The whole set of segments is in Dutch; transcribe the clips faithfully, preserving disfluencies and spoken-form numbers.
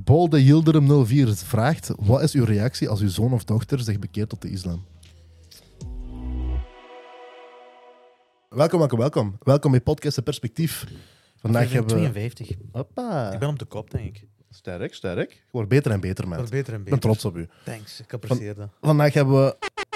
Bolde Yildirim nul vier vraagt: wat is uw reactie als uw zoon of dochter zich bekeert tot de islam? Welkom, welkom, welkom. Welkom bij Podcast de Perspectief. Vandaag hebben we... tweeënvijftig. Hoppa. Ik ben op de kop, denk ik. Sterk, sterk. Je wordt beter en beter, man. Maar beter en Ik beter. ben trots op u. Thanks, ik apprecieer dat. Vandaag hebben we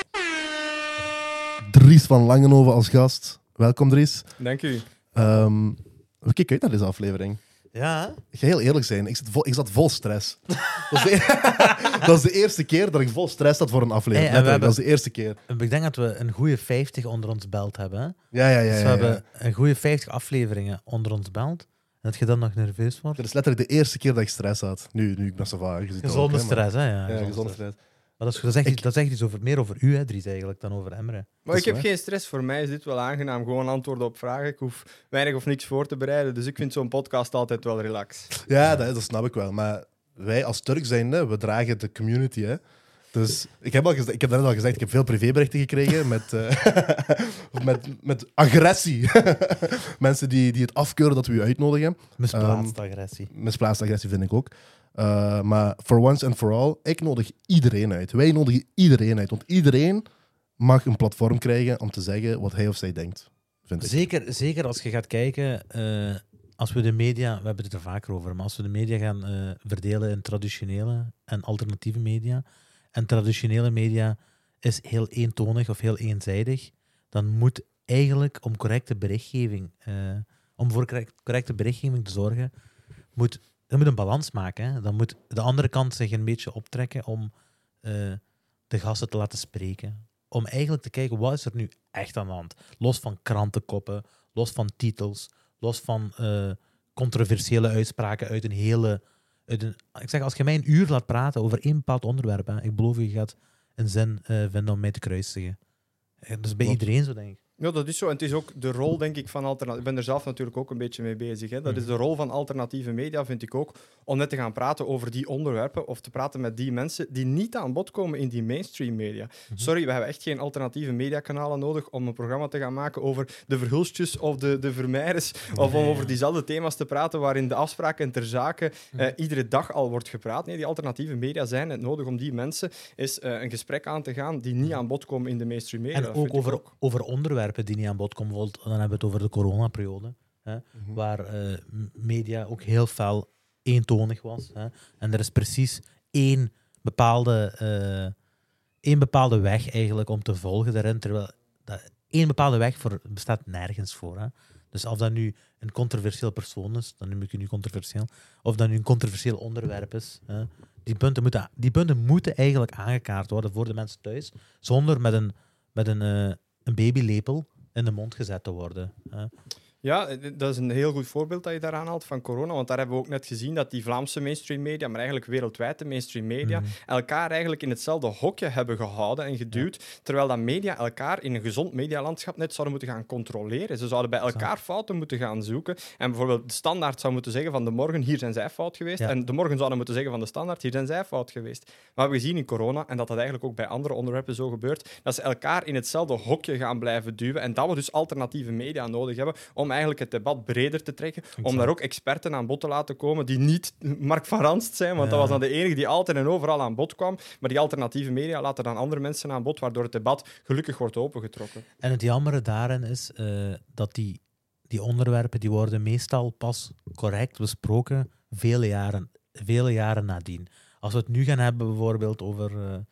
Dries van Langenhoven als gast. Welkom, Dries. Dank u. Um, we kijken uit naar deze aflevering. Ja, Ik ga heel eerlijk zijn, ik zat vol, ik zat vol stress. Dat is, de, dat is de eerste keer dat ik vol stress had voor een aflevering. Hey, en we Letterlijk, hebben- dat is de eerste keer. ik denk dat we een goede vijftig onder ons belt hebben. Hè? Ja, ja, ja. Dus ja, we ja. hebben een goede vijftig afleveringen onder ons belt. En dat je dan nog nerveus wordt. Dat is letterlijk de eerste keer dat ik stress had. Nu, nu ik ben zo vaak. Gezonde stress, hè? Ja, Ja, gezonde stress. Maar dat, is, dat, zegt, Ik- iets- dat zegt iets over, meer over u, hè, Dries, eigenlijk, dan over Emre. Maar is ik heb waar. geen stress. Voor mij is dit wel aangenaam. Gewoon antwoorden op vragen. Ik hoef weinig of niks voor te bereiden. Dus ik vind zo'n podcast altijd wel relaxed. Ja, dat, dat snap ik wel. Maar wij als Turk zijnde, we dragen de community, hè. Dus ik heb, al gez- ik heb net al gezegd, ik heb veel privéberichten gekregen met, uh, met, met agressie. Mensen die, die het afkeuren dat we u uitnodigen. Misplaatste agressie. Misplaatste agressie vind ik ook. Uh, maar for once and for all, ik nodig iedereen uit. Wij nodigen iedereen uit. Want iedereen mag een platform krijgen om te zeggen wat hij of zij denkt. Vind ik. Zeker, zeker als je gaat kijken, eh, als we de media, we hebben het er vaker over, maar als we de media gaan eh, verdelen in traditionele en alternatieve media, en traditionele media is heel eentonig of heel eenzijdig, dan moet eigenlijk om correcte berichtgeving, eh, om voor correct- correcte berichtgeving te zorgen, moet, dan moet een balans maken. Hè. Dan moet de andere kant zich een beetje optrekken om eh, de gasten te laten spreken. Om eigenlijk te kijken, wat is er nu echt aan de hand? Los van krantenkoppen, los van titels, los van eh, controversiële uitspraken uit een hele... Uit een, ik zeg, als je mij een uur laat praten over één bepaald onderwerp, hè, ik beloof je, je gaat een zin eh, vinden om mij te kruisigen. Eh, Dat is bij Klopt. iedereen zo, denk ik. Ja, dat is zo. En het is ook de rol, denk ik, van alternatieve... Ik ben er zelf natuurlijk ook een beetje mee bezig. Hè. Dat is de rol van alternatieve media, vind ik ook, om net te gaan praten over die onderwerpen of te praten met die mensen die niet aan bod komen in die mainstream media. Sorry, we hebben echt geen alternatieve mediakanalen nodig om een programma te gaan maken over de verhulstjes of de, de vermeiders, of om over diezelfde thema's te praten waarin de afspraken ter zake eh, iedere dag al wordt gepraat. Nee, die alternatieve media zijn het nodig om die mensen eens eh, een gesprek aan te gaan die niet aan bod komen in de mainstream media. En Dat ook vind ik over, over onderwerpen die niet aan bod komen. Bijvoorbeeld, dan hebben we het over de coronaperiode, hè, Mhm. waar eh, m- media ook heel fel eentonig was. Hè. En er is precies één bepaalde, eh, één bepaalde weg eigenlijk om te volgen daarin, terwijl dat, één bepaalde weg voor, bestaat nergens voor. Hè. Dus of dat nu een controversieel persoon is, dan noem ik je nu controversieel, of dat nu een controversieel onderwerp is, hè, die, punten moeten, die punten moeten eigenlijk aangekaart worden voor de mensen thuis, zonder met een, met een, eh, een babylepel in de mond gezet te worden. Hè. Ja, dat is een heel goed voorbeeld dat je daaraan haalt van corona, want daar hebben we ook net gezien dat die Vlaamse mainstream media, maar eigenlijk wereldwijd de mainstream media, Mhm. elkaar eigenlijk in hetzelfde hokje hebben gehouden en geduwd, terwijl dat media elkaar in een gezond medialandschap net zouden moeten gaan controleren. Ze zouden bij elkaar fouten moeten gaan zoeken. En bijvoorbeeld de Standaard zou moeten zeggen van de Morgen, hier zijn zij fout geweest. Ja. En de Morgen zouden moeten zeggen van de Standaard, hier zijn zij fout geweest. Maar we hebben gezien in corona, en dat dat eigenlijk ook bij andere onderwerpen zo gebeurt, dat ze elkaar in hetzelfde hokje gaan blijven duwen en dat we dus alternatieve media nodig hebben om eigenlijk het debat breder te trekken, om daar ook experten aan bod te laten komen die niet Mark van Ranst zijn, want Ja. dat was dan de enige die altijd en overal aan bod kwam. Maar die alternatieve media laten dan andere mensen aan bod, waardoor het debat gelukkig wordt opengetrokken. En het jammere daarin is eh, dat die, die onderwerpen die worden meestal pas correct besproken vele jaren, vele jaren nadien. Als we het nu gaan hebben bijvoorbeeld over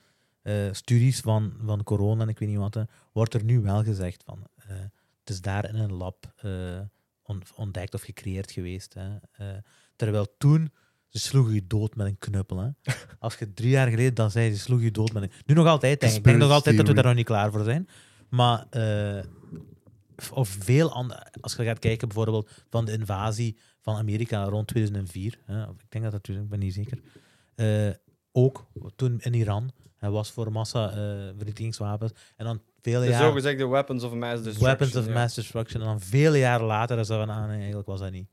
eh, eh, studies van, van corona en ik weet niet wat, hè, wordt er nu wel gezegd van eh, het is daar in een lab eh, on- ontdekt of gecreëerd geweest. Hè. Eh, terwijl toen, ze sloegen je dood met een knuppel. Hè. Als je drie jaar geleden dan zei, ze sloegen je dood met een... Nu nog altijd, denk ik. Ik denk nog altijd dat we daar nog niet klaar voor zijn. Maar... eh, of veel andere... Als je gaat kijken bijvoorbeeld van de invasie van Amerika rond tweeduizend vier. Hè, of ik denk dat dat toen... Ik ben niet zeker. Eh, ook toen in Iran. Hij was voor massa-vernietigingswapens. en dan vele De jaren... zogezegde weapons of mass destruction. Weapons of ja. mass destruction. En dan vele jaren later is dat van, ah, nee, eigenlijk was dat niet.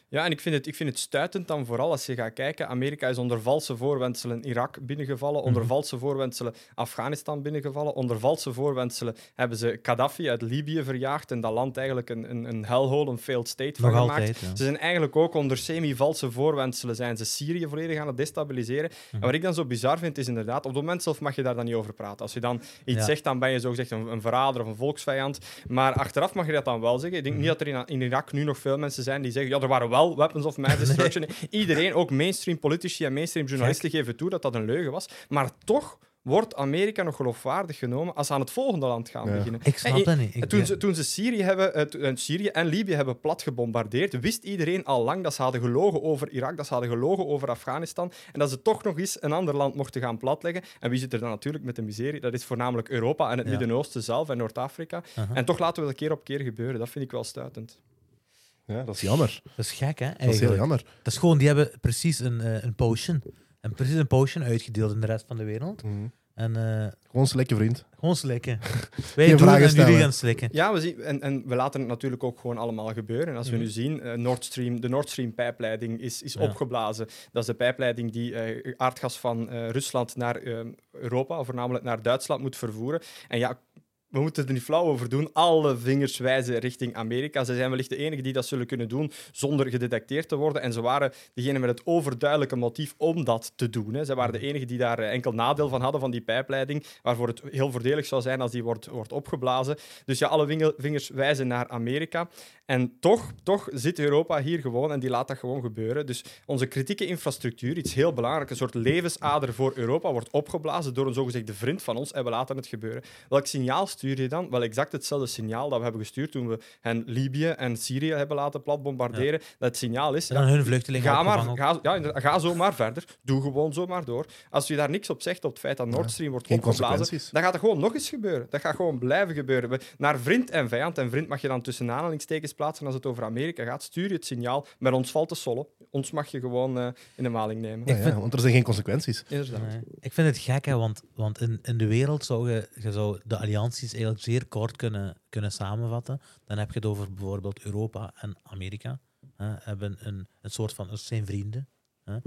Ja, en ik vind, het, ik vind het stuitend dan vooral als je gaat kijken. Amerika is onder valse voorwendselen Irak binnengevallen, onder Mhm. valse voorwendselen Afghanistan binnengevallen, onder valse voorwendselen hebben ze Gaddafi uit Libië verjaagd en dat land eigenlijk een, een, een hellhole, een failed state van Nog gemaakt. altijd, ja. Ze zijn eigenlijk ook onder semi-valse voorwendselen zijn ze Syrië volledig aan het destabiliseren. En wat ik dan zo bizar vind, is inderdaad, op het moment zelf mag je daar dan niet over praten. Als je dan iets Ja. zegt, dan ben je zogezegd een, een verrader of een volksvijand. Maar achteraf mag je dat dan wel zeggen. Ik denk niet dat er in, in Irak nu nog veel mensen zijn die zeggen ja, er waren wel weapons of mass destruction. Iedereen, ook mainstream politici en mainstream journalisten, geven toe dat dat een leugen was. Maar toch wordt Amerika nog geloofwaardig genomen als ze aan het volgende land gaan Ja. beginnen. Ik snap En- dat niet. Ik, en toen, ze, toen ze Syrië, hebben, eh, to- eh, Syrië en Libië hebben plat gebombardeerd, wist iedereen al lang dat ze hadden gelogen over Irak, dat ze hadden gelogen over Afghanistan en dat ze toch nog eens een ander land mochten gaan platleggen. En wie zit er dan natuurlijk met de miserie? Dat is voornamelijk Europa en het Ja. Midden-Oosten zelf en Noord-Afrika. Aha. En toch laten we dat keer op keer gebeuren. Dat vind ik wel stuitend. Ja, dat is jammer. Dat is gek, hè? Dat is Eigenlijk. heel jammer. Dat is gewoon, die hebben precies een, eh, een potion. En precies een potion uitgedeeld in de rest van de wereld. Mhm. En eh, Gewoon slikken, vriend. gewoon slikken. Wij Geen doen vragen en jullie stellen. gaan slikken. Ja, we zien, en, en we laten het natuurlijk ook gewoon allemaal gebeuren. En als we Mhm. nu zien, eh, Nord Stream, de Nord Stream pijpleiding is, is Ja. opgeblazen. Dat is de pijpleiding die eh, aardgas van eh, Rusland naar eh, Europa, voornamelijk naar Duitsland, moet vervoeren. En ja, we moeten er niet flauw over doen. Alle vingers wijzen richting Amerika. Ze zijn wellicht de enigen die dat zullen kunnen doen zonder gedetecteerd te worden. En ze waren degene met het overduidelijke motief om dat te doen. Hè. Ze waren de enigen die daar eh, enkel nadeel van hadden, van die pijpleiding, waarvoor het heel voordelig zou zijn als die wordt, wordt opgeblazen. Dus ja, alle wingel- vingers wijzen naar Amerika. En toch, toch zit Europa hier gewoon en die laat dat gewoon gebeuren. Dus onze kritieke infrastructuur, iets heel belangrijk, een soort levensader voor Europa, wordt opgeblazen door een zogezegde vriend van ons en we laten het gebeuren. Welk signaal stuur je dan? Wel exact hetzelfde signaal dat we hebben gestuurd toen we hen Libië en Syrië hebben laten plat bombarderen. Dat signaal is... En dan hun vluchtelingen Ga, opgevangen maar, ook. ga, ja, inderdaad, ga zo maar verder. Doe gewoon zo maar door. Als je daar niks op zegt op het feit dat Nord Stream wordt Geen opgeblazen, consequenties. dan gaat het gewoon nog eens gebeuren. Dat gaat gewoon blijven gebeuren. We- Naar vriend en vijand, en vriend mag je dan tussen aanhalingstekens plaatsen als het over Amerika gaat, stuur je het signaal, met ons valt te sollen. Ons mag je gewoon eh, in de maling nemen. Ja, vind- ja, want er zijn geen consequenties. Inderdaad. Nee. Ik vind het gek, hè, want, want in, in de wereld zou je, je zou de allianties eigenlijk zeer kort kunnen, kunnen samenvatten. Dan heb je het over bijvoorbeeld Europa en Amerika. Hè, hebben een, een soort van, het zijn vrienden. Hè.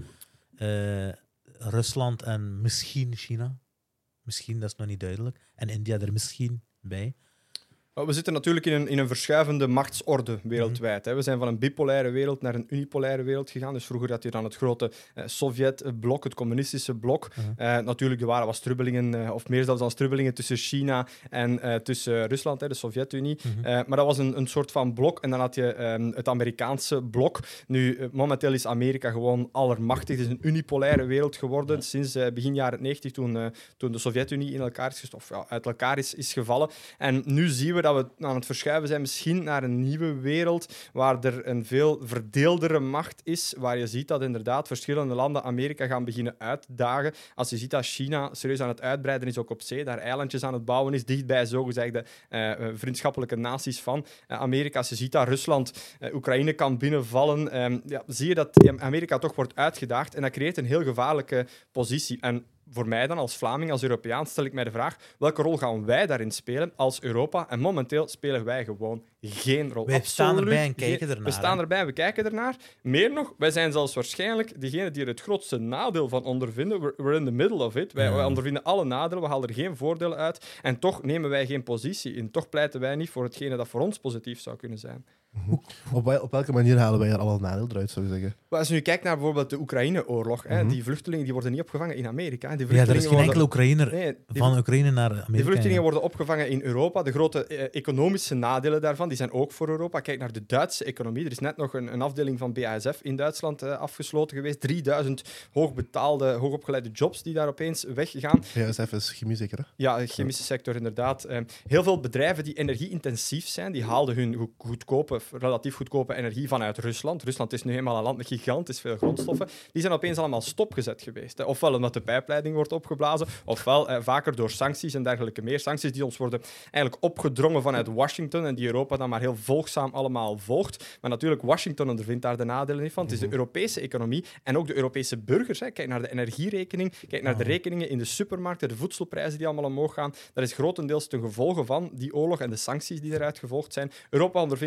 Eh, Rusland en misschien China. Misschien, dat is nog niet duidelijk. En India er misschien bij. Maar we zitten natuurlijk in een, in een verschuivende machtsorde wereldwijd. Hè. We zijn van een bipolaire wereld naar een unipolaire wereld gegaan. Dus vroeger had je dan het grote eh, Sovjet-blok, het communistische blok. Mhm. Eh, natuurlijk, er waren wat strubbelingen, eh, of meer zelfs dan strubbelingen tussen China en eh, tussen Rusland, hè, de Sovjet-Unie. Mhm. Eh, maar dat was een, een soort van blok. En dan had je ehm, het Amerikaanse blok. Nu, eh, momenteel is Amerika gewoon allermachtig. Het is een unipolaire wereld geworden Ja. sinds eh, begin jaren negentig, toen, eh, toen de Sovjet-Unie in elkaar is gestopt, of ja, uit elkaar is, is gevallen. En nu zien we dat we aan het verschuiven zijn misschien naar een nieuwe wereld waar er een veel verdeeldere macht is, waar je ziet dat inderdaad verschillende landen Amerika gaan beginnen uitdagen. Als je ziet dat China serieus aan het uitbreiden is, ook op zee, daar eilandjes aan het bouwen is, dichtbij zogezegde uh, vriendschappelijke naties van uh, Amerika. Als je ziet dat Rusland uh, Oekraïne kan binnenvallen, um, ja, zie je dat Amerika toch wordt uitgedaagd en dat creëert een heel gevaarlijke positie. En voor mij dan, als Vlaming, als Europeaan, stel ik mij de vraag, welke rol gaan wij daarin spelen als Europa? En momenteel spelen wij gewoon geen rol. Wij staan Absoluut erbij en kijken geen- ernaar, We staan hè? erbij, we kijken ernaar. Meer nog, wij zijn zelfs waarschijnlijk degene die er het grootste nadeel van ondervinden. We're, we're in the middle of it. Wij, Ja. wij ondervinden alle nadelen, we halen er geen voordelen uit. En toch nemen wij geen positie in. Toch pleiten wij niet voor hetgene dat voor ons positief zou kunnen zijn. Op, wel- op welke manier halen wij er al een nadeel eruit, zou je zeggen? Maar als je nu kijkt naar bijvoorbeeld de Oekraïne-oorlog, hè, Mhm. die vluchtelingen die worden niet opgevangen in Amerika. Hè. Die Ja, er is vluchtelingen geen worden- enkele Oekraïner Nee, die van Oekraïne naar Amerika. Die vluchtelingen ja. worden opgevangen in Europa. De grote eh, economische nadelen daarvan die zijn ook voor Europa. Kijk naar de Duitse economie. Er is net nog een, een afdeling van B A S F in Duitsland eh, afgesloten geweest. drieduizend hoogbetaalde, hoogopgeleide jobs die daar opeens weggaan. B A S F is chemie zeker, hè? Ja, de chemische sector inderdaad. Eh, heel veel bedrijven die energie-intensief zijn, die haalden hun go- goedkope, relatief goedkope energie vanuit Rusland. Rusland is nu eenmaal een land met gigantisch veel grondstoffen. Die zijn opeens allemaal stopgezet geweest. Hè. Ofwel omdat de pijpleiding wordt opgeblazen, ofwel eh, vaker door sancties en dergelijke meer. Sancties die ons worden eigenlijk opgedrongen vanuit Washington en die Europa dan maar heel volgzaam allemaal volgt. Maar natuurlijk, Washington ondervindt daar de nadelen niet van. Het is de Europese economie en ook de Europese burgers. Hè. Kijk naar de energierekening, kijk naar de rekeningen in de supermarkten, de voedselprijzen die allemaal omhoog gaan. Dat is grotendeels ten gevolge van die oorlog en de sancties die eruit gevolgd zijn. Europa ondervindt daar de nadelen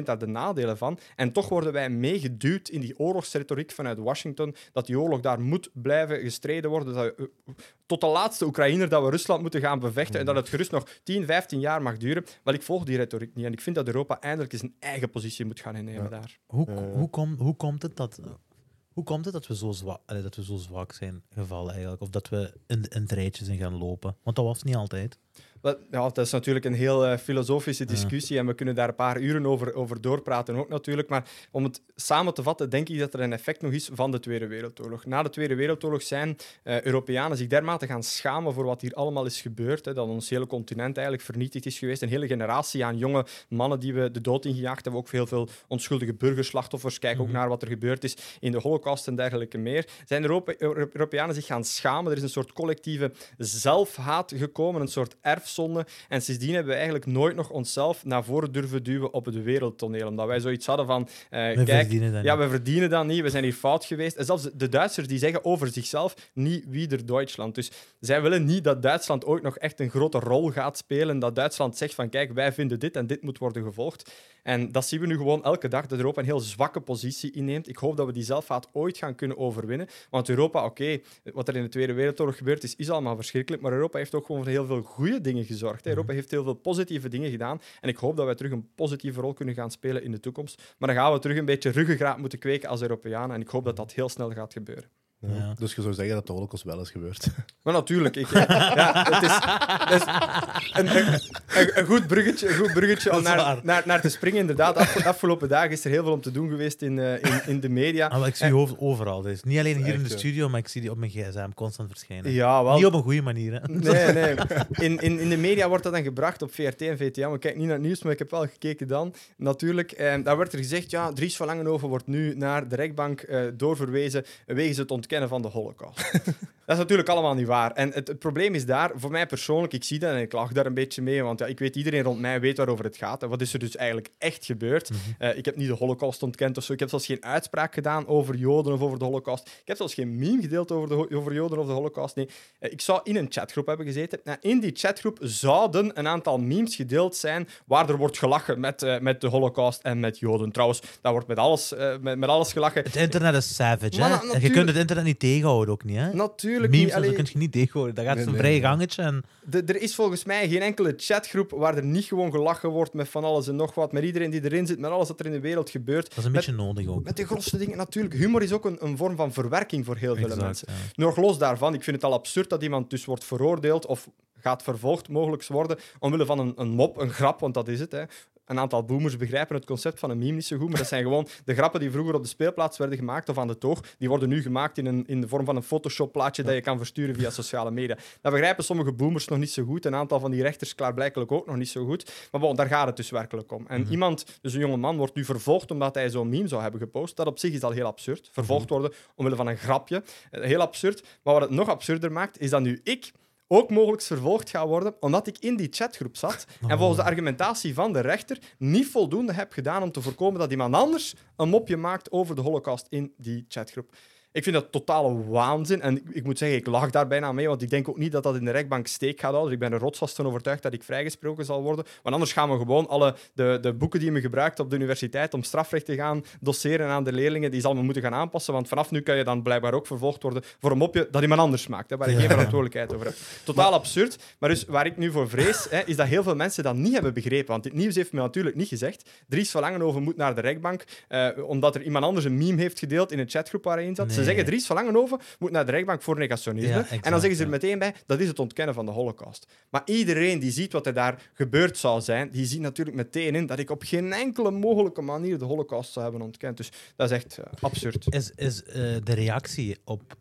nadelen van. En toch worden wij meegeduwd in die oorlogsretoriek vanuit Washington, dat die oorlog daar moet blijven gestreden worden, dat we, uh, tot de laatste Oekraïner dat we Rusland moeten gaan bevechten en dat het gerust nog tien, vijftien jaar mag duren. Wel, ik volg die retoriek niet en ik vind dat Europa eindelijk eens een eigen positie moet gaan innemen Ja. daar. Hoe, Uh. hoe, kom, hoe komt het dat... Hoe komt het dat we zo zwak, dat we zo zwak zijn gevallen eigenlijk? Of dat we in, in het rijtje zijn gaan lopen? Want dat was niet altijd. Ja, dat is natuurlijk een heel uh, filosofische discussie en we kunnen daar een paar uren over, over doorpraten ook natuurlijk. Maar om het samen te vatten, denk ik dat er een effect nog is van de Tweede Wereldoorlog. Na de Tweede Wereldoorlog zijn uh, Europeanen zich dermate gaan schamen voor wat hier allemaal is gebeurd. Hè, dat ons hele continent eigenlijk vernietigd is geweest. Een hele generatie aan jonge mannen die we de dood ingejaagd hebben. Ook heel veel onschuldige burgerslachtoffers. Kijk ook Mm-hmm. naar wat er gebeurd is in de Holocaust en dergelijke meer. Zijn Europa- Europeanen zich gaan schamen. Er is een soort collectieve zelfhaat gekomen, een soort erfzonde. En sindsdien hebben we eigenlijk nooit nog onszelf naar voren durven duwen op het wereldtoneel. Omdat wij zoiets hadden van... Uh, We kijk, verdienen dat ja, niet. we verdienen dat niet, we zijn hier fout geweest. En zelfs de Duitsers die zeggen over zichzelf niet wieder Duitsland. Dus zij willen niet dat Duitsland ooit nog echt een grote rol gaat spelen. Dat Duitsland zegt van kijk, wij vinden dit en dit moet worden gevolgd. En dat zien we nu gewoon elke dag, dat Europa een heel zwakke positie inneemt. Ik hoop dat we die zelfhaat ooit gaan kunnen overwinnen. Want Europa, oké, okay, wat er in de Tweede Wereldoorlog gebeurd is, is allemaal verschrikkelijk. Maar Europa heeft ook gewoon voor heel veel goede dingen gezorgd. Hè. Europa heeft heel veel positieve dingen gedaan. En ik hoop dat wij terug een positieve rol kunnen gaan spelen in de toekomst. Maar dan gaan we terug een beetje ruggengraat moeten kweken als Europeanen. En ik hoop dat dat heel snel gaat gebeuren. Ja. Ja. Dus je zou zeggen dat de Holocaust wel is gebeurd. Maar natuurlijk, ik, ja, het is, het is een, een, een, een goed bruggetje, een goed bruggetje om Dat is naar, waar. naar, naar te springen. Inderdaad, de afge- afgelopen dagen is er heel veel om te doen geweest in, uh, in, in de media. Ah, maar ik zie je hoofd overal. Dus niet alleen hier Echt, in de ja. studio, maar ik zie die op mijn gsm constant verschijnen. Ja, wel. Niet op een goede manier. Hè. Nee, nee. In, in, in de media wordt dat dan gebracht op V R T en V T M. Ik kijk niet naar het nieuws, maar ik heb wel gekeken dan. Natuurlijk, eh, daar werd er gezegd, ja, Dries van Langenhoven wordt nu naar de rechtbank eh, doorverwezen wegens het ontkennen van de Holocaust. Dat is natuurlijk allemaal niet waar. En het, het probleem is daar, voor mij persoonlijk, ik zie dat en ik lach daar een beetje mee, want ja, ik weet, iedereen rond mij weet waarover het gaat. En wat is er dus eigenlijk echt gebeurd? Mm-hmm. Uh, ik heb niet de Holocaust ontkend of zo. Ik heb zelfs geen uitspraak gedaan over Joden of over de Holocaust. Ik heb zelfs geen meme gedeeld over, de, over Joden of de Holocaust. Nee, uh, ik zou in een chatgroep hebben gezeten. Nou, in die chatgroep zouden een aantal memes gedeeld zijn waar er wordt gelachen met, uh, met de Holocaust en met Joden. Trouwens, daar wordt met alles, uh, met, met alles gelachen. Het internet is savage. Maar Hè? na- En je natuurlijk- kunt het internet niet tegenhouden ook niet. Hè? Natuurlijk Memes, niet. en zo Allee, kun je niet tegenhouden. Dat gaat Nee, zo'n nee, vrij nee. gangetje. En... de- er is volgens mij geen enkele chatgroep waar er niet gewoon gelachen wordt met van alles en nog wat. Met iedereen die erin zit, met alles wat er in de wereld gebeurt. Dat is een Met- beetje nodig ook. Met de grootste dingen, natuurlijk. Humor is ook een, een vorm van verwerking voor heel veel Exact, mensen. ja. Nog los daarvan, ik vind het al absurd dat iemand dus wordt veroordeeld of gaat vervolgd mogelijk worden omwille van een, een mop, een grap, want dat is het. Hè. Een aantal boomers begrijpen het concept van een meme niet zo goed, maar dat zijn gewoon de grappen die vroeger op de speelplaats werden gemaakt of aan de toog. Die worden nu gemaakt in, een, in de vorm van een Photoshop-plaatje dat je kan versturen via sociale media. Dat begrijpen sommige boomers nog niet zo goed. Een aantal van die rechters klaarblijkelijk ook nog niet zo goed. Maar bon, daar gaat het dus werkelijk om. En Mm-hmm. iemand, dus een jonge man, wordt nu vervolgd omdat hij zo'n meme zou hebben gepost. Dat op zich is al heel absurd. Vervolgd worden omwille van een grapje. Eh, Heel absurd. Maar wat het nog absurder maakt, is dat nu ik ook mogelijk vervolgd ga worden, omdat ik in die chatgroep zat en volgens de argumentatie van de rechter niet voldoende heb gedaan om te voorkomen dat iemand anders een mopje maakt over de Holocaust in die chatgroep. Ik vind dat totale waanzin. En ik, ik moet zeggen, ik lach daar bijna mee, want ik denk ook niet dat dat in de rechtbank steek gaat houden. Dus ik ben er rotsvast van overtuigd dat ik vrijgesproken zal worden. Want anders gaan we gewoon alle de, de boeken die me gebruikt op de universiteit om strafrecht te gaan doseren aan de leerlingen, die zal me moeten gaan aanpassen. Want vanaf nu kan je dan blijkbaar ook vervolgd worden voor een mopje dat iemand anders maakt, hè, waar ik Ja. geen verantwoordelijkheid over heb. Totaal absurd. Maar dus waar ik nu voor vrees, hè, is dat heel veel mensen dat niet hebben begrepen. Want dit nieuws heeft me natuurlijk niet gezegd. Dries van Langenhoven moet naar de rechtbank, eh, omdat er iemand anders een meme heeft gedeeld in een chatgroep waar hij in zat. Nee. Ze zeggen Dries van Langenhoven moet naar de rechtbank voor negationisme. Ja, exact, en dan zeggen ze er ja. meteen bij, dat is het ontkennen van de Holocaust. Maar iedereen die ziet wat er daar gebeurd zou zijn, die ziet natuurlijk meteen in dat ik op geen enkele mogelijke manier de Holocaust zou hebben ontkend. Dus dat is echt uh, absurd. Is, is eh, de reactie op...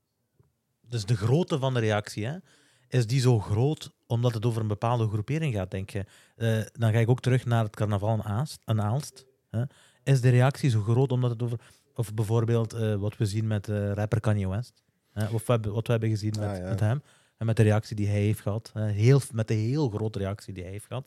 Dus de grootte van de reactie, hè? Is die zo groot omdat het over een bepaalde groepering gaat, denk je? Eh, dan ga ik ook terug naar het carnaval in Aalst. In Aalst hè? Is de reactie zo groot omdat het over... Of bijvoorbeeld uh, wat we zien met uh, rapper Kanye West. Hè? Of wat we, wat we hebben gezien met, Ah, ja. met hem. En met de reactie die hij heeft gehad. Hè? Heel, met de heel grote reactie die hij heeft gehad.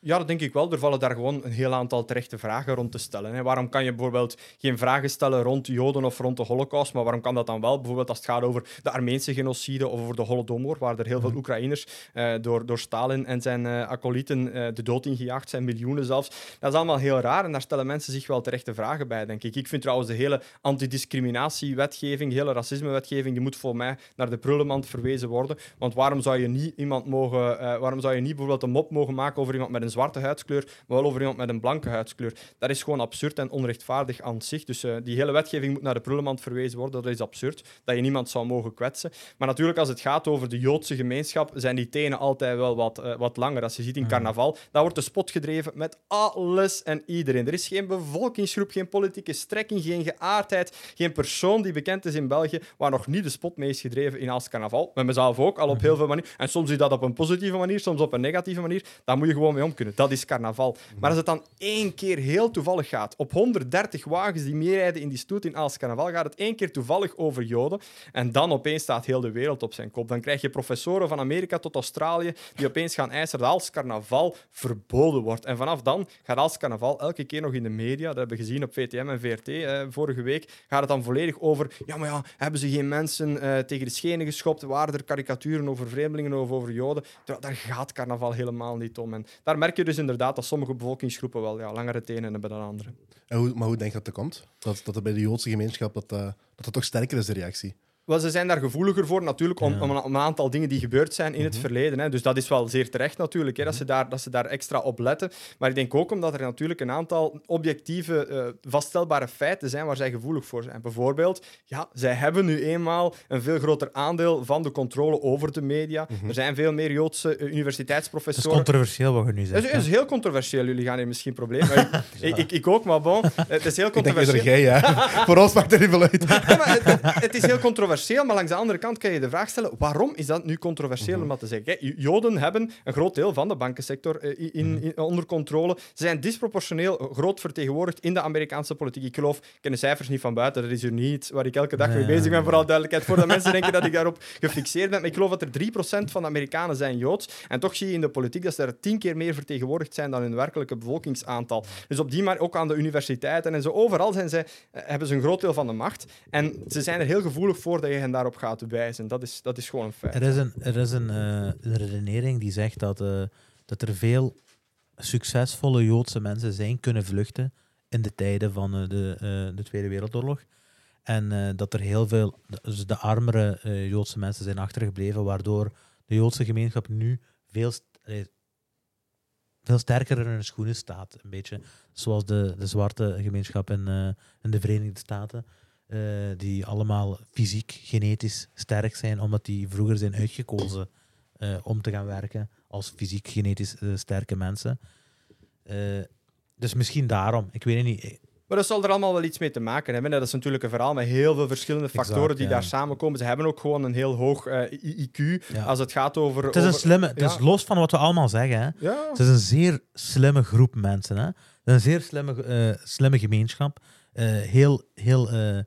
Ja, dat denk ik wel. Er vallen daar gewoon een heel aantal terechte vragen rond te stellen. Hè. Waarom kan je bijvoorbeeld geen vragen stellen rond Joden of rond de Holocaust, maar waarom kan dat dan wel? Bijvoorbeeld als het gaat over de Armeense genocide of over de Holodomor, waar er heel veel Oekraïners uh, door, door Stalin en zijn uh, acolyten uh, de dood ingejaagd zijn, miljoenen zelfs. Dat is allemaal heel raar en daar stellen mensen zich wel terechte vragen bij, denk ik. Ik vind trouwens de hele antidiscriminatiewetgeving, de hele racismewetgeving, die moet voor mij naar de prullenmand verwezen worden. Want waarom zou je niet iemand mogen, uh, waarom zou je niet bijvoorbeeld een mop mogen maken over iemand met een zwarte huidskleur, maar wel over iemand met een blanke huidskleur? Dat is gewoon absurd en onrechtvaardig aan zich. Dus uh, die hele wetgeving moet naar de prullenmand verwezen worden. Dat is absurd, dat je niemand zou mogen kwetsen. Maar natuurlijk, als het gaat over de Joodse gemeenschap, zijn die tenen altijd wel wat, uh, wat langer. Als je ziet in carnaval, daar wordt de spot gedreven met alles en iedereen. Er is geen bevolkingsgroep, geen politieke strekking, geen geaardheid, geen persoon die bekend is in België waar nog niet de spot mee is gedreven in Aals carnaval. Met mezelf ook, al op heel veel manieren. En soms is dat op een positieve manier, soms op een negatieve manier. Daar moet je gewoon mee om kunnen. Dat is carnaval. Maar als het dan één keer heel toevallig gaat, op honderddertig wagens die meerijden in die stoet in Aals carnaval, gaat het één keer toevallig over Joden. En dan opeens staat heel de wereld op zijn kop. Dan krijg je professoren van Amerika tot Australië die opeens gaan eisen dat Aals carnaval verboden wordt. En vanaf dan gaat Aals carnaval elke keer nog in de media, dat hebben we gezien op V T M en V R T eh, vorige week, gaat het dan volledig over, ja, maar ja, hebben ze geen mensen uh, tegen de schenen geschopt, waren er karikaturen over vreemdelingen of over Joden? Daar gaat carnaval helemaal niet om. En daar merk je dus inderdaad dat sommige bevolkingsgroepen wel ja, langere tenen hebben dan andere. En hoe, maar hoe denk je dat dat komt? Dat, dat er bij de Joodse gemeenschap dat, uh, dat, dat toch sterker is, de reactie? Wel, ze zijn daar gevoeliger voor, natuurlijk, om, Ja. om, een, om een aantal dingen die gebeurd zijn in Mm-hmm. het verleden. Hè. Dus dat is wel zeer terecht, natuurlijk, hè, dat, ze daar, dat ze daar extra op letten. Maar ik denk ook omdat er natuurlijk een aantal objectieve, uh, vaststelbare feiten zijn waar zij gevoelig voor zijn. Bijvoorbeeld, ja, zij hebben nu eenmaal een veel groter aandeel van de controle over de media. Mm-hmm. Er zijn veel meer Joodse uh, Het is universiteitsprofessoren. controversieel wat je nu Het zegt. is, hè. het is heel controversieel. Jullie gaan hier misschien problemen. Maar ik, ik, ik, ik ook, maar bon. Het is heel Ik denk controversieel. eerder jij, ja. Voor ons maakt er niet veel uit. Ja, maar het, het is heel controversieel, maar langs de andere kant kan je de vraag stellen, waarom is dat nu controversieel om dat te zeggen? Kijk, Joden hebben een groot deel van de bankensector in, in, in, onder controle. Ze zijn disproportioneel groot vertegenwoordigd in de Amerikaanse politiek. Ik geloof, ik ken de cijfers niet van buiten, dat is er niet waar ik elke dag mee Nee, bezig ben, nee. vooral duidelijkheid, voordat mensen denken dat ik daarop gefixeerd ben. Maar ik geloof dat er drie procent van de Amerikanen zijn Joods. En toch zie je in de politiek dat ze er tien keer meer vertegenwoordigd zijn dan hun werkelijke bevolkingsaantal. Dus op die manier, ook aan de universiteiten en zo, overal zijn zij, hebben ze een groot deel van de macht. En ze zijn er heel gevoelig voor dat je hen daarop gaat wijzen. Dat is, dat is gewoon een feit. Er is een, er is een, uh, een redenering die zegt dat, uh, dat er veel succesvolle Joodse mensen zijn kunnen vluchten in de tijden van uh, de, uh, de Tweede Wereldoorlog. En uh, dat er heel veel, dus de armere uh, Joodse mensen zijn achtergebleven, waardoor de Joodse gemeenschap nu veel, st- uh, veel sterker in hun schoenen staat. Een beetje zoals de, de zwarte gemeenschap in, uh, in de Verenigde Staten. Uh, die allemaal fysiek, genetisch sterk zijn, omdat die vroeger zijn uitgekozen uh, om te gaan werken als fysiek, genetisch uh, sterke mensen. Uh, dus misschien daarom. Ik weet het niet. Maar dat zal er allemaal wel iets mee te maken hebben. Dat is natuurlijk een verhaal met heel veel verschillende factoren Exact, die ja. daar samenkomen. Ze hebben ook gewoon een heel hoog uh, I Q Ja. als het gaat over... Het is een over- slimme, het is ja. los van wat we allemaal zeggen. Hè. Ja. Het is een zeer slimme groep mensen. Hè. Het is een zeer slimme, uh, slimme gemeenschap. Uh, heel, heel... Uh,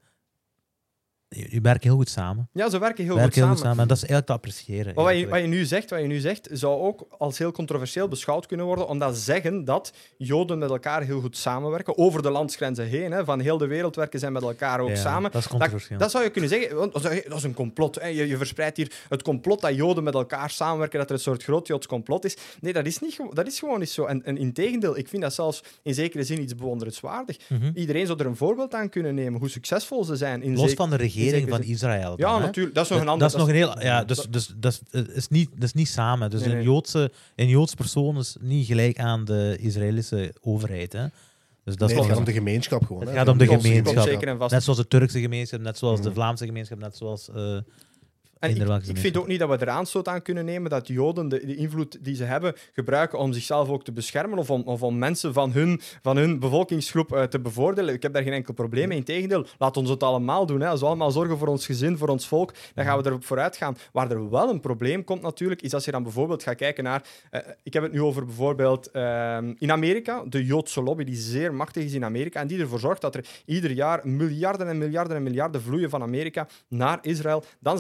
je, je werkt heel goed samen. ja, ze werken heel werken goed heel samen. goed samen. En dat is eigenlijk te appreciëren. Maar wat je, eigenlijk. wat, je nu zegt, wat je nu zegt, zou ook als heel controversieel beschouwd kunnen worden, omdat zeggen dat Joden met elkaar heel goed samenwerken, over de landsgrenzen heen, hè, van heel de wereld werken zij met elkaar ook Ja, samen. dat is controversieel. Dat zou je kunnen zeggen, want dat is een complot. Hè. Je, je verspreidt hier het complot dat Joden met elkaar samenwerken, dat er een soort groot Joods complot is. Nee, dat is, niet, gewo- dat is gewoon niet zo. En, en in tegendeel, ik vind dat zelfs in zekere zin iets bewonderenswaardig. Mhm. Iedereen zou er een voorbeeld aan kunnen nemen, hoe succesvol ze zijn. In Los zeker- van de in regering zekere van zin. Israël. Ja, dan, hè. natuurlijk. Dat is nog een Dat, ander... dat is nog een heel... Ja, dus, dus dat, is, is niet, dat is niet samen. Dus Nee, nee. Een, Joodse, een Joods persoon is niet gelijk aan de Israëlische overheid. Hè. Dus dat Nee, is het wel gaat om de gemeenschap gewoon. Het hè. gaat om de Joodse gemeenschap. Zeker en vast. net zoals de Turkse gemeenschap, net zoals de Mhm. Vlaamse gemeenschap, net zoals... Uh, En ik, Eender welke ik vind gemeenschap. ook niet dat we er aanstoot aan kunnen nemen dat Joden de, de invloed die ze hebben gebruiken om zichzelf ook te beschermen of om, of om mensen van hun, van hun bevolkingsgroep uh, te bevoordelen. Ik heb daar geen enkel probleem mee. Integendeel, laat ons het allemaal doen. Hè. Als we allemaal zorgen voor ons gezin, voor ons volk, dan gaan we erop vooruit gaan. Waar er wel een probleem komt natuurlijk, is als je dan bijvoorbeeld gaat kijken naar... Uh, ik heb het nu over bijvoorbeeld uh, in Amerika, de Joodse lobby, die zeer machtig is in Amerika en die ervoor zorgt dat er ieder jaar miljarden en miljarden en miljarden vloeien van Amerika naar Israël. Dan zijn we wel bij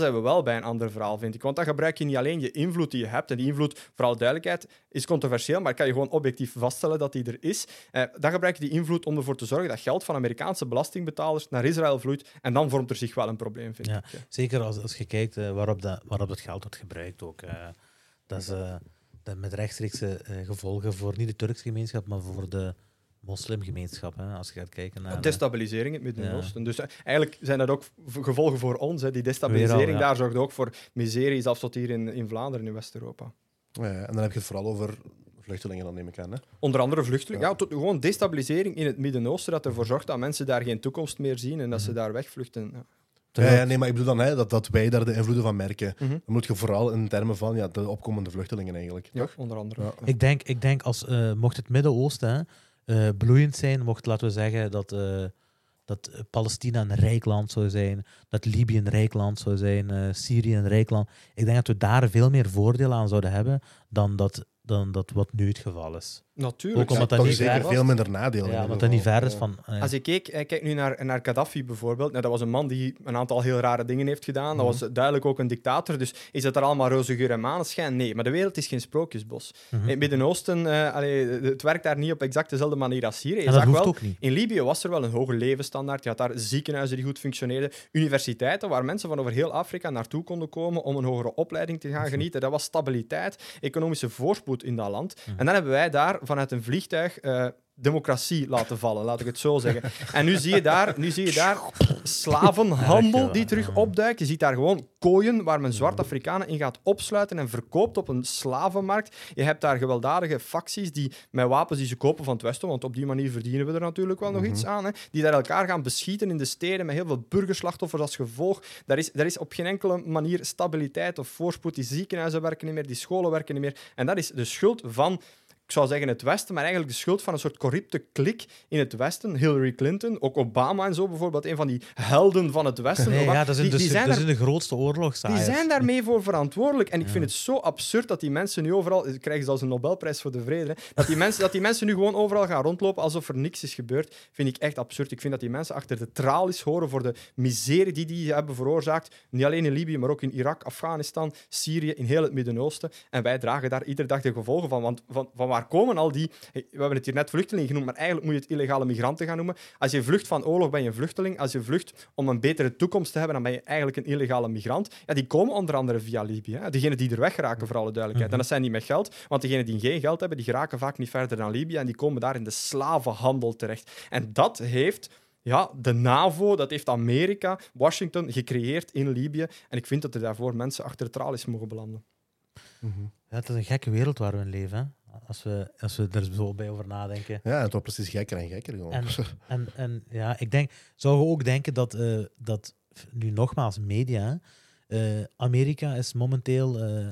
bij een ander verhaal, vind ik. Want dan gebruik je niet alleen je invloed die je hebt, en die invloed, voor alle duidelijkheid, is controversieel, maar kan je gewoon objectief vaststellen dat die er is. Eh, dan gebruik je die invloed om ervoor te zorgen dat geld van Amerikaanse belastingbetalers naar Israël vloeit, en dan vormt er zich wel een probleem, vind Ja, ik. Ja. zeker als, als je kijkt uh, waarop, dat, waarop het geld wordt gebruikt ook. Uh, dat is uh, dat met rechtstreekse uh, gevolgen voor niet de Turkse gemeenschap, maar voor de moslimgemeenschap. Hè, als je gaat kijken naar... Destabilisering in het Midden-Oosten. Ja. Dus uh, eigenlijk zijn dat ook v- gevolgen voor ons. Hè. Die destabilisering al, ja. daar zorgt ook voor miserie, zelfs tot hier in, in Vlaanderen, in West-Europa. Ja, en dan heb je het vooral over vluchtelingen, dan neem ik aan. Hè? Onder andere vluchtelingen. Ja. Ja, tot, gewoon destabilisering in het Midden-Oosten, dat ervoor zorgt dat mensen daar geen toekomst meer zien en dat ze daar wegvluchten. Ja. Ja, ja, nee, maar ik bedoel dan hè, dat, dat wij daar de invloeden van merken. Mm-hmm. Dan moet je vooral in termen van ja, de opkomende vluchtelingen eigenlijk. Ja, onder andere. Ja. Ik denk, ik denk als uh, mocht het Midden-Oosten uh, bloeiend zijn, mocht, laten we zeggen, dat, uh, dat Palestina een rijk land zou zijn, dat Libië een rijk land zou zijn, uh, Syrië een rijk land. Ik denk dat we daar veel meer voordeel aan zouden hebben dan dat, dan dat wat nu het geval is. Natuurlijk. Ook omdat Ja, dat toch niet zeker ver veel minder nadelen. Ja, in want ieder dat niet geval. ver is Ja. van... Uh, Als ik keek, ik kijk nu naar, naar Gaddafi bijvoorbeeld, nou, dat was een man die een aantal heel rare dingen heeft gedaan. Dat was duidelijk ook een dictator. Dus is dat er allemaal roze geur en maneschijn? Nee, maar de wereld is geen sprookjesbos. uh-huh. In het Midden-Oosten, uh, allee, het werkt daar niet op exact dezelfde manier als hier. Je en dat zag hoeft wel, ook niet. in Libië was er wel een hoge levensstandaard. Je had daar ziekenhuizen die goed functioneerden, universiteiten waar mensen van over heel Afrika naartoe konden komen om een hogere opleiding te gaan genieten. Dat was stabiliteit, economische voorspoed in dat land. Uh-huh. En dan hebben wij daar vanuit een vliegtuig... Uh, democratie laten vallen, laat ik het zo zeggen. En nu zie je daar, nu zie je daar slavenhandel die terug opduikt. Je ziet daar gewoon kooien waar men zwart-Afrikanen in gaat opsluiten en verkoopt op een slavenmarkt. Je hebt daar gewelddadige facties die met wapens die ze kopen van het Westen, want op die manier verdienen we er natuurlijk wel nog Mm-hmm. iets aan, hè, die daar elkaar gaan beschieten in de steden met heel veel burgerslachtoffers als gevolg. Daar is, daar is op geen enkele manier stabiliteit of voorspoed. Die ziekenhuizen werken niet meer, die scholen werken niet meer. En dat is de schuld van... Ik zou zeggen het Westen, maar eigenlijk de schuld van een soort corrupte klik in het Westen. Hillary Clinton, ook Obama en zo bijvoorbeeld, een van die helden van het Westen. Nee, ja, dat zijn, die, dus, die zijn dat er, zijn de grootste oorlogszaaiers. die zijn daarmee voor verantwoordelijk. En ik Ja. vind het zo absurd dat die mensen nu overal... Ze krijgen zelfs een Nobelprijs voor de vrede. Hè, dat, die mensen, dat die mensen nu gewoon overal gaan rondlopen alsof er niks is gebeurd, vind ik echt absurd. Ik vind dat die mensen achter de tralies horen voor de miserie die die hebben veroorzaakt. Niet alleen in Libië, maar ook in Irak, Afghanistan, Syrië, in heel het Midden-Oosten. En wij dragen daar iedere dag de gevolgen van. Want van, van waar komen al die... We hebben het hier net vluchtelingen genoemd, maar eigenlijk moet je het illegale migranten gaan noemen. Als je vlucht van oorlog, ben je een vluchteling. Als je vlucht om een betere toekomst te hebben, dan ben je eigenlijk een illegale migrant. Ja, die komen onder andere via Libië. Hè. Degenen die er weg geraken, voor alle duidelijkheid. En dat zijn niet met geld, want degenen die geen geld hebben, die geraken vaak niet verder dan Libië en die komen daar in de slavenhandel terecht. En dat heeft... Ja, de NAVO, dat heeft Amerika, Washington, gecreëerd in Libië. En ik vind dat er daarvoor mensen achter de tralies mogen belanden. Mm-hmm. Ja, het is een gekke wereld waar we in leven, hè. Als we, als we er zo bij over nadenken. Ja, het wordt precies gekker en gekker. Gewoon. En, en, en ja, ik denk, zou je ook denken dat, uh, dat nu nogmaals media, uh, Amerika is momenteel uh,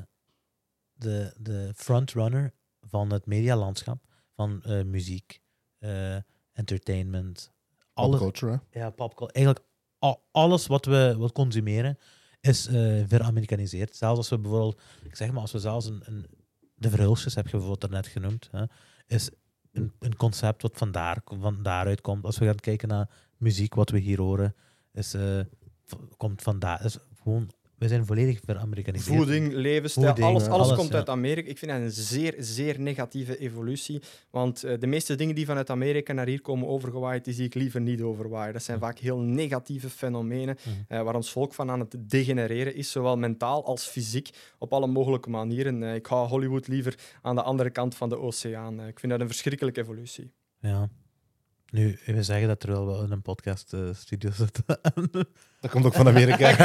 de, de frontrunner van het medialandschap, van uh, muziek, uh, entertainment, alles, Popculture, hè? ja, popculture, eigenlijk al, alles wat we wat consumeren is uh, veramerikaniseerd. Zelfs als we bijvoorbeeld, ik zeg maar, als we zelfs een, een de Verhulsjes, heb je bijvoorbeeld daarnet genoemd, hè, is een, een concept wat van, daar, van daaruit komt. Als we gaan kijken naar muziek, wat we hier horen, is, uh, v- komt van daar. Is gewoon, we zijn volledig veramerikaniseerd. Voeding, levensstijl, Voeding, alles, ja. alles, alles, komt ja. uit Amerika. Ik vind dat een zeer, zeer negatieve evolutie. Want uh, de meeste dingen die vanuit Amerika naar hier komen overgewaaid, die zie ik liever niet overwaaien. Dat zijn vaak heel negatieve fenomenen uh, waar ons volk van aan het degenereren is, zowel mentaal als fysiek, op alle mogelijke manieren. Uh, ik hou Hollywood liever aan de andere kant van de oceaan. Uh, ik vind dat een verschrikkelijke evolutie. Ja. Nu, we zeggen dat er wel wel in een podcast-studio uh, zit. Dat komt ook van Amerika.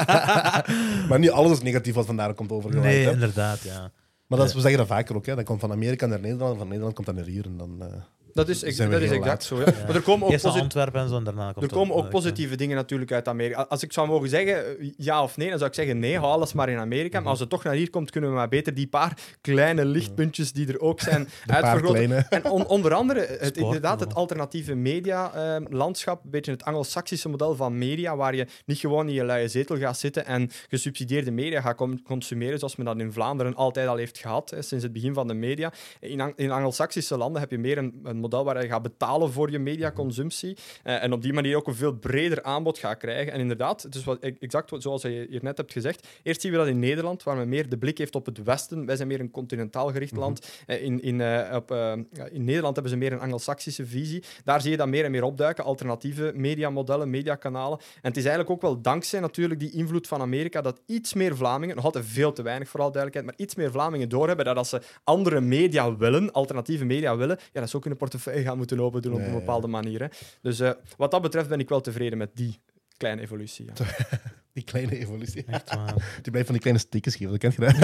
Maar niet alles is negatief wat vandaar komt overgewaaid. Nee, hè. inderdaad, ja. Maar dat is, we zeggen dat vaker ook. Hè. Dat komt van Amerika naar Nederland, en van Nederland komt dat naar hier. En dan, uh, Dat is, ex- zijn we dat is heel exact laat. zo. Ja. Ja. Maar er komen ook Eerst naar posit- Antwerpen en zo, en daarna komt Er komen het, ook uh, positieve dingen natuurlijk uit Amerika. Als ik zou mogen zeggen uh, ja of nee, dan zou ik zeggen nee, hou alles maar in Amerika. Maar als het toch naar hier komt, kunnen we maar beter die paar kleine lichtpuntjes die er ook zijn de paar uitvergroten. kleine. En on- onder andere het, Sport, inderdaad het ja. alternatieve media-landschap, een beetje het Anglo-Saxische model van media, waar je niet gewoon in je luie zetel gaat zitten en gesubsidieerde media gaat com- consumeren, zoals men dat in Vlaanderen altijd al heeft gehad, hè, sinds het begin van de media. In, Ang- in Anglo-Saxische landen heb je meer een, een model waar je gaat betalen voor je mediaconsumptie. Uh, en op die manier ook een veel breder aanbod gaat krijgen. En inderdaad, het is wat, exact wat, zoals je hier net hebt gezegd. Eerst zien we dat in Nederland, waar men meer de blik heeft op het Westen. Wij zijn meer een continentaal gericht mm-hmm. land. Uh, in, in, uh, op, uh, in Nederland hebben ze meer een Anglo-Saxische visie. Daar zie je dat meer en meer opduiken. Alternatieve mediamodellen, mediakanalen. En het is eigenlijk ook wel dankzij natuurlijk die invloed van Amerika dat iets meer Vlamingen, nog altijd veel te weinig vooral duidelijkheid, maar iets meer Vlamingen doorhebben dat als ze andere media willen, alternatieve media willen, ja, dat ze ook hun portefeuille gaan moeten open doen op nee, een bepaalde ja. manier. Hè. Dus uh, wat dat betreft ben ik wel tevreden met die kleine evolutie. Ja. Die kleine evolutie. Echt waar. Die blijft van die kleine stekens geven, dat ken je dat?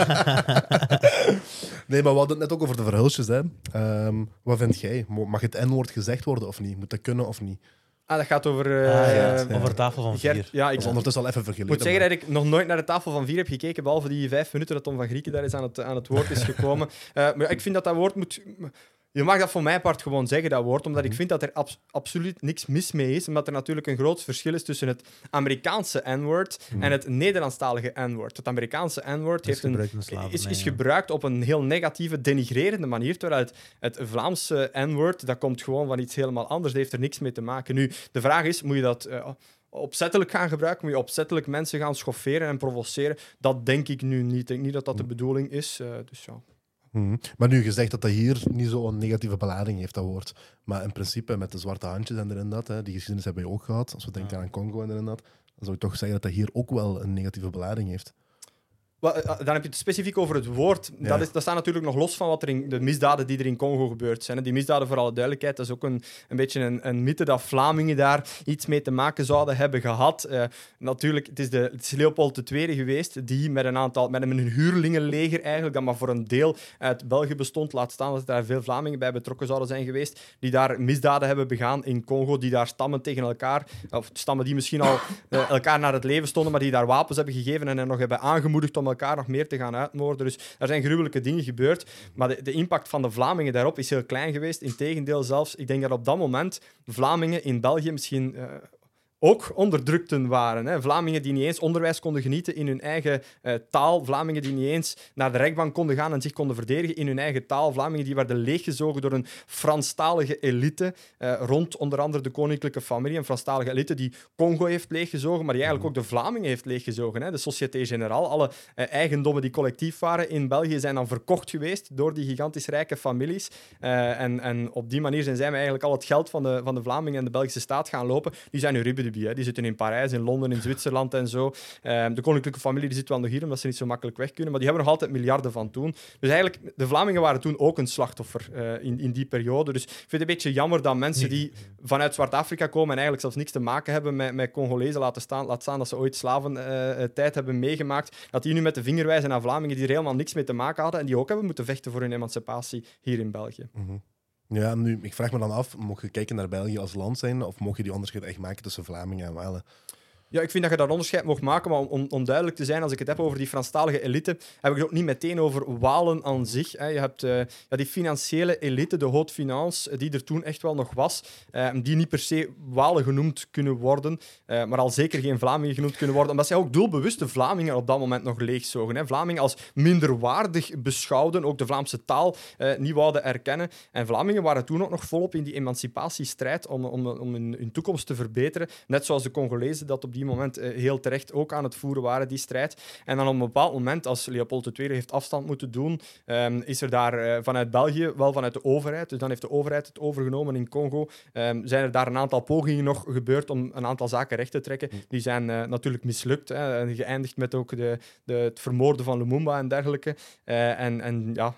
Ja. Nee, maar we hadden het net ook over de verhulsjes. Hè. Um, wat vind jij? Mag het N-woord gezegd worden of niet? Moet dat kunnen of niet? Ah, dat gaat over... Uh, ah, ja. uh, over tafel van vier. Gert, ja, ik dat is ondertussen al even vergeleken. Ik moet zeggen maar. dat ik nog nooit naar de tafel van vier heb gekeken, behalve die vijf minuten dat Tom van Grieken daar is aan het, aan het woord is gekomen. uh, maar ik vind dat dat woord moet... Je mag dat voor mijn part gewoon zeggen, dat woord, omdat ik vind dat er abs- absoluut niks mis mee is, omdat er natuurlijk een groot verschil is tussen het Amerikaanse N-woord hmm. en het Nederlandstalige N-woord. Het Amerikaanse N-woord heeft een, is, is gebruikt op een heel negatieve, denigrerende manier, terwijl het, het Vlaamse N-woord, dat komt gewoon van iets helemaal anders, dat heeft er niks mee te maken. Nu, de vraag is, moet je dat... Uh, opzettelijk gaan gebruiken, moet je opzettelijk mensen gaan schofferen en provoceren? Dat denk ik nu niet. Ik denk niet dat dat de bedoeling is. Uh, dus ja... Hmm. Maar nu gezegd dat dat hier niet zo'n negatieve belading heeft, dat woord. Maar in principe met de zwarte handjes en erin dat, hè, die geschiedenis hebben we ook gehad. Als we denken ja. aan Congo en erin dat, dan zou ik toch zeggen dat dat hier ook wel een negatieve belading heeft. Dan heb je het specifiek over het woord. Ja. Dat, is, dat staat natuurlijk nog los van wat er in, de misdaden die er in Congo gebeurd zijn. Die misdaden, voor alle duidelijkheid, dat is ook een, een beetje een, een mythe dat Vlamingen daar iets mee te maken zouden hebben gehad. Uh, natuurlijk, het is, de, het is Leopold de Tweede geweest, die met een aantal, met een huurlingenleger eigenlijk, dat maar voor een deel uit België bestond, laat staan dat er daar veel Vlamingen bij betrokken zouden zijn geweest, die daar misdaden hebben begaan in Congo, die daar stammen tegen elkaar, of stammen die misschien al uh, elkaar naar het leven stonden, maar die daar wapens hebben gegeven en hen nog hebben aangemoedigd om elkaar nog meer te gaan uitmoorden. Dus er zijn gruwelijke dingen gebeurd. Maar de, de impact van de Vlamingen daarop is heel klein geweest. Integendeel zelfs, ik denk dat op dat moment Vlamingen in België misschien... Uh, ook onderdrukten waren. Hè. Vlamingen die niet eens onderwijs konden genieten in hun eigen uh, taal. Vlamingen die niet eens naar de rechtbank konden gaan en zich konden verdedigen in hun eigen taal. Vlamingen die werden leeggezogen door een Franstalige elite uh, rond onder andere de koninklijke familie. Een Franstalige elite die Congo heeft leeggezogen, maar die eigenlijk ook de Vlamingen heeft leeggezogen. Hè. De Société Générale, alle uh, eigendommen die collectief waren in België zijn dan verkocht geweest door die gigantisch rijke families. Uh, en, en op die manier zijn zij eigenlijk al het geld van de, van de Vlamingen en de Belgische staat gaan lopen. Die zijn nu ribben. Die zitten in Parijs, in Londen, in Zwitserland en zo. Uh, de koninklijke familie die zit wel nog hier, omdat ze niet zo makkelijk weg kunnen. Maar die hebben nog altijd miljarden van toen. Dus eigenlijk, de Vlamingen waren toen ook een slachtoffer uh, in, in die periode. Dus ik vind het een beetje jammer dat mensen die vanuit Zwart-Afrika komen en eigenlijk zelfs niks te maken hebben met, met Congolezen, laten staan, laat staan dat ze ooit slaventijd uh, hebben meegemaakt, dat die nu met de vinger wijzen naar Vlamingen die er helemaal niks mee te maken hadden en die ook hebben moeten vechten voor hun emancipatie hier in België. Mm-hmm. Ja, nu, ik vraag me dan af, mocht je kijken naar België als land zijn, of mocht je die onderscheid echt maken tussen Vlamingen en Walen? Ja, ik vind dat je dat onderscheid mag maken, maar om, om, om duidelijk te zijn, als ik het heb over die Franstalige elite, heb ik het ook niet meteen over Walen aan zich. Hè. Je hebt uh, ja, die financiële elite, de haute finance, die er toen echt wel nog was, uh, die niet per se Walen genoemd kunnen worden, uh, maar al zeker geen Vlamingen genoemd kunnen worden, omdat zij ook doelbewust de Vlamingen op dat moment nog leegzogen. Hè. Vlamingen als minderwaardig beschouwden, ook de Vlaamse taal uh, niet wouden erkennen. En Vlamingen waren toen ook nog volop in die emancipatiestrijd om, om, om hun, hun toekomst te verbeteren, net zoals de Congolezen dat op die moment uh, heel terecht ook aan het voeren waren, die strijd. En dan op een bepaald moment, als Leopold de Tweede heeft afstand moeten doen, um, is er daar uh, vanuit België, wel vanuit de overheid, dus dan heeft de overheid het overgenomen in Congo, um, zijn er daar een aantal pogingen nog gebeurd om een aantal zaken recht te trekken. Die zijn uh, natuurlijk mislukt, hè, en geëindigd met ook de, de, het vermoorden van Lumumba en dergelijke. Uh, en, en ja...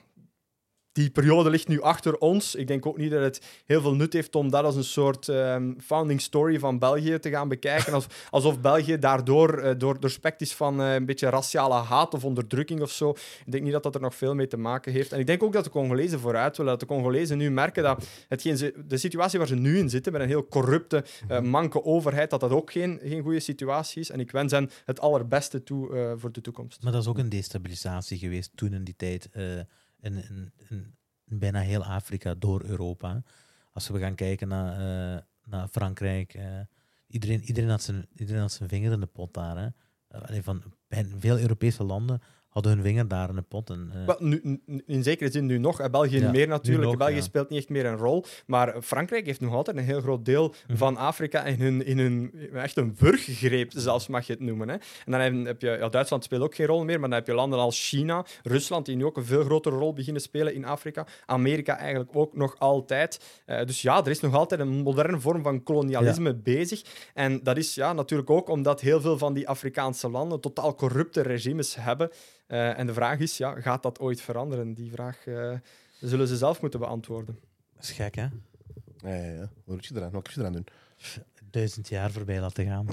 Die periode ligt nu achter ons. Ik denk ook niet dat het heel veel nut heeft om dat als een soort um, founding story van België te gaan bekijken. Alsof, alsof België daardoor uh, door, doorspekt is van uh, een beetje raciale haat of onderdrukking of zo. Ik denk niet dat dat er nog veel mee te maken heeft. En ik denk ook dat de Congolezen vooruit willen. Dat de Congolezen nu merken dat hetgeen ze, de situatie waar ze nu in zitten, met een heel corrupte, uh, manke overheid, dat dat ook geen, geen goede situatie is. En ik wens hen het allerbeste toe uh, voor de toekomst. Maar dat is ook een destabilisatie geweest toen in die tijd... Uh... In, in, in bijna heel Afrika door Europa. Als we gaan kijken naar, uh, naar Frankrijk, uh, iedereen, iedereen, had zijn, iedereen had zijn vinger in de pot daar. Hè. Uh, van bij veel Europese landen hadden hun vinger daar in de pot. En, uh... Wel, nu, in zekere zin nu nog. En België Ja, niet meer natuurlijk. nog, België ja. speelt niet echt meer een rol. Maar Frankrijk heeft nog altijd een heel groot deel Mhm. van Afrika in hun, in hun echt een wurggreep, zelfs mag je het noemen. Hè. En dan heb, heb je... Ja, Duitsland speelt ook geen rol meer, maar dan heb je landen als China, Rusland, die nu ook een veel grotere rol beginnen spelen in Afrika. Amerika eigenlijk ook nog altijd. Uh, dus ja, er is nog altijd een moderne vorm van kolonialisme ja. bezig. En dat is ja, natuurlijk ook omdat heel veel van die Afrikaanse landen totaal corrupte regimes hebben. Uh, en de vraag is, ja, gaat dat ooit veranderen? Die vraag uh, zullen ze zelf moeten beantwoorden. Dat is gek, hè? Ja, ja, ja. Wat moet je eraan, wat kun je eraan doen? Duizend jaar voorbij laten gaan.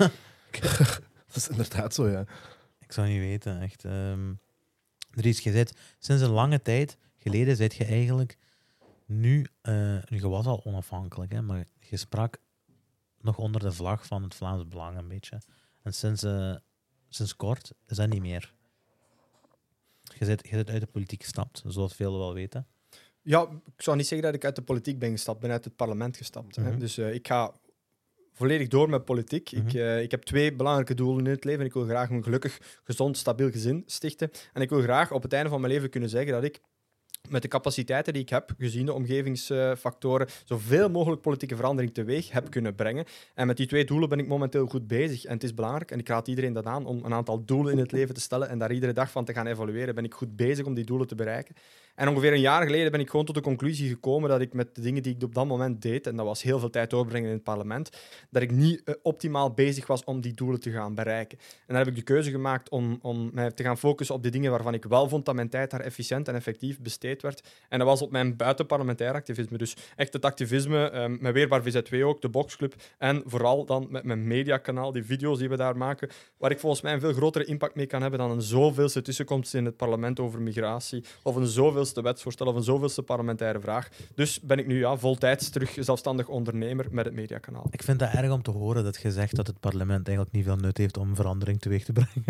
Dat is inderdaad zo, ja. Ik zou niet weten, echt. Um, Dries, je zit sinds een lange tijd geleden, zit je eigenlijk nu... Uh, je was al onafhankelijk, hè, maar je sprak nog onder de vlag van het Vlaams Belang een beetje. En sinds, uh, sinds kort is dat niet meer. Je zit, je zit uit de politiek gestapt, zoals velen wel weten. Ja, ik zou niet zeggen dat ik uit de politiek ben gestapt. Ik ben uit het parlement gestapt. Mm-hmm. Hè. Dus uh, ik ga volledig door met politiek. Mm-hmm. Ik, uh, ik heb twee belangrijke doelen in het leven. Ik wil graag een gelukkig, gezond, stabiel gezin stichten. En ik wil graag op het einde van mijn leven kunnen zeggen dat ik met de capaciteiten die ik heb, gezien de omgevingsfactoren, zoveel mogelijk politieke verandering teweeg heb kunnen brengen. En met die twee doelen ben ik momenteel goed bezig. En het is belangrijk, en ik raad iedereen dat aan, om een aantal doelen in het leven te stellen en daar iedere dag van te gaan evalueren. Ben ik goed bezig om die doelen te bereiken? En ongeveer een jaar geleden ben ik gewoon tot de conclusie gekomen dat ik met de dingen die ik op dat moment deed, en dat was heel veel tijd doorbrengen in het parlement, dat ik niet uh, optimaal bezig was om die doelen te gaan bereiken. En dan heb ik de keuze gemaakt om, om mij te gaan focussen op de dingen waarvan ik wel vond dat mijn tijd daar efficiënt en effectief besteed werd. En dat was op mijn buitenparlementair activisme. Dus echt het activisme, um, met Weerbaar V Z W ook, de Boxclub, en vooral dan met mijn mediakanaal, die video's die we daar maken, waar ik volgens mij een veel grotere impact mee kan hebben dan een zoveelste tussenkomst in het parlement over migratie, of een zoveelste wetsvoorstel of een zoveelste parlementaire vraag. Dus ben ik nu ja, voltijds terug zelfstandig ondernemer met het mediakanaal. Ik vind het erg om te horen dat je zegt dat het parlement eigenlijk niet veel nut heeft om verandering teweeg te brengen.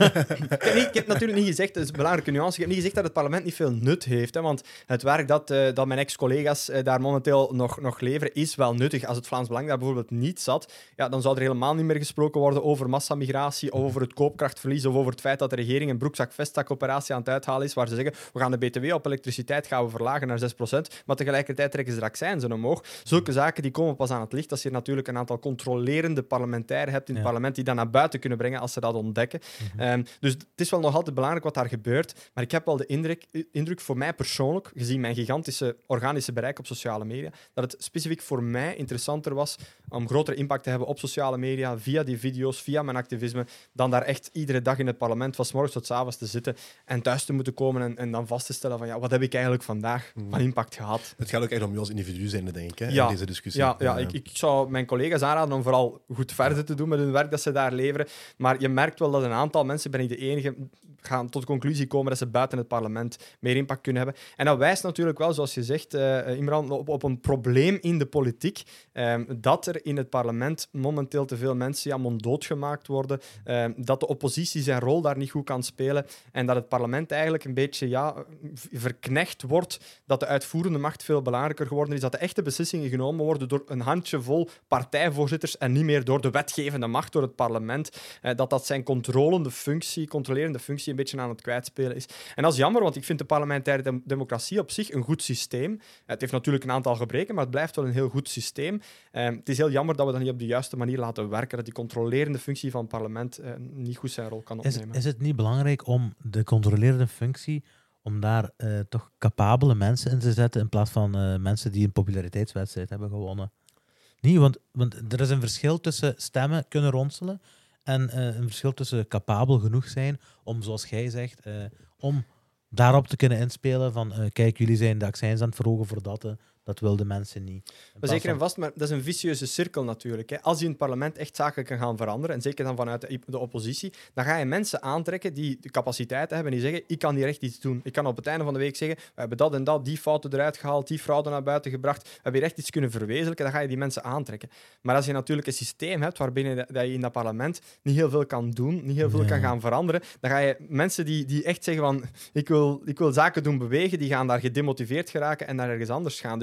ik, heb niet, ik heb natuurlijk niet gezegd, dat is een belangrijke nuance, ik heb niet gezegd dat het parlement niet veel nut heeft, hè, want het werk dat, uh, dat mijn ex-collega's uh, daar momenteel nog, nog leveren is wel nuttig. Als het Vlaams Belang daar bijvoorbeeld niet zat, ja, dan zou er helemaal niet meer gesproken worden over massamigratie, of over het koopkrachtverlies, of over het feit dat de regering een broekzak-vestzak-operatie aan het uithalen is, waar ze zeggen, we gaan de B T W op elektriciteit gaan we verlagen naar zes procent, maar tegelijkertijd trekken ze de accijnzen omhoog. Zulke zaken die komen pas aan het licht als je natuurlijk een aantal controlerende parlementairen hebt in het ja. parlement die dat naar buiten kunnen brengen als ze dat ontdekken. Mm-hmm. Um, dus het is wel nog altijd belangrijk wat daar gebeurt, maar ik heb wel de indruk, indruk voor mij persoonlijk, gezien mijn gigantische organische bereik op sociale media, dat het specifiek voor mij interessanter was om grotere impact te hebben op sociale media, via die video's, via mijn activisme, dan daar echt iedere dag in het parlement van 's morgens tot 's avonds te zitten en thuis te moeten komen en, en dan vast te stellen van ja, wat heb ik eigenlijk vandaag van impact gehad? Het gaat ook echt om jou als individu zijn, denk ik, hè, ja, in deze discussie. Ja, ja, ja. Ik, ik zou mijn collega's aanraden om vooral goed verder te doen met hun werk dat ze daar leveren. Maar je merkt wel dat een aantal mensen, ben ik de enige, gaan tot de conclusie komen dat ze buiten het parlement meer impact kunnen hebben. En dat wijst natuurlijk wel, zoals je zegt, uh, Imran, op, op een probleem in de politiek. Um, dat er in het parlement momenteel te veel mensen ja, monddood gemaakt worden. Um, dat de oppositie zijn rol daar niet goed kan spelen. En dat het parlement eigenlijk een beetje ja, verknecht wordt. Dat de uitvoerende macht veel belangrijker geworden is. Dat de echte beslissingen genomen worden door een handjevol partijvoorzitters en niet meer door de wetgevende macht, door het parlement. Uh, dat dat zijn controlende functie, controlerende functie een beetje aan het kwijtspelen is. En dat is jammer, want ik vind de parlementaire dem- democratie op zich een goed systeem. Uh, het heeft natuurlijk een aantal gebreken, maar het blijft wel een heel goed systeem. Uh, het is heel jammer dat we dat niet op de juiste manier laten werken, dat die controlerende functie van het parlement uh, niet goed zijn rol kan opnemen. Is, is het niet belangrijk om de controlerende functie, om daar uh, toch capabele mensen in te zetten in plaats van uh, mensen die een populariteitswedstrijd hebben gewonnen? Nee, want, want er is een verschil tussen stemmen kunnen ronselen en uh, een verschil tussen capabel genoeg zijn om, zoals jij zegt, uh, om daarop te kunnen inspelen van uh, kijk, jullie zijn de accijns aan het verhogen voor dat, uh, dat wilden mensen niet. Maar zeker en vast, maar dat is een vicieuze cirkel natuurlijk. Hè. Als je in het parlement echt zaken kan gaan veranderen, en zeker dan vanuit de, de oppositie, dan ga je mensen aantrekken die de capaciteiten hebben en die zeggen, ik kan hier echt iets doen. Ik kan op het einde van de week zeggen, we hebben dat en dat, die fouten eruit gehaald, die fraude naar buiten gebracht, we hebben hier echt iets kunnen verwezenlijken, dan ga je die mensen aantrekken. Maar als je natuurlijk een systeem hebt waarbinnen dat je in dat parlement niet heel veel kan doen, niet heel veel ja. kan gaan veranderen, dan ga je mensen die, die echt zeggen van, ik wil, ik wil zaken doen bewegen, die gaan daar gedemotiveerd geraken en naar ergens anders gaan. Dus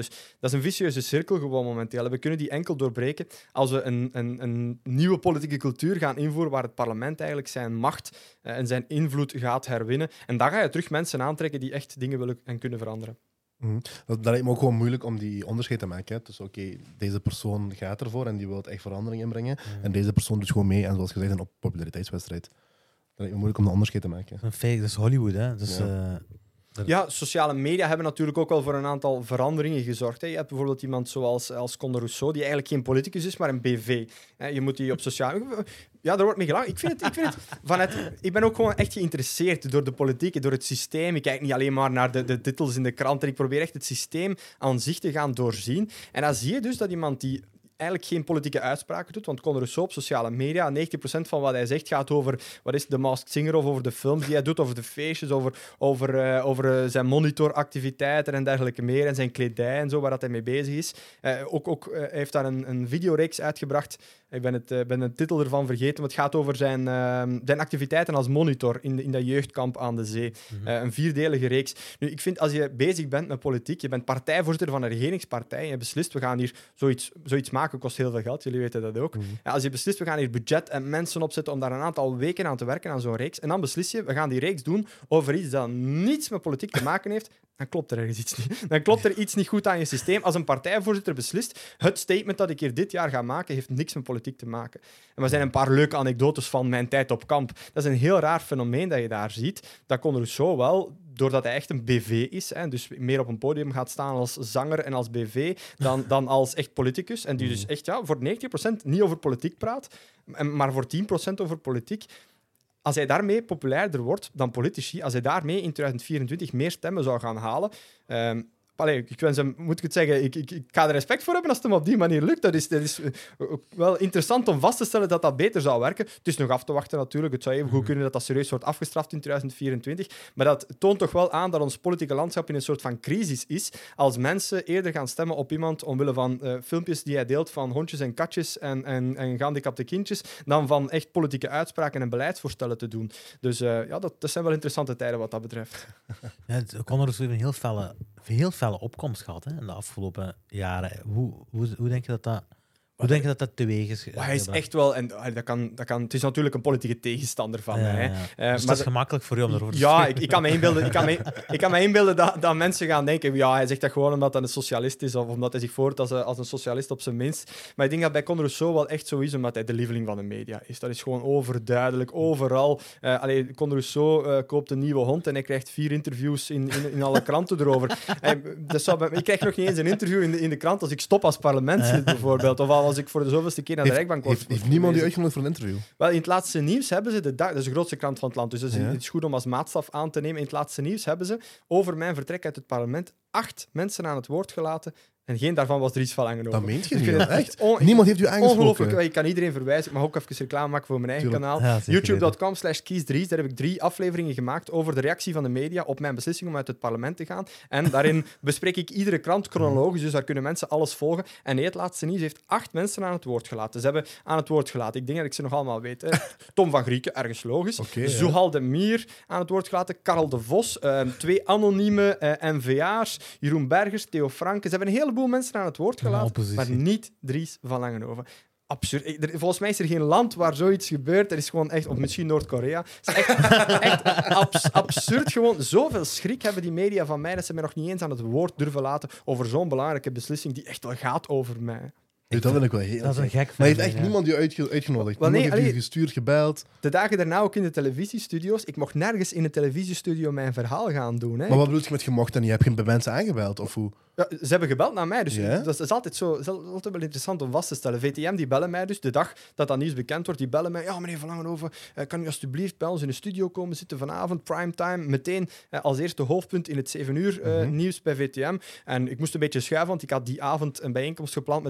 dat is een vicieuze cirkel gewoon momenteel. We kunnen die enkel doorbreken als we een, een, een nieuwe politieke cultuur gaan invoeren waar het parlement eigenlijk zijn macht uh, en zijn invloed gaat herwinnen. En dan ga je terug mensen aantrekken die echt dingen willen en kunnen veranderen. Mm. Dat, dat lijkt me ook gewoon moeilijk om die onderscheid te maken. Hè. Dus oké, okay, deze persoon gaat ervoor en die wil echt verandering inbrengen. Mm. En deze persoon doet gewoon mee en zoals gezegd een populariteitswedstrijd. Dat lijkt me moeilijk om de onderscheid te maken. Dat is, fake, dat is Hollywood, hè. Dus, ja. Uh, dat... ja, sociale media hebben natuurlijk ook wel voor een aantal veranderingen gezorgd. Hè. Je hebt bijvoorbeeld iemand zoals als Conor Rousseau, die eigenlijk geen politicus is, maar een B V. Je moet die op sociale... Ja, daar wordt mee gelachen. Ik, vind het, ik, vind het vanuit, ik ben ook gewoon echt geïnteresseerd door de politiek, door het systeem. Ik kijk niet alleen maar naar de, de titels in de krant. Ik probeer echt het systeem aan zich te gaan doorzien. En dan zie je dus dat iemand die eigenlijk geen politieke uitspraken doet, want Conor Rousseau op sociale media, negentig procent van wat hij zegt gaat over wat is The Masked Singer of over de films die hij doet, over de feestjes, over, over, uh, over uh, zijn monitoractiviteiten en dergelijke meer, en zijn kledij en zo, waar dat hij mee bezig is. Uh, ook ook uh, hij heeft daar een, een videoreeks uitgebracht. Ik ben, het, uh, ben de titel ervan vergeten, maar het gaat over zijn, uh, zijn activiteiten als monitor in, de, in dat jeugdkamp aan de zee. Mm-hmm. Uh, een vierdelige reeks. Nu, ik vind, als je bezig bent met politiek, je bent partijvoorzitter van een regeringspartij en je beslist, we gaan hier zoiets, zoiets maken, kost heel veel geld, jullie weten dat ook. Mm-hmm. Ja, als je beslist, we gaan hier budget en mensen opzetten om daar een aantal weken aan te werken aan zo'n reeks, en dan beslis je, we gaan die reeks doen over iets dat niets met politiek te maken heeft, dan klopt er ergens iets niet. Dan klopt er iets niet goed aan je systeem. Als een partijvoorzitter beslist, het statement dat ik hier dit jaar ga maken, heeft niks met politiek te maken. En er zijn een paar leuke anekdotes van mijn tijd op kamp. Dat is een heel raar fenomeen dat je daar ziet. Dat Conor Rousseau wel, doordat hij echt een B V is, hè, dus meer op een podium gaat staan als zanger en als B V, dan, dan als echt politicus. En die dus echt ja, voor negentig procent niet over politiek praat, maar voor tien procent over politiek. Als hij daarmee populairder wordt dan politici, als hij daarmee in twintig vierentwintig meer stemmen zou gaan halen... Um, Allee, ik wens hem, moet ik het zeggen, ik, ik, ik ga er respect voor hebben als het hem op die manier lukt. Dat is, dat is uh, wel interessant om vast te stellen dat dat beter zou werken. Het is nog af te wachten natuurlijk. Het zou even goed kunnen dat dat serieus wordt afgestraft in twintig vierentwintig. Maar dat toont toch wel aan dat ons politieke landschap in een soort van crisis is. Als mensen eerder gaan stemmen op iemand omwille van uh, filmpjes die hij deelt van hondjes en katjes en, en, en gehandicapte kindjes, dan van echt politieke uitspraken en beleidsvoorstellen te doen. Dus uh, ja, dat, dat zijn wel interessante tijden wat dat betreft. Ja, Conor is een heel felle, heel felle opkomst gehad hè, in de afgelopen jaren. Hoe, hoe, hoe denk je dat dat... Hoe denk je dat dat teweeg is? Maar hij is echt wel... En dat kan, dat kan, het is natuurlijk een politieke tegenstander van ja, mij. Ja. Uh, dus maar dat is gemakkelijk voor je om erover te Ja, ik, ik kan me inbeelden, ik kan me, ik kan me inbeelden dat, dat mensen gaan denken ja, hij zegt dat gewoon omdat hij een socialist is of omdat hij zich voordoet als, als een socialist op zijn minst. Maar ik denk dat bij Conor Rousseau wel echt zo is, omdat hij de lieveling van de media is. Dat is gewoon overduidelijk, overal. Uh, allee, Conor Rousseau uh, koopt een nieuwe hond en hij krijgt vier interviews in, in, in alle kranten erover. En, dat zou, ik krijg nog niet eens een interview in de, in de krant als ik stop als parlementslid bijvoorbeeld. Of als ik voor de zoveelste keer naar de rechtbank wordt. Heeft, heeft niemand u uitgenodigd voor een interview? Wel, in het laatste nieuws hebben ze de dag... Dat is de grootste krant van het land, dus dat is, Ja. het is goed om als maatstaf aan te nemen. In het laatste nieuws hebben ze over mijn vertrek uit het parlement acht mensen aan het woord gelaten. En geen daarvan was Dries van Langenhoven. Dat meent je Ik niet, vind het echt? on- Niemand heeft u aangesproken? Ongelooflijk. Ik kan iedereen verwijzen. Ik mag ook even reclame maken voor mijn eigen Tuurlijk. kanaal. Ja, zeker YouTube.com slash kiesdries. Daar heb ik drie afleveringen gemaakt over de reactie van de media op mijn beslissing om uit het parlement te gaan. En daarin bespreek ik iedere krant chronologisch, dus daar kunnen mensen alles volgen. En nee, het laatste nieuws heeft acht mensen aan het woord gelaten. Ze hebben aan het woord gelaten. Ik denk dat ik ze nog allemaal weet. Hè. Tom van Grieken, ergens logisch. Okay, Zuhal de Mier aan het woord gelaten. Karel de Vos. Uh, twee anonieme uh, N V A's. Jeroen Bergers, Theo Franke. Ze hebben een heleboel mensen aan het woord gelaten, Ja, maar niet Dries van Langenhoven. Absurd. Er, volgens mij is er geen land waar zoiets gebeurt. Er is gewoon echt, of misschien Noord-Korea. Het is echt, echt abs, absurd gewoon. Zoveel schrik hebben die media van mij dat ze mij nog niet eens aan het woord durven laten over zo'n belangrijke beslissing die echt wel gaat over mij. Nee, dat vind ik wel heel Dat is een gek Maar heeft echt fenomeen, niemand u uitge- uitgenodigd? Wel, nee, niemand heeft u allee- gestuurd, gebeld? De dagen daarna ook in de televisiestudio's. Ik mocht nergens in de televisiestudio mijn verhaal gaan doen. Hè. Maar wat bedoel je met gemocht en niet? Heb je bij mensen aangebeld? Of hoe? Ja, ze hebben gebeld naar mij, dus Ja? dat, is, dat is altijd zo, dat is altijd wel interessant om vast te stellen. V T M die bellen mij dus de dag dat dat nieuws bekend wordt, die bellen mij. Ja, meneer Van Langenhoven, uh, kan u alsjeblieft bij ons in de studio komen zitten vanavond, primetime, meteen uh, als eerste hoofdpunt in het zeven uur uh, Mhm. nieuws bij V T M. En ik moest een beetje schuiven, want ik had die avond een bijeenkomst gepland met abonnees van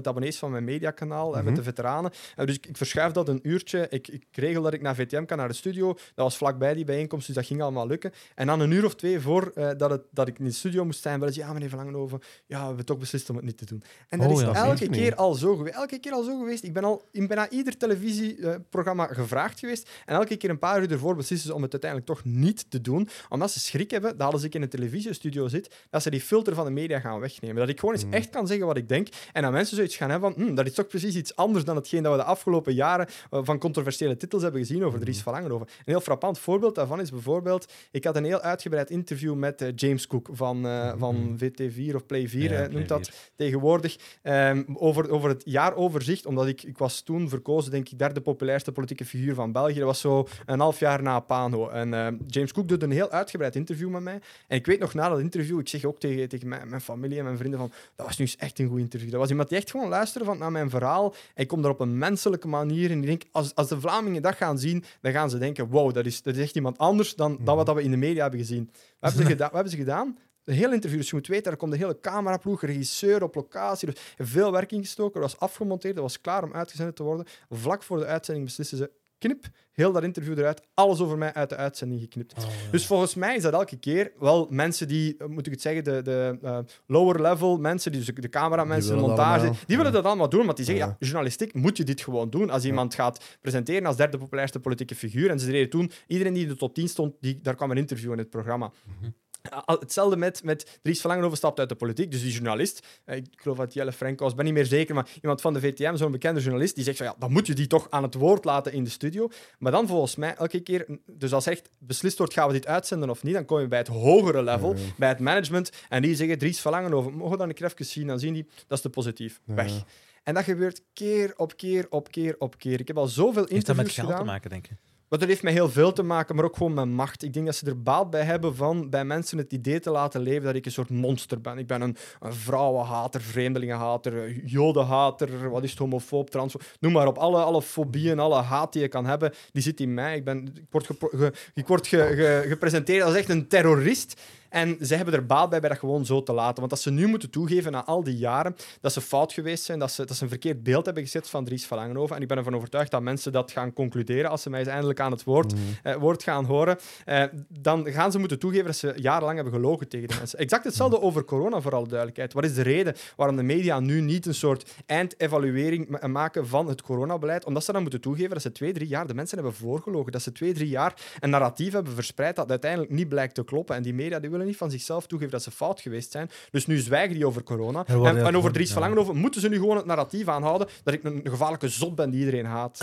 van mijn mediakanaal, Mm-hmm. hè, met de veteranen. Uh, dus ik, ik verschuif dat een uurtje. Ik, ik regel dat ik naar V T M kan, naar de studio. Dat was vlakbij die bijeenkomst, dus dat ging allemaal lukken. En dan een uur of twee voor uh, dat, het, dat ik in de studio moest zijn, wel ze, ja, meneer Van Langenhoven, ja, we hebben toch beslist om het niet te doen. En dat Oh, is ja, elke niet. keer al zo geweest. Elke keer al zo geweest. Ik ben al in bijna ieder televisieprogramma uh, gevraagd geweest. En elke keer een paar uur ervoor beslissen ze om het uiteindelijk toch niet te doen. Omdat ze schrik hebben dat als ik in een televisiestudio zit, dat ze die filter van de media gaan wegnemen. Dat ik gewoon eens Mm. echt kan zeggen wat ik denk. En dat mensen zoiets gaan hebben van, hm, dat is toch precies iets anders dan hetgeen dat we de afgelopen jaren uh, van controversiële titels hebben gezien over Dries Van Langenhoven. Een heel frappant voorbeeld daarvan is bijvoorbeeld, ik had een heel uitgebreid interview met uh, James Cook van, uh, van V T vier of Play vier, Ja, uh, noemt Play dat tegenwoordig, um, over, over het jaaroverzicht, omdat ik, ik was toen verkozen, denk ik, derde populairste politieke figuur van België. Dat was zo een half jaar na Pano. En uh, James Cook doet een heel uitgebreid interview met mij. En ik weet nog na dat interview, ik zeg ook tegen, tegen mijn, mijn familie en mijn vrienden van, dat was nu eens echt een goed interview. Dat was iemand die echt gewoon luisterde van, naar mijn verhaal. En ik kom daar op een menselijke manier. En ik denk, als, als de Vlamingen dat gaan zien, dan gaan ze denken, wow, dat is, dat is echt iemand anders dan, dan wat we in de media hebben gezien. Wat hebben ze, geda- wat hebben ze gedaan? Een heel interview, dus je moet weten, er komt een hele cameraploeg, regisseur op locatie, dus veel werk ingestoken, dat was afgemonteerd, dat was klaar om uitgezonden te worden. Vlak voor de uitzending beslissen ze, knip, heel dat interview eruit, alles over mij uit de uitzending geknipt. Oh, ja. Dus volgens mij is dat elke keer wel mensen die, moet ik het zeggen, de, de uh, lower level mensen, die, dus de cameramensen, de willen dat montage, allemaal. die willen dat allemaal doen, want die zeggen, Ja. ja, journalistiek moet je dit gewoon doen. Als iemand gaat presenteren als derde populairste politieke figuur, en ze deden toen, iedereen die in de top tien stond, die, daar kwam een interview in het programma. Mhm. Al- Hetzelfde met, met Dries Van Langenhoven stapt uit de politiek, dus die journalist, eh, ik geloof dat Jelle Franco was, ben niet meer zeker, maar iemand van de V T M, zo'n bekende journalist, die zegt van ja, dan moet je die toch aan het woord laten in de studio. Maar dan volgens mij elke keer, dus als echt beslist wordt, gaan we dit uitzenden of niet, dan kom je bij het hogere level, Ja. bij het management, en die zeggen Dries Van Langenhoven, mogen we dan een keer even zien, dan zien die, dat is te positief, Ja. weg. En dat gebeurt keer op keer op keer op keer. Ik heb al zoveel Heeft dat met interviews geld gedaan. te maken, denk je? Maar dat heeft met heel veel te maken, maar ook gewoon met macht. Ik denk dat ze er baat bij hebben van bij mensen het idee te laten leven dat ik een soort monster ben. Ik ben een, een vrouwenhater, vreemdelingenhater, jodenhater, wat is het, homofoob, trans... Noem maar op. Alle, alle fobieën, alle haat die je kan hebben, die zit in mij. Ik, ben, ik word, gepro- ge, ik word ge, ge, gepresenteerd als echt een terrorist. En ze hebben er baat bij bij dat gewoon zo te laten. Want als ze nu moeten toegeven na al die jaren dat ze fout geweest zijn, dat ze, dat ze een verkeerd beeld hebben gezet van Dries Van Langenhoven, en ik ben ervan overtuigd dat mensen dat gaan concluderen als ze mij eens eindelijk aan het woord, Mm. eh, woord gaan horen, eh, dan gaan ze moeten toegeven dat ze jarenlang hebben gelogen tegen de mensen. Exact hetzelfde over corona, voor alle duidelijkheid. Wat is de reden waarom de media nu niet een soort eindevaluering ma- maken van het coronabeleid? Omdat ze dan moeten toegeven dat ze twee, drie jaar de mensen hebben voorgelogen. Dat ze twee, drie jaar een narratief hebben verspreid dat uiteindelijk niet blijkt te kloppen. En die media die willen niet van zichzelf toegeven dat ze fout geweest zijn. Dus nu zwijgen die over corona. Er wordt En, heel en over gewoon- Dries Van ja. Langenhoven moeten ze nu gewoon het narratief aanhouden dat ik een gevaarlijke zot ben die iedereen haat.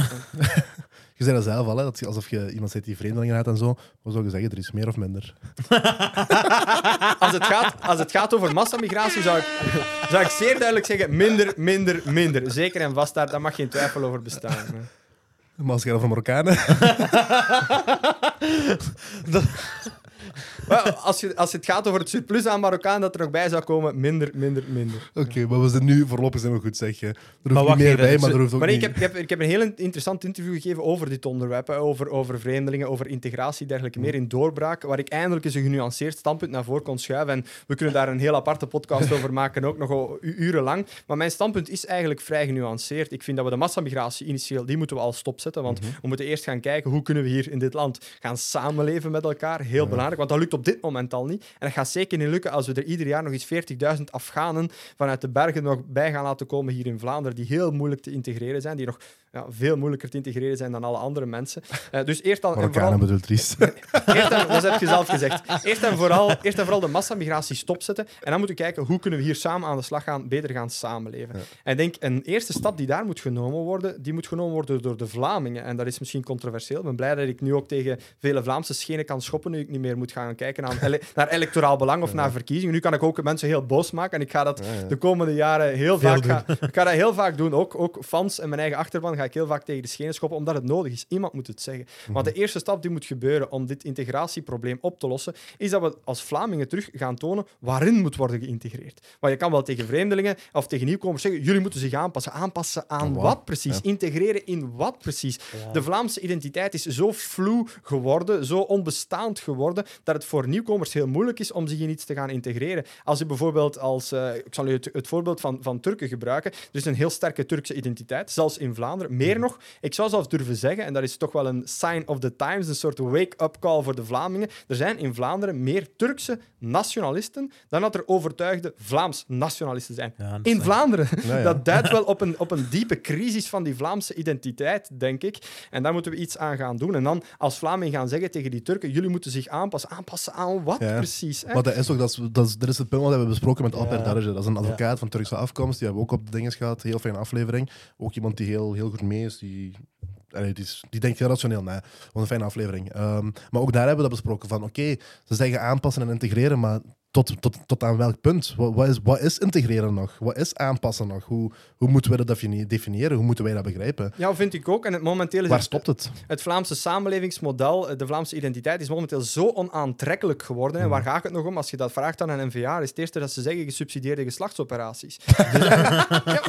Je zei dat zelf al, hè, dat je, alsof je iemand zit die vreemdelingen haat en zo. Wat zou je zeggen, er is meer of minder? Als het gaat, als het gaat over massamigratie, zou ik, zou ik zeer duidelijk zeggen minder, minder, minder. Zeker en vast, daar, daar mag geen twijfel over bestaan. Maar als je over Marokkanen... Maar als, je, als het gaat over het surplus aan Marokkaan dat er nog bij zou komen, minder, minder, minder. Oké, maar we zijn nu voorlopig zijn we goed, zeg je. Er hoeft wacht niet meer even, bij, het maar is- er hoeft ook Maar nee, ik, niet... heb, ik, heb, ik heb een heel interessant interview gegeven over dit onderwerp. Hè, over, over vreemdelingen, over integratie, dergelijke meer in doorbraak. Waar ik eindelijk eens een genuanceerd standpunt naar voren kon schuiven. En we kunnen daar een heel aparte podcast over maken, ook nog al u- urenlang. Maar mijn standpunt is eigenlijk vrij genuanceerd. Ik vind dat we de massamigratie initieel, die moeten we al stopzetten. Want Mhm. we moeten eerst gaan kijken hoe kunnen we hier in dit land gaan samenleven met elkaar. Heel Ja. belangrijk, want dat lukt op dit moment al niet. En dat gaat zeker niet lukken als we er ieder jaar nog eens veertigduizend Afghanen vanuit de bergen nog bij gaan laten komen hier in Vlaanderen, die heel moeilijk te integreren zijn, die nog ja, veel moeilijker te integreren zijn dan alle andere mensen. Uh, dus eerst al, en vooral, Marokkanen bedoelt triest. eerst en, dat heb je zelf gezegd. Eerst en, vooral, eerst en vooral de massamigratie stopzetten. En dan moeten we kijken hoe kunnen we hier samen aan de slag gaan, beter gaan samenleven. Ja. En ik denk, een eerste stap die daar moet genomen worden, die moet genomen worden door de Vlamingen. En dat is misschien controversieel. Ik ben blij dat ik nu ook tegen vele Vlaamse schenen kan schoppen, nu ik niet meer moet gaan kijken naar, ele- naar electoraal belang of Ja. naar verkiezingen. Nu kan ik ook mensen heel boos maken en ik ga dat Ja, ja. de komende jaren heel Veel vaak, doen. ga, ik ga dat heel vaak doen. Ook, ook fans en mijn eigen achterban ga ik heel vaak tegen de schenen schoppen, omdat het nodig is. Iemand moet het zeggen. Mm-hmm. Want de eerste stap die moet gebeuren om dit integratieprobleem op te lossen, is dat we als Vlamingen terug gaan tonen waarin moet worden geïntegreerd. Maar je kan wel tegen vreemdelingen of tegen nieuwkomers zeggen, jullie moeten zich aanpassen. Aanpassen aan wat, wat precies? Ja. Integreren in wat precies? Ja. De Vlaamse identiteit is zo vloe geworden, zo onbestaand geworden, dat het voor nieuwkomers heel moeilijk is om zich in iets te gaan integreren. Als je bijvoorbeeld als... Uh, ik zal u het, het voorbeeld van, van Turken gebruiken. Er is een heel sterke Turkse identiteit, zelfs in Vlaanderen. Meer nog, ik zou zelfs durven zeggen, en dat is toch wel een sign of the times, een soort wake-up call voor de Vlamingen. Er zijn in Vlaanderen meer Turkse nationalisten dan dat er overtuigde Vlaams nationalisten zijn. Ja, in Vlaanderen. Ja, ja. Dat duidt wel op een, op een diepe crisis van die Vlaamse identiteit, denk ik. En daar moeten we iets aan gaan doen. En dan als Vlamingen gaan zeggen tegen die Turken, jullie moeten zich aanpassen. Aanpassen aan wat ja. precies? Hè? Maar dat is toch, dat is, dat is, dat is het punt wat we hebben besproken met Alper ja. Darge. Dat is een advocaat ja. van Turkse afkomst. Die hebben we ook op de dinges gehad. Heel fijne aflevering. Ook iemand die heel, heel goed mee is. Die... Allee, die, is, die denkt heel rationeel na. Wat een fijne aflevering. Um, maar ook daar hebben we dat besproken. Van oké, okay, ze zeggen aanpassen en integreren, maar tot, tot, tot aan welk punt? Wat, wat, is, wat is integreren nog? Wat is aanpassen nog? Hoe, hoe moeten wij dat definiëren? Hoe moeten wij dat begrijpen? Ja, vind ik ook. En het momenteel is Waar het, stopt het? Het Vlaamse samenlevingsmodel, de Vlaamse identiteit, is momenteel zo onaantrekkelijk geworden. En waar gaat het nog om? Als je dat vraagt aan een N V A, is het eerste dat ze zeggen gesubsidieerde geslachtsoperaties. Dus, ja,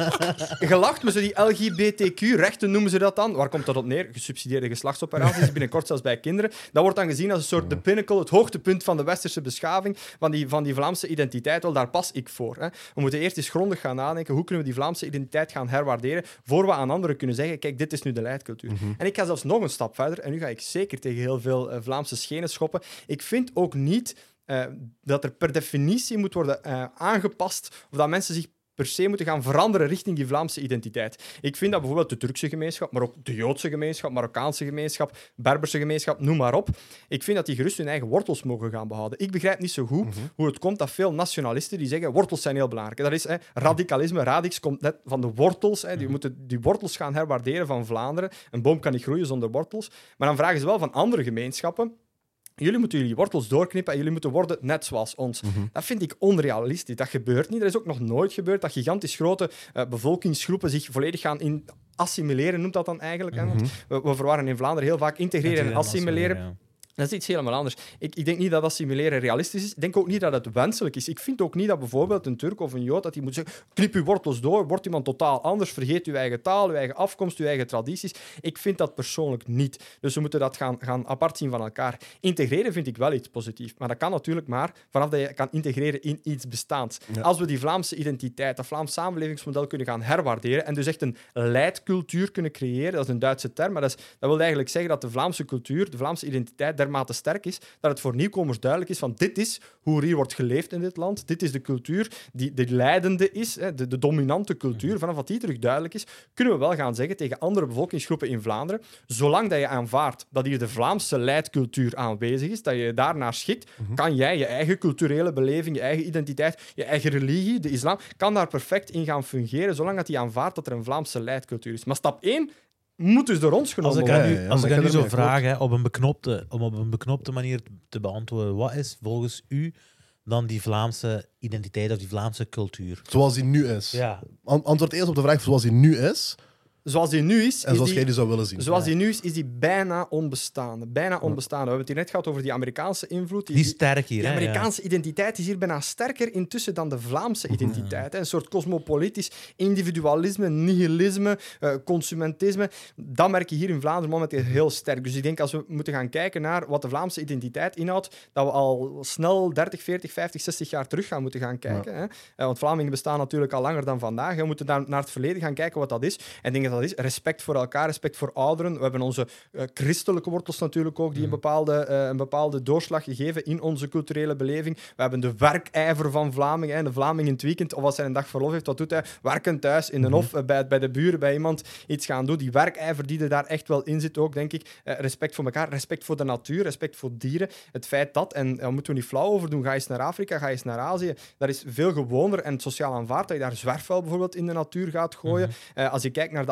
gelacht met zo die L G B T Q-rechten noemen ze dat dan. Waar komt dat op neer? Gesubsidieerde geslachtsoperaties, binnenkort zelfs bij kinderen. Dat wordt dan gezien als een soort de pinnacle, het hoogtepunt van de westerse beschaving, van die, van die Vlaamse identiteit. Wel, daar pas ik voor. Hè. We moeten eerst eens grondig gaan nadenken, hoe kunnen we die Vlaamse identiteit gaan herwaarderen, voor we aan anderen kunnen zeggen, kijk, dit is nu de leidcultuur. Mm-hmm. En ik ga zelfs nog een stap verder, en nu ga ik zeker tegen heel veel uh, Vlaamse schenen schoppen. Ik vind ook niet uh, dat er per definitie moet worden uh, aangepast, of dat mensen zich per se moeten gaan veranderen richting die Vlaamse identiteit. Ik vind dat bijvoorbeeld de Turkse gemeenschap, maar ook de Joodse gemeenschap, Marokkaanse gemeenschap, Berberse gemeenschap, noem maar op. Ik vind dat die gerust hun eigen wortels mogen gaan behouden. Ik begrijp niet zo goed mm-hmm. hoe het komt dat veel nationalisten die zeggen wortels zijn heel belangrijk. Dat is hè, radicalisme. Radix komt net van de wortels. Hè. Die mm-hmm. moeten die wortels gaan herwaarderen van Vlaanderen. Een boom kan niet groeien zonder wortels. Maar dan vragen ze wel van andere gemeenschappen, jullie moeten jullie wortels doorknippen en jullie moeten worden net zoals ons. Mm-hmm. Dat vind ik onrealistisch. Dat gebeurt niet. Er is ook nog nooit gebeurd dat gigantisch grote uh, bevolkingsgroepen zich volledig gaan in assimileren, noemt dat dan eigenlijk. Mm-hmm. Hè? We, we verwarren in Vlaanderen heel vaak integreren en assimileren. Ja. Dat is iets helemaal anders. Ik, ik denk niet dat assimileren realistisch is. Ik denk ook niet dat het wenselijk is. Ik vind ook niet dat bijvoorbeeld een Turk of een Jood dat die moet zeggen, knip uw wortels door, wordt iemand totaal anders, vergeet uw eigen taal, uw eigen afkomst, uw eigen tradities. Ik vind dat persoonlijk niet. Dus we moeten dat gaan, gaan apart zien van elkaar. Integreren vind ik wel iets positiefs. Maar dat kan natuurlijk maar vanaf dat je kan integreren in iets bestaans. Ja. Als we die Vlaamse identiteit, dat Vlaams samenlevingsmodel kunnen gaan herwaarderen en dus echt een leidcultuur kunnen creëren, dat is een Duitse term, maar dat, is, dat wil eigenlijk zeggen dat de Vlaamse cultuur, de Vlaamse identiteit, dermate sterk is, dat het voor nieuwkomers duidelijk is van dit is hoe er hier wordt geleefd in dit land, dit is de cultuur die de leidende is, de, de dominante cultuur. Vanaf dat die terug duidelijk is, kunnen we wel gaan zeggen tegen andere bevolkingsgroepen in Vlaanderen, zolang dat je aanvaardt dat hier de Vlaamse leidcultuur aanwezig is, dat je daarnaar schikt, mm-hmm. kan jij je eigen culturele beleving, je eigen identiteit, je eigen religie, de islam, kan daar perfect in gaan fungeren, zolang dat die aanvaardt dat er een Vlaamse leidcultuur is. Maar stap één moet dus door ons genomen worden. Als ik aan u, als ik aan u zou vragen, op een beknopte, om op een beknopte manier te beantwoorden, wat is volgens u dan die Vlaamse identiteit of die Vlaamse cultuur? Zoals die nu is. Ja. An- antwoord eerst op de vraag zoals die nu is. Zoals die nu is... En zoals is jij die zou willen zien. Zoals die nu is, is die bijna onbestaande. Bijna onbestaande. We hebben het hier net gehad over die Amerikaanse invloed. Die, die sterk hier. Die hè, Amerikaanse ja. identiteit is hier bijna sterker intussen dan de Vlaamse identiteit. Hè. Een soort cosmopolitisch individualisme, nihilisme, uh, consumentisme. Dat merk je hier in Vlaanderen momenteel heel sterk. Dus ik denk, als we moeten gaan kijken naar wat de Vlaamse identiteit inhoudt, dat we al snel dertig, veertig, vijftig, zestig jaar terug gaan moeten gaan kijken. Ja. Hè. Uh, want Vlamingen bestaan natuurlijk al langer dan vandaag. We moeten daar naar het verleden gaan kijken wat dat is. En denk dat is respect voor elkaar, respect voor ouderen. We hebben onze uh, christelijke wortels natuurlijk ook, die een bepaalde, uh, een bepaalde doorslag geven in onze culturele beleving. We hebben de werkijver van Vlamingen. Hè. De Vlaming in het weekend, of als hij een dag verlof heeft, wat doet hij? Werken thuis, in de hof, uh, bij, bij de buren, bij iemand iets gaan doen. Die werkijver die er daar echt wel in zit ook, denk ik. Uh, respect voor elkaar, respect voor de natuur, respect voor dieren. Het feit dat, en daar moeten we niet flauw over doen, ga eens naar Afrika, ga eens naar Azië. Daar is veel gewoner en sociaal aanvaard dat je daar zwerfvuil bijvoorbeeld in de natuur gaat gooien. Mm-hmm. Uh, als je kijkt naar de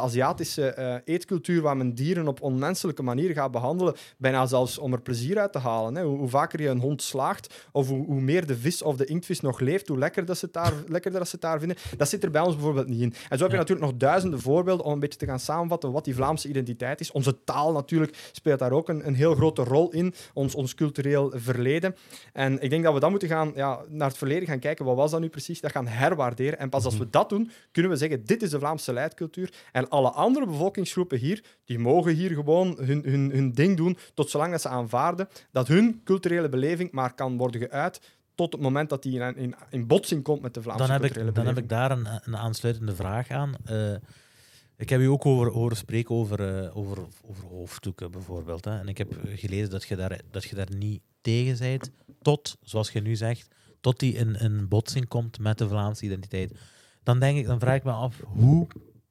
Aziatische uh, eetcultuur waar men dieren op onmenselijke manier gaat behandelen, bijna zelfs om er plezier uit te halen. Hè. Hoe, hoe vaker je een hond slaagt, of hoe, hoe meer de vis of de inktvis nog leeft, hoe lekker dat ze het daar, lekkerder dat ze het daar vinden, dat zit er bij ons bijvoorbeeld niet in. En zo heb je natuurlijk nog duizenden voorbeelden om een beetje te gaan samenvatten wat die Vlaamse identiteit is. Onze taal natuurlijk speelt daar ook een, een heel grote rol in, ons, ons cultureel verleden. En ik denk dat we dan moeten gaan ja, naar het verleden gaan kijken, wat was dat nu precies? Dat gaan herwaarderen. En pas als we dat doen, kunnen we zeggen, dit is de Vlaamse leidcultuur. En alle andere bevolkingsgroepen hier, die mogen hier gewoon hun, hun, hun ding doen, tot zolang dat ze aanvaarden dat hun culturele beleving maar kan worden geuit tot het moment dat die in, in, in botsing komt met de Vlaamse dan heb culturele ik, Dan beleving. heb ik daar een, een aansluitende vraag aan. Uh, ik heb u ook over, horen spreken over, uh, over, over hoofddoeken bijvoorbeeld. Hè. En ik heb gelezen dat je daar, dat je daar niet tegen bent, tot, zoals je nu zegt, tot die in een botsing komt met de Vlaamse identiteit. Dan, denk ik, dan vraag ik me af, hoe,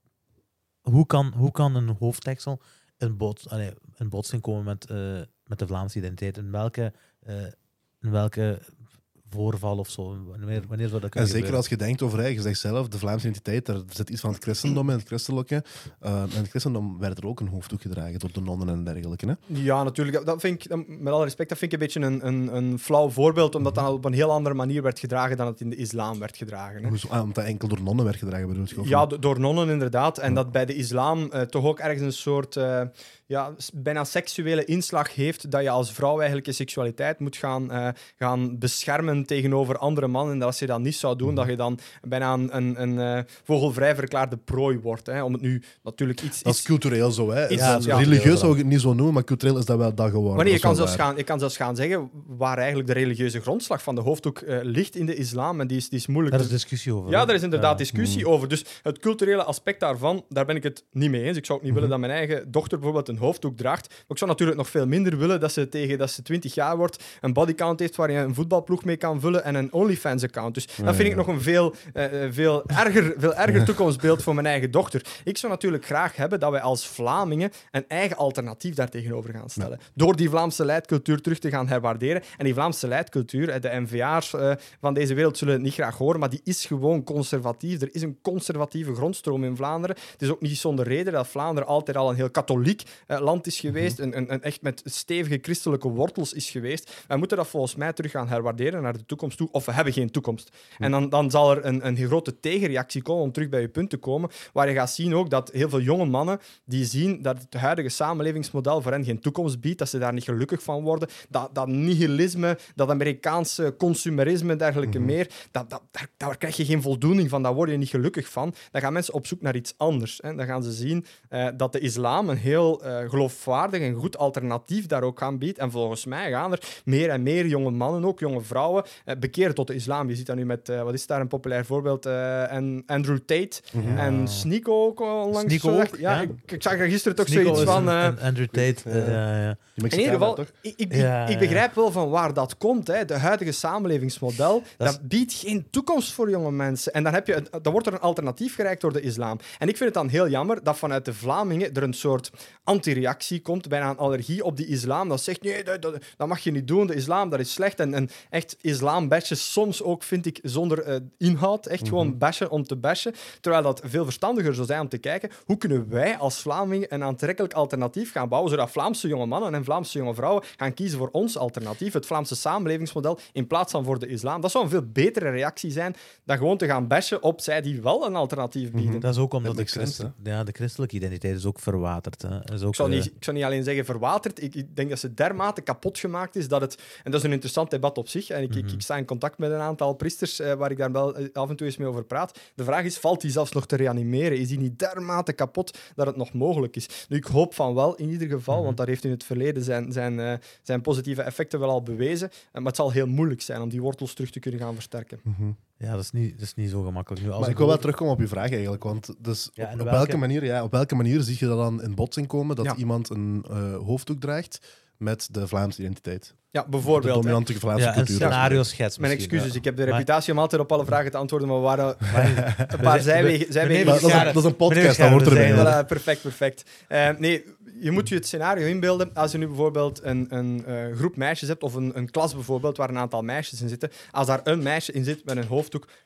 hoe, kan, hoe kan een hoofddeksel in, bot, allee, in botsing komen met, uh, met de Vlaamse identiteit? In welke, uh, in welke voorval of zo? Wanneer, wanneer zou dat kunnen en zeker gebeuren? als je denkt over, je zegt zelf, de Vlaamse identiteit, er zit iets van het christendom en het christelijke. Uh, en het christendom werd er ook een hoofddoek gedragen door de nonnen en dergelijke. Hè? Ja, natuurlijk. Dat vind ik, met alle respect, dat vind ik een beetje een, een, een flauw voorbeeld, omdat dat op een heel andere manier werd gedragen dan het in de islam werd gedragen. Hè. Hoezo? Ah, omdat dat enkel door nonnen werd gedragen, bedoel je? Ja, do- door nonnen inderdaad. En dat bij de islam uh, toch ook ergens een soort uh, ja, bijna seksuele inslag heeft, dat je als vrouw eigenlijk je seksualiteit moet gaan, uh, gaan beschermen tegenover andere mannen. En dat als je dat niet zou doen, dat je dan bijna een, een, een uh, vogelvrij verklaarde prooi wordt. Hè. Om het nu natuurlijk iets... Dat is iets cultureel zo. Hè. Iets, Ja, ja. religieus zou ik het niet zo noemen, maar cultureel is dat wel dat geworden. Wanneer je, Dat kan is wel zelfs gaan, je kan zelfs gaan zeggen waar eigenlijk de religieuze grondslag van de hoofddoek uh, ligt in de islam. En die is, die is moeilijk. Daar is discussie over. Ja, hè? daar is inderdaad Ja. discussie Mm. over. Dus het culturele aspect daarvan, daar ben ik het niet mee eens. Ik zou ook niet Mhm. willen dat mijn eigen dochter bijvoorbeeld een hoofddoek draagt. Maar ik zou natuurlijk nog veel minder willen dat ze tegen dat ze twintig jaar wordt een bodycount heeft waar je een voetbalploeg mee kan vullen en een OnlyFans-account. Dus Ja, dat vind ja. ik nog een veel, uh, veel, erger, veel erger toekomstbeeld voor mijn eigen dochter. Ik zou natuurlijk graag hebben dat wij als Vlamingen een eigen alternatief daar tegenover gaan stellen. Door die Vlaamse leidcultuur terug te gaan herwaarderen. En die Vlaamse leidcultuur, de N V A's uh, van deze wereld zullen het niet graag horen, maar die is gewoon conservatief. Er is een conservatieve grondstroom in Vlaanderen. Het is ook niet zonder reden dat Vlaanderen altijd al een heel katholiek uh, land is geweest. Een, een, een echt met stevige christelijke wortels is geweest. Wij moeten dat volgens mij terug gaan herwaarderen naar de toekomst toe. Of we hebben geen toekomst. En dan, dan zal er een, een grote tegenreactie komen om terug bij je punt te komen, waar je gaat zien ook dat heel veel jonge mannen die zien dat het huidige samenlevingsmodel voor hen geen toekomst biedt, dat ze daar niet gelukkig van worden. Dat, dat nihilisme, dat Amerikaanse consumerisme en dergelijke Mhm. meer, dat, dat, daar, daar krijg je geen voldoening van, daar word je niet gelukkig van. Dan gaan mensen op zoek naar iets anders. Hè. Dan gaan ze zien uh, dat de islam een heel uh, geloofwaardig en goed alternatief daar ook aan biedt. En volgens mij gaan er meer en meer jonge mannen, ook jonge vrouwen, uh, bekeren tot de islam. Je ziet dat nu met, uh, wat is daar een populair voorbeeld, uh, en Andrew Tate Mhm. en Sneeko ook onlangs. Sneeko zo ook, echt- ja, ja. Ik, ik zag er gisteren toch Sneeko zoiets is van... een- uh, een Andrew Tate. uh, ja, ja. Die in ieder geval, toch? ik, ik, Ja, ik, ik begrijp wel van waar dat komt. Hè. De huidige samenlevingsmodel, dat, Dat is- biedt geen toekomst voor jonge mensen. En dan, heb je, een- dan wordt er een alternatief gereikt door de islam. En ik vind het dan heel jammer dat vanuit de Vlamingen er een soort antireactie komt, bijna een allergie op die islam. Dat zegt, nee, dat, dat, dat mag je niet doen, de islam, dat is slecht. En, en echt islam-bashes soms ook, vind ik, zonder uh, inhoud. Echt Mhm. gewoon bashen om te bashen. Terwijl dat veel verstandiger zou zijn om te kijken, hoe kunnen wij als Vlamingen een aantrekkelijk alternatief gaan bouwen, zodat Vlaamse jonge mannen en Vlaamse jonge vrouwen gaan kiezen voor ons alternatief, het Vlaamse samenlevingsmodel, in plaats van voor de islam. Dat zou een veel betere reactie zijn dan gewoon te gaan bashen op zij die wel een alternatief bieden. Mhm. Dat is ook omdat Dat de, makes sense, christen- ja, de christelijke identiteit is ook verwaterd. Hè. Is ook, Ik zou, eh, niet, ik zou niet alleen zeggen verwaterd. Ik, ik denk dat ze dermate kapot gemaakt is dat het... En dat is een interessant debat op zich. En ik, ik, Mhm. ik sta in contact met een aantal priesters eh, waar ik daar wel eh, af en toe eens mee over praat. De vraag is, valt die zelfs nog te reanimeren? Is die niet dermate kapot dat het nog mogelijk is? Nu, ik hoop van wel, in ieder geval, Mhm. want daar heeft in het verleden zijn, zijn, eh, zijn positieve effecten wel al bewezen. Eh, maar het zal heel moeilijk zijn om die wortels terug te kunnen gaan versterken. Mhm. ja, dat is, niet, dat is niet zo gemakkelijk. Nu, als Maar ik wil wel terugkomen op je vraag eigenlijk. Want dus Ja, op, en op welke? welke manier, ja, op welke manier zie je dat dan in botsing komen dat Ja. iemand een uh, hoofddoek draagt met de Vlaamse identiteit? Ja, De bijvoorbeeld. hè. dominante Vlaamse ja, een cultuur. scenario-schets Mijn misschien, excuses, ja. ik heb de Maar- reputatie om altijd op alle vragen te antwoorden, maar we waren Maar- een paar zijwegen... zijwegen Maar dat, is een, Scharen. dat is een Meneer podcast, dat Scharen, hoort er erbij. zijn hè. Voilà, perfect, perfect. Uh, nee, je moet je het scenario inbeelden. Als je nu bijvoorbeeld een, een uh, groep meisjes hebt, of een, een klas bijvoorbeeld, waar een aantal meisjes in zitten. Als daar een meisje in zit met een hoofddoek,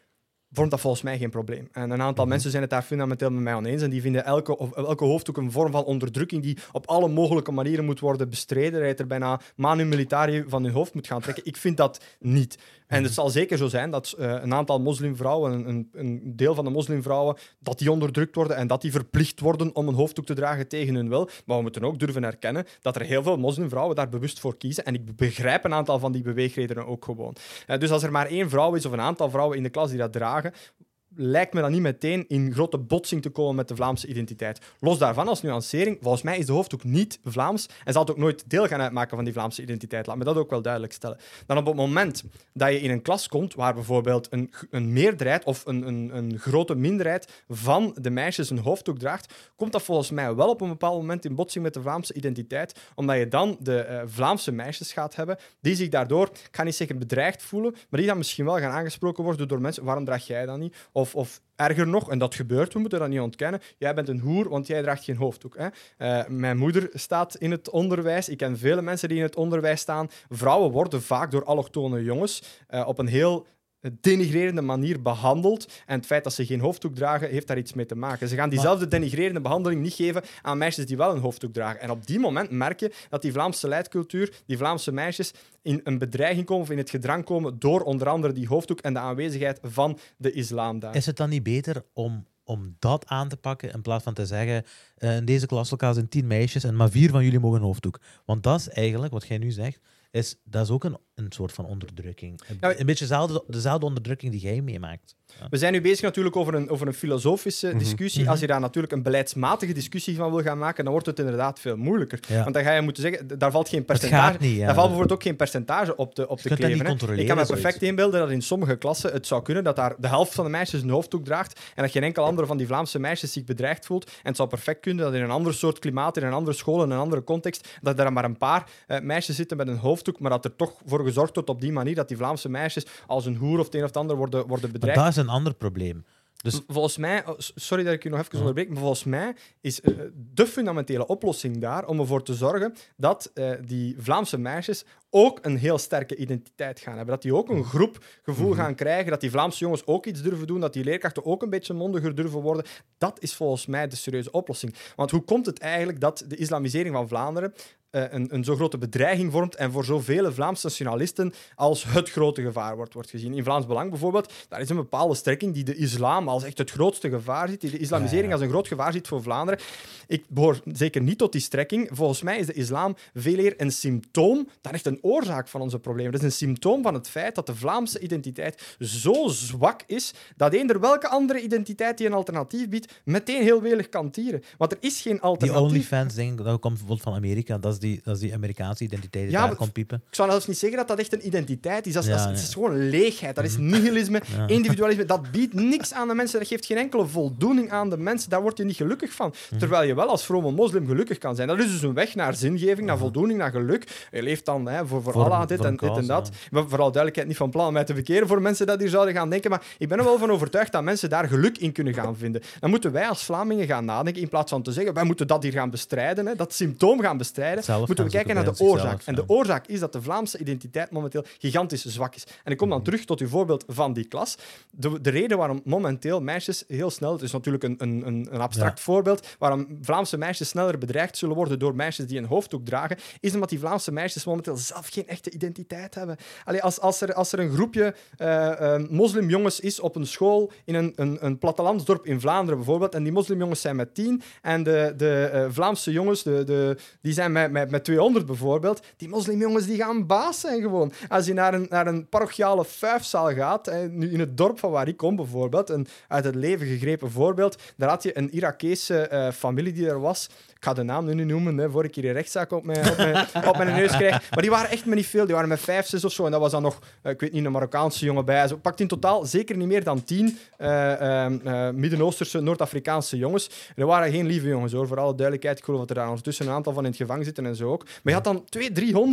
vormt dat volgens mij geen probleem. En een aantal mensen zijn het daar fundamenteel met mij oneens en die vinden elke, of, elke hoofddoek een vorm van onderdrukking die op alle mogelijke manieren moet worden bestreden, dat je er bijna manu militari van hun hoofd moet gaan trekken. Ik vind dat niet. En het zal zeker zo zijn dat uh, een aantal moslimvrouwen, een, een, een deel van de moslimvrouwen, dat die onderdrukt worden en dat die verplicht worden om een hoofddoek te dragen tegen hun wil. Maar we moeten ook durven erkennen dat er heel veel moslimvrouwen daar bewust voor kiezen. En ik begrijp een aantal van die beweegredenen ook gewoon. Uh, dus als er maar één vrouw is of een aantal vrouwen in de klas die dat dragen, lijkt me dat niet meteen in grote botsing te komen met de Vlaamse identiteit. Los daarvan, als nuancering, volgens mij is de hoofddoek niet Vlaams en zal het ook nooit deel gaan uitmaken van die Vlaamse identiteit. Laat me dat ook wel duidelijk stellen. Dan op het moment dat je in een klas komt waar bijvoorbeeld een, een meerderheid of een, een, een grote minderheid van de meisjes een hoofddoek draagt, komt dat volgens mij wel op een bepaald moment in botsing met de Vlaamse identiteit, omdat je dan de uh, Vlaamse meisjes gaat hebben die zich daardoor, ik ga niet zeggen bedreigd voelen, maar die dan misschien wel gaan aangesproken worden door mensen. Waarom draag jij dat niet? Of, of erger nog, en dat gebeurt, we moeten dat niet ontkennen, jij bent een hoer, want jij draagt geen hoofddoek. Hè? Uh, mijn moeder staat in het onderwijs. Ik ken vele mensen die in het onderwijs staan. Vrouwen worden vaak door allochtone jongens uh, op een heel denigrerende manier behandeld. En het feit dat ze geen hoofddoek dragen, heeft daar iets mee te maken. Ze gaan diezelfde denigrerende behandeling niet geven aan meisjes die wel een hoofddoek dragen. En op die moment merk je dat die Vlaamse leidcultuur, die Vlaamse meisjes, in een bedreiging komen of in het gedrang komen door onder andere die hoofddoek en de aanwezigheid van de islam daar. Is het dan niet beter om, om dat aan te pakken in plaats van te zeggen uh, in deze klaslokaal zijn tien meisjes en maar vier van jullie mogen een hoofddoek? Want dat is eigenlijk, wat jij nu zegt, is, dat is ook een, een soort van onderdrukking. Ja, een beetje dezelfde, dezelfde onderdrukking die jij meemaakt. Ja. We zijn nu bezig natuurlijk over een, over een filosofische Mm-hmm. discussie. Mm-hmm. Als je daar natuurlijk een beleidsmatige discussie van wil gaan maken, dan wordt het inderdaad veel moeilijker. Ja. Want dan ga je moeten zeggen, daar valt geen Het percentage, gaat niet, ja. daar valt bijvoorbeeld ook geen percentage op te, op Je te kunt dat kleven. niet hè. controleren, Ik kan me zoiets. perfect inbeelden dat in sommige klassen het zou kunnen dat daar de helft van de meisjes een hoofddoek draagt en dat geen enkel andere van die Vlaamse meisjes zich bedreigd voelt. En het zou perfect kunnen dat in een ander soort klimaat, in een andere school, in een andere context, dat er maar een paar uh, meisjes zitten met een hoofddoek, maar dat er toch voor gezorgd wordt op die manier dat die Vlaamse meisjes als een hoer of het een of het ander worden, worden Maar bedreigd. dat is een ander probleem. Dus Volgens mij, oh, sorry dat ik u nog even Ja. onderbreek, maar volgens mij is uh, de fundamentele oplossing daar om ervoor te zorgen dat uh, die Vlaamse meisjes ook een heel sterke identiteit gaan hebben. Dat die ook een groepgevoel Mm-hmm. gaan krijgen, dat die Vlaamse jongens ook iets durven doen, dat die leerkrachten ook een beetje mondiger durven worden. Dat is volgens mij de serieuze oplossing. Want hoe komt het eigenlijk dat de islamisering van Vlaanderen uh, een, een zo grote bedreiging vormt en voor zoveel Vlaamse nationalisten als het grote gevaar wordt, wordt gezien? In Vlaams Belang bijvoorbeeld, daar is een bepaalde strekking die de islam als echt het grootste gevaar ziet, die de islamisering Ja, ja. als een groot gevaar ziet voor Vlaanderen. Ik behoor zeker niet tot die strekking. Volgens mij is de islam veel eer een symptoom dan echt een oorzaak van onze problemen. Het is een symptoom van het feit dat de Vlaamse identiteit zo zwak is dat eender welke andere identiteit die een alternatief biedt, meteen heel welig kan tieren. Want er is geen die alternatief. OnlyFans-ding, dat komt bijvoorbeeld van Amerika. Dat is die, dat is die Amerikaanse identiteit die Ja, daar maar- komt piepen. Ik zou zelfs niet zeggen dat dat echt een identiteit is. Dat is, Ja, dat is, nee. het is gewoon leegheid. Dat is nihilisme, Ja. individualisme. Dat biedt niks aan de mensen. Dat geeft geen enkele voldoening aan de mensen. Daar word je niet gelukkig van. Terwijl je wel als vrome moslim gelukkig kan zijn. Dat is dus een weg naar zingeving, naar voldoening, naar geluk. Je leeft dan hè, voor, voor, Voor- Allah, dit voor en een dit en cause, dat. Maar vooral duidelijkheid, niet van plan om mij te verkeren voor mensen dat hier zouden gaan denken. Maar ik ben er wel van overtuigd dat mensen daar geluk in kunnen gaan vinden. Dan moeten wij als Vlamingen gaan nadenken, in plaats van te zeggen, wij moeten dat hier gaan bestrijden, hè, dat symptoom gaan bestrijden, Zelf moeten we gaan kijken naar de zoeken bij oorzaak. zichzelf, En de ja. oorzaak is dat de Vlaamse identiteit momenteel gigantisch zwak is. En ik kom Mhm. dan terug tot uw voorbeeld van die klas. De, de reden waarom momenteel meisjes heel snel, het is natuurlijk een, een, een een abstract Ja. voorbeeld, waarom Vlaamse meisjes sneller bedreigd zullen worden door meisjes die een hoofddoek dragen, is omdat die Vlaamse meisjes momenteel zelf geen echte identiteit hebben. Allee, als, als, er, als er een groepje uh, uh, moslimjongens is op een school in een, een, een plattelandsdorp in Vlaanderen bijvoorbeeld, en die moslimjongens zijn met tien, en de, de uh, Vlaamse jongens, de, de, die zijn met, met, met tweehonderd bijvoorbeeld, die moslimjongens die gaan baas zijn gewoon. Als je naar een, naar een parochiale fuifzaal gaat, eh, nu in het dorp van waar ik kom bijvoorbeeld, een uit het leven gegrepen voorbeeld, daar had je een Irakese uh, familie die er was. Ik ga de naam nu niet noemen, hè, voor ik hier een rechtszaak op mijn, op, mijn, op mijn neus krijg. Maar die waren echt met niet veel. Die waren met vijf, zes of zo. En dat was dan nog, uh, ik weet niet, een Marokkaanse jongen bij. Zo pakt in totaal zeker niet meer dan tien uh, uh, uh, Midden-Oosterse, Noord-Afrikaanse jongens. En dat waren geen lieve jongens, hoor. Voor alle duidelijkheid. Ik geloof dat er daar ondertussen een aantal van in het gevangen zitten en zo ook. Maar je had dan tweehonderd, driehonderd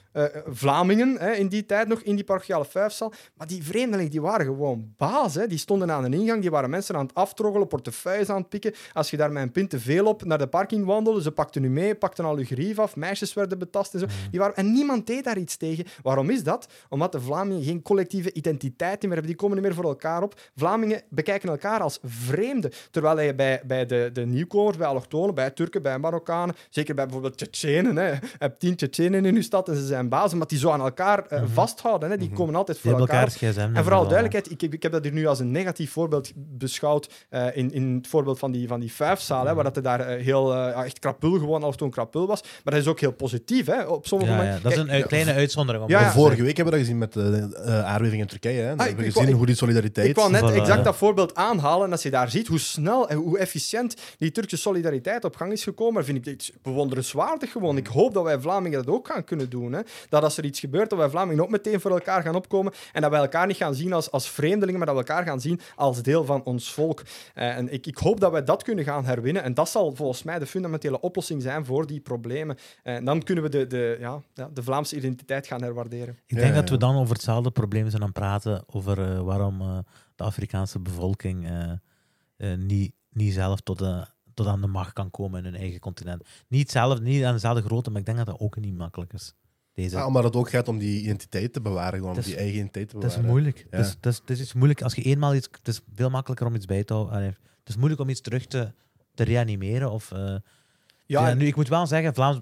uh, Vlamingen hè, in die tijd nog in die parochiale vijfzaal. Maar die vreemdelingen die waren gewoon baas. Hè. Die stonden aan de ingang, die waren mensen aan het aftroggelen, portefeuilles aan het pikken. Als je daar met een pint te veel op naar de parking wandelde, ze pakten u mee, pakten al uw gerief af, meisjes werden betast en zo. Die waren, en niemand deed daar iets tegen. Waarom is dat? Omdat de Vlamingen geen collectieve identiteit meer hebben. Die komen niet meer voor elkaar op. Vlamingen bekijken elkaar als vreemden. Terwijl je bij, bij de, de nieuwkomers, bij allochtonen, bij Turken, bij Marokkanen, zeker bij bijvoorbeeld Tsjetsjenen, hè. Je hebt tien Tsjetsjenen in je stad en ze zijn bazen, maar die zo aan elkaar uh, mm-hmm. vasthouden. Hè. Die mm-hmm. komen altijd voor elkaar. elkaar en vooral duidelijkheid, ik heb, ik heb dat hier nu als een negatief voorbeeld beschouwd uh, in, in het voorbeeld van die, van die vijfzaal, mm-hmm. hè, waar dat er daar uh, heel uh, echt krapul, gewoon allochtoon krapul was. Maar dat is ook heel positief. Hè, op sommige ja, momenten. Ja, dat is een Kijk, kleine uitzondering. Ja, ja. Vorige week hebben we dat gezien met de uh, aardbeving in Turkije. Hè. Ah, hebben we gezien ik, hoe die solidariteit... Ik wou net voilà, exact dat voorbeeld aanhalen. En als je daar ziet hoe snel en hoe efficiënt die Turkse solidariteit op gang is gekomen, vind ik dit bewonderenswaardig gewoon. Ik hoop dat wij Vlamingen dat ook gaan kunnen doen. Hè. Dat als er iets gebeurt, dat wij Vlamingen ook meteen voor elkaar gaan opkomen en dat wij elkaar niet gaan zien als, als vreemdelingen, maar dat we elkaar gaan zien als deel van ons volk. Uh, en ik, ik hoop dat wij dat kunnen gaan herwinnen. En dat zal volgens mij de fundamentele oplossing zijn voor die problemen. Uh, en dan kunnen we de, de, ja, de Vlaamse identiteit gaan herwaarderen. Ik denk ja, ja, ja. dat we dan over hetzelfde probleem zijn aan het praten, over uh, waarom uh, de Afrikaanse bevolking uh, uh, niet, niet zelf tot, uh, tot aan de macht kan komen in hun eigen continent. Niet, zelf, niet aan dezelfde grootte, maar ik denk dat dat ook niet makkelijk is. Deze. Ja, maar het ook gaat om die identiteit te bewaren, om is, die eigen identiteit te bewaren. Dat is moeilijk. Ja. Het, is, het, is, het is iets moeilijk. Als je eenmaal iets... Het is veel makkelijker om iets bij te houden. Het is moeilijk om iets terug te, te reanimeren. Of, uh, ja, ja, nu, ik moet wel zeggen, Vlaams,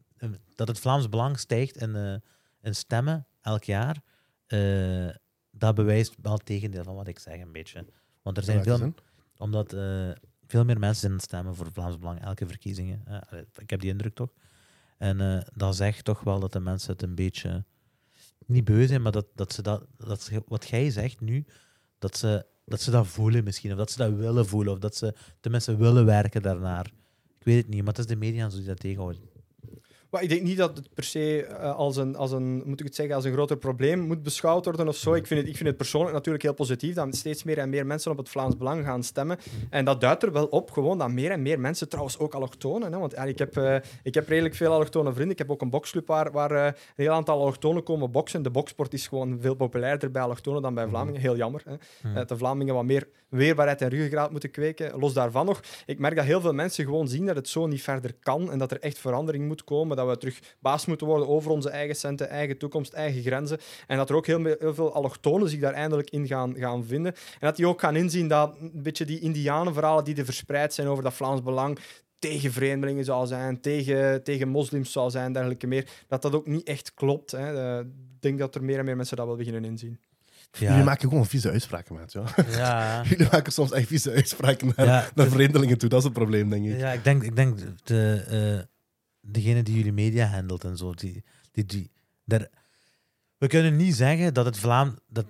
dat het Vlaams Belang stijgt in, uh, in stemmen elk jaar. Uh, dat bewijst wel het tegendeel van wat ik zeg, een beetje. Want er zijn veel... Omdat uh, veel meer mensen zijn aan het stemmen voor Vlaams Belang, elke verkiezingen. Uh, ik heb die indruk toch. En uh, dat zegt toch wel dat de mensen het een beetje... Niet beu zijn, maar dat, dat ze dat... dat ze, wat jij zegt nu, dat ze, dat ze dat voelen misschien. Of dat ze dat willen voelen. Of dat ze tenminste willen werken daarnaar. Ik weet het niet, maar het is de media die dat tegenhouden. Maar ik denk niet dat het per se uh, als, een, als, een, moet ik het zeggen, als een groter probleem moet beschouwd worden of zo. Ik vind, het, ik vind het persoonlijk natuurlijk heel positief dat steeds meer en meer mensen op het Vlaams Belang gaan stemmen. En dat duidt er wel op gewoon dat meer en meer mensen, trouwens ook allochtonen, hè, want ja, ik, heb, uh, ik heb redelijk veel allochtone vrienden. Ik heb ook een boksclub waar, waar uh, een heel aantal allochtonen komen boksen. De boksport is gewoon veel populairder bij allochtonen dan bij Vlamingen. Heel jammer. Hè. Uh, dat de Vlamingen wat meer weerbaarheid en ruggengraat moeten kweken. Los daarvan nog, ik merk dat heel veel mensen gewoon zien dat het zo niet verder kan en dat er echt verandering moet komen, dat we terug baas moeten worden over onze eigen centen, eigen toekomst, eigen grenzen. En dat er ook heel, heel veel allochtonen zich daar eindelijk in gaan, gaan vinden. En dat die ook gaan inzien dat een beetje die indianenverhalen die er verspreid zijn over dat Vlaams Belang tegen vreemdelingen zou zijn, tegen, tegen moslims zou zijn, dergelijke meer, dat dat ook niet echt klopt. Hè. Ik denk dat er meer en meer mensen dat wel beginnen inzien. Ja. Jullie maken gewoon vieze uitspraken, maat. Ja. Ja. Jullie maken soms echt vieze uitspraken naar, ja, naar vreemdelingen toe. Dat is het probleem, denk ik. Ja, ik denk, ik denk de, uh, degene die jullie media handelt en zo, die, die, die, daar, we kunnen niet zeggen dat het Vlaam... Dat,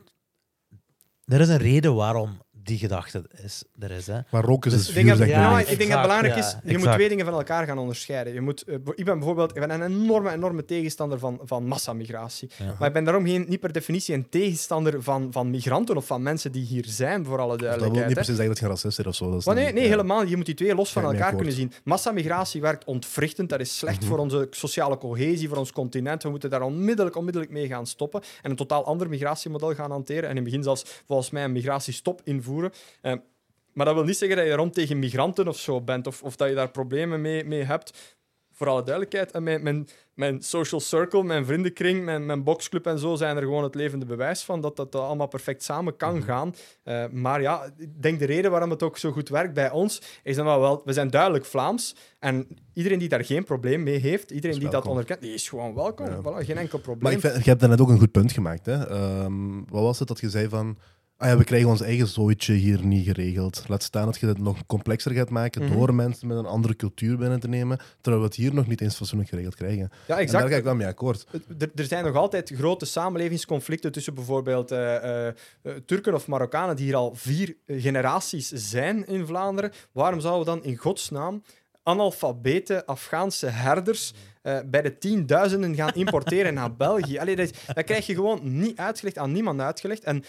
er is een reden waarom die gedachte is, er is. Hè. Maar roken dus is vuur, zeg ja, maar. Ik denk dat het belangrijk is, ja, je moet twee dingen van elkaar gaan onderscheiden. Je moet, uh, ik ben bijvoorbeeld ik ben een enorme, enorme tegenstander van, van massamigratie. Ja. Maar ik ben daarom geen, niet per definitie een tegenstander van, van migranten of van mensen die hier zijn, voor alle duidelijkheid. Dat wil niet per se zeggen dat je een racist bent of zo. Dat is maar nee, niet, nee ja. helemaal. Je moet die twee los van elkaar kunnen zien. Massamigratie werkt ontwrichtend. Dat is slecht mm-hmm. voor onze sociale cohesie, voor ons continent. We moeten daar onmiddellijk, onmiddellijk mee gaan stoppen en een totaal ander migratiemodel gaan hanteren. En in het begin zelfs volgens mij een migratiestop invoeren. Uh, Maar dat wil niet zeggen dat je rond tegen migranten of zo bent, of, of dat je daar problemen mee, mee hebt. Voor alle duidelijkheid, en mijn, mijn, mijn social circle, mijn vriendenkring, mijn, mijn boxclub en zo zijn er gewoon het levende bewijs van dat dat allemaal perfect samen kan mm-hmm. gaan. Uh, maar ja, ik denk de reden waarom het ook zo goed werkt bij ons, is dat we wel, we zijn duidelijk Vlaams en iedereen die daar geen probleem mee heeft, iedereen die dat onderkent, die is gewoon welkom. Ja. Voilà, geen enkel probleem. Maar ik vind, je hebt daarnet ook een goed punt gemaakt. Hè? Um, wat was het dat je zei van... Ah ja, we krijgen ons eigen zooitje hier niet geregeld. Laat staan dat je het nog complexer gaat maken mm-hmm. door mensen met een andere cultuur binnen te nemen, terwijl we het hier nog niet eens fatsoenlijk geregeld krijgen. Ja, exact. En daar ga ik wel mee akkoord. Er, er zijn nog altijd grote samenlevingsconflicten tussen bijvoorbeeld uh, uh, uh, Turken of Marokkanen die hier al vier generaties zijn in Vlaanderen. Waarom zouden we dan in godsnaam analfabete Afghaanse herders uh, bij de tienduizenden gaan importeren naar België? Allee, dat, dat krijg je gewoon niet uitgelegd, aan niemand uitgelegd. En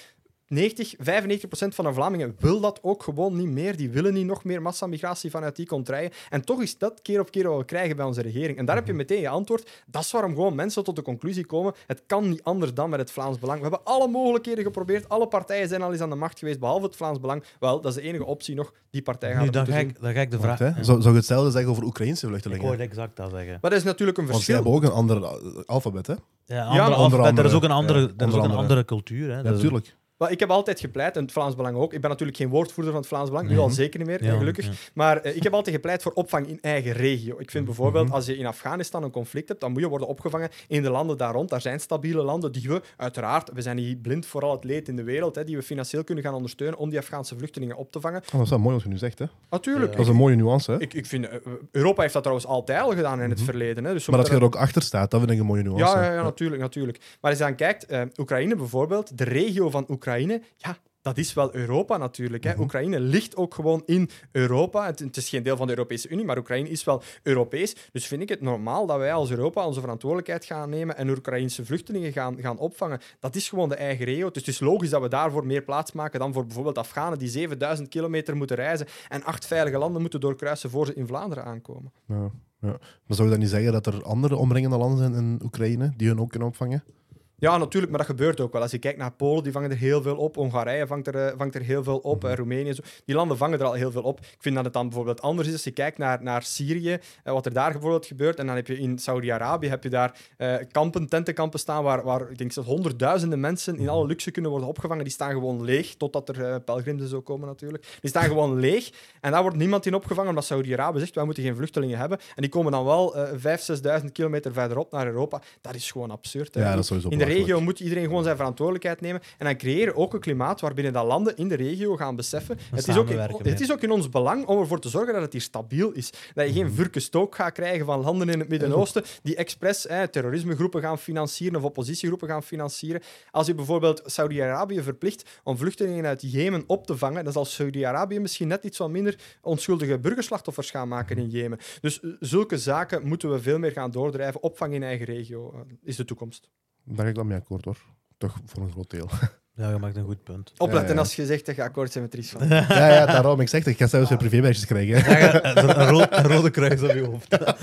negentig, vijfennegentig procent van de Vlamingen wil dat ook gewoon niet meer. Die willen niet nog meer massamigratie vanuit die contraien. En toch is dat keer op keer wat we krijgen bij onze regering. En daar heb je meteen je antwoord. Dat is waarom gewoon mensen tot de conclusie komen. Het kan niet anders dan met het Vlaams Belang. We hebben alle mogelijkheden geprobeerd. Alle partijen zijn al eens aan de macht geweest, behalve het Vlaams Belang. Wel, dat is de enige optie nog. Die partij gaat Nu, het dan, moeten ga doen. ik, dan ga ik de vraag... Wacht, hè. Ja. Zou, zou je hetzelfde zeggen over Oekraïnse Ik vluchtelingen? hoorde exact dat zeggen. Maar dat is natuurlijk een Want zij verschil. hebben ook een ander uh, alfabet, hè? Ja, Ja, andere, onder alfabet, er is andere. ook een andere, Ja, er is ook onder een andere. andere cultuur. Hè. Ja, Dat is- natuurlijk. Maar ik heb altijd gepleit, en het Vlaams Belang ook. Ik ben natuurlijk geen woordvoerder van het Vlaams Belang, nu Mhm. al zeker niet meer, Ja, eh, gelukkig. ja. Maar eh, ik heb altijd gepleit voor opvang in eigen regio. Ik vind bijvoorbeeld, Mhm. als je in Afghanistan een conflict hebt, dan moet je worden opgevangen in de landen daar rond. Daar zijn stabiele landen die we, uiteraard, we zijn niet blind voor al het leed in de wereld, hè, die we financieel kunnen gaan ondersteunen om die Afghaanse vluchtelingen op te vangen. Oh, dat is wel mooi wat je nu zegt, hè? Natuurlijk. Ja. Dat is een mooie nuance, hè? Ik, ik vind, eh, Europa heeft dat trouwens altijd al gedaan in het Mhm. verleden. Hè, dus we Maar dat je moeten er ook achter staat, dat vind ik een mooie nuance. Ja, ja, ja, natuurlijk, natuurlijk. Maar als je dan kijkt, eh, Oekraïne bijvoorbeeld, de regio van Oekraïne, ja, dat is wel Europa natuurlijk. Hè. Mhm. Oekraïne ligt ook gewoon in Europa. Het, het is geen deel van de Europese Unie, maar Oekraïne is wel Europees. Dus vind ik het normaal dat wij als Europa onze verantwoordelijkheid gaan nemen en Oekraïnse vluchtelingen gaan, gaan opvangen. Dat is gewoon de eigen regio. Dus het is logisch dat we daarvoor meer plaats maken dan voor bijvoorbeeld Afghanen die zevenduizend kilometer moeten reizen en acht veilige landen moeten doorkruisen voor ze in Vlaanderen aankomen. Ja, ja. Maar zou je dan niet zeggen dat er andere omringende landen zijn in Oekraïne die hun ook kunnen opvangen? Ja, natuurlijk, maar dat gebeurt ook wel. Als je kijkt naar Polen, die vangen er heel veel op. Hongarije vangt er, eh, vangt er heel veel op. Mhm. eh, Roemenië. Zo. Die landen vangen er al heel veel op. Ik vind dat het dan bijvoorbeeld anders is als je kijkt naar, naar Syrië, eh, wat er daar bijvoorbeeld gebeurt. En dan heb je in Saudi-Arabië heb je daar eh, kampen, tentenkampen staan, waar, waar ik denk dat honderdduizenden mensen in alle luxe kunnen worden opgevangen. Die staan gewoon leeg, totdat er uh, pelgrims en zo komen natuurlijk. Die staan gewoon leeg. En daar wordt niemand in opgevangen, omdat Saudi-Arabië zegt, wij moeten geen vluchtelingen hebben. En die komen dan wel uh, vijfduizend, zesduizend kilometer verderop naar Europa. Dat is gewoon absurd. Hè? Ja, dat is sowieso In de belachelijk. regio moet iedereen gewoon zijn verantwoordelijkheid nemen. En dan creëren ook een klimaat waarbinnen dat landen in de regio gaan beseffen. Het is, ook in, samenwerken het is ook in ons belang om ervoor te zorgen dat het hier stabiel is. Dat je geen vurkenstook gaat krijgen van landen in het Midden-Oosten die expres eh, terrorismegroepen gaan financieren of oppositiegroepen gaan financieren. Als je bijvoorbeeld Saudi-Arabië verplicht om vluchtelingen uit Jemen op te vangen, dan zal Saudi-Arabië misschien net iets wat minder onschuldige burgerslachtoffers gaan maken in Jemen. Dus uh, zulke zaken moeten we veel meer gaan doordrijven. Opvang in eigen regio uh, is de toekomst. Daar ga ik dan mee akkoord, hoor. Toch voor een groot deel. Ja, je maakt een goed punt. Opletten Ja, ja. als je zegt dat je akkoord bent met Dries van. ja, ja, daarom. Ik zeg het, ik ga zelfs weer privébadges krijgen. hè. Ja, ja, een, ro- een rode kruis op je hoofd. Eh,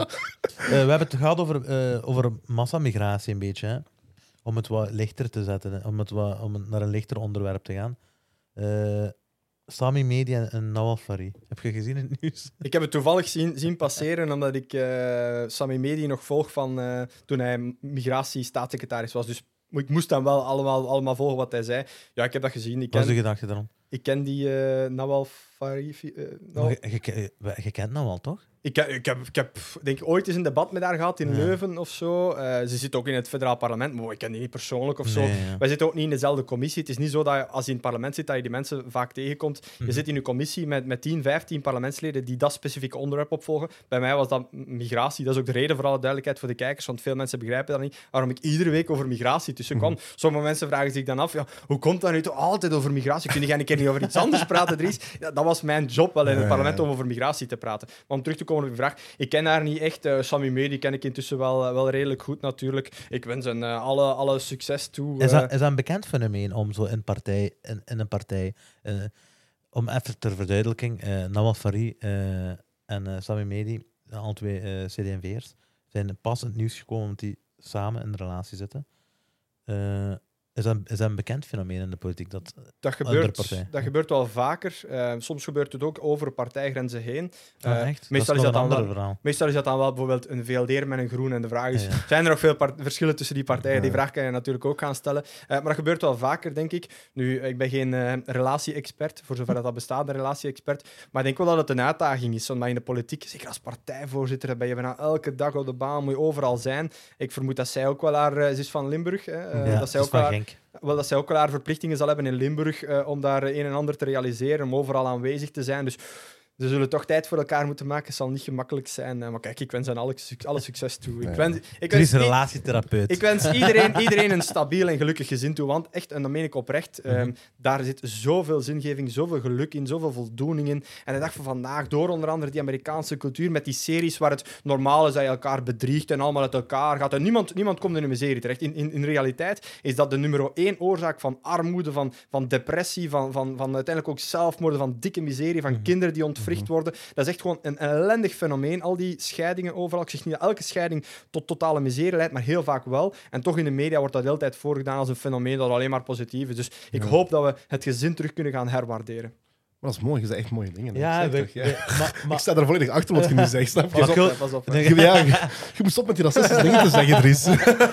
we hebben het gehad over, eh, over massamigratie een beetje. Hè? Om het wat lichter te zetten, hè? Om, het wat, om het naar een lichter onderwerp te gaan. Eh, Sami Media en Nawal Farid. Heb je gezien in het nieuws? Ik heb het toevallig zien, zien passeren, omdat ik uh, Sami Medi nog volg van uh, toen hij migratie-staatssecretaris was. Dus ik moest dan wel allemaal, allemaal volgen wat hij zei. Ja, ik heb dat gezien. Ik Wat is de ken, gedachte daarom? ik ken die uh, Nawal Farid... Uh, Nou, je, je, je, je kent Nawal, toch? Ik, ik, heb, ik heb denk ik ooit eens een debat met haar gehad in Ja. Leuven of zo. Uh, ze zit ook in het federaal parlement, maar ik ken die niet persoonlijk of zo. Nee, ja. Wij zitten ook niet in dezelfde commissie. Het is niet zo dat je, als je in het parlement zit, dat je die mensen vaak tegenkomt. Mhm. Je zit in een commissie met, met tien, vijftien parlementsleden die dat specifieke onderwerp opvolgen. Bij mij was dat migratie. Dat is ook de reden, voor alle duidelijkheid, voor de kijkers, want veel mensen begrijpen dat niet, waarom ik iedere week over migratie tussen kwam. Mhm. Sommige mensen vragen zich dan af, ja, hoe komt dat nu toch altijd over migratie? Kun jij een keer niet over iets anders praten, Dries? Ja, dat was mijn job wel in het Ja, parlement, ja. om over migratie te praten. Maar om terug te komen op je vraag, ik ken haar niet echt. Uh, Sami Medi ken ik intussen wel, uh, wel redelijk goed natuurlijk. Ik wens hen uh, alle, alle succes toe. Is, uh. dat, is dat een bekend fenomeen om zo in, partij, in, in een partij... eh, om even ter verduidelijking, eh Nawal Farid eh, en eh, Sami Medi, alle twee eh, C D en V'ers, zijn pas in het nieuws gekomen omdat die samen in een relatie zitten. Eh, is, dat, is dat een bekend fenomeen in de politiek? Dat, Dat Andere gebeurt, partij. dat gebeurt wel vaker. Uh, soms gebeurt het ook over partijgrenzen heen. ah, Uh, echt? meestal, dat is is dat nog dan een wel, ander verhaal. meestal is dat dan wel bijvoorbeeld een V L D'er met een groen. En de vraag is, Ja, ja. zijn er nog veel part- verschillen tussen die partijen? Die Ja. vraag kan je natuurlijk ook gaan stellen. Uh, maar dat gebeurt wel vaker, denk ik. Nu, ik ben geen uh, relatie-expert, voor zover dat, dat bestaat, een relatie-expert. Maar ik denk wel dat het een uitdaging is. Want in de politiek, zeker als partijvoorzitter, dan ben je bijna elke dag op de baan, moet je overal zijn. Ik vermoed dat zij ook wel haar... Uh, ze is van Limburg. Hè, uh, Ja, dat zij is ook van wel haar, Genk. wel, dat zij ook wel haar verplichtingen zal hebben in Limburg uh, om daar uh, een en ander te realiseren, om overal aanwezig te zijn. Dus ze zullen toch tijd voor elkaar moeten maken. Het zal niet gemakkelijk zijn. Uh, maar kijk, ik wens hen alle, alle succes toe. Ja. Ik wens, ik Chris, wens, relatietherapeut. Ik wens iedereen, iedereen een stabiel en gelukkig gezin toe. Want echt, en dat meen ik oprecht, um, mm-hmm. daar zit zoveel zingeving, zoveel geluk in, zoveel voldoening in. En de dag van vandaag, door onder andere die Amerikaanse cultuur, met die series waar het normaal is dat je elkaar bedriegt en allemaal uit elkaar gaat. En niemand, niemand komt in een miserie terecht. In, in, in realiteit is dat de nummer één oorzaak van armoede, van, van depressie, van, van, van uiteindelijk ook zelfmoorden, van dikke miserie, van mm-hmm. kinderen die ontwricht mm-hmm. worden. Dat is echt gewoon een ellendig fenomeen. Al die scheidingen overal. Ik zeg niet dat elke scheiding tot totale miserie leidt, maar heel vaak wel. En toch in de media wordt dat de hele tijd voorgedaan als een fenomeen dat alleen maar positief is. Dus ik ja. hoop dat we het gezin terug kunnen gaan herwaarderen. Maar dat is mooi, je zegt echt mooie dingen. Ja, we, toch, ja. we, maar, maar, ik sta er volledig achter wat je nu zegt. Snap je? Pas op, hè, pas op. Hè. Je, ja, je, je moet stoppen met die racistische dingen te zeggen, Dries.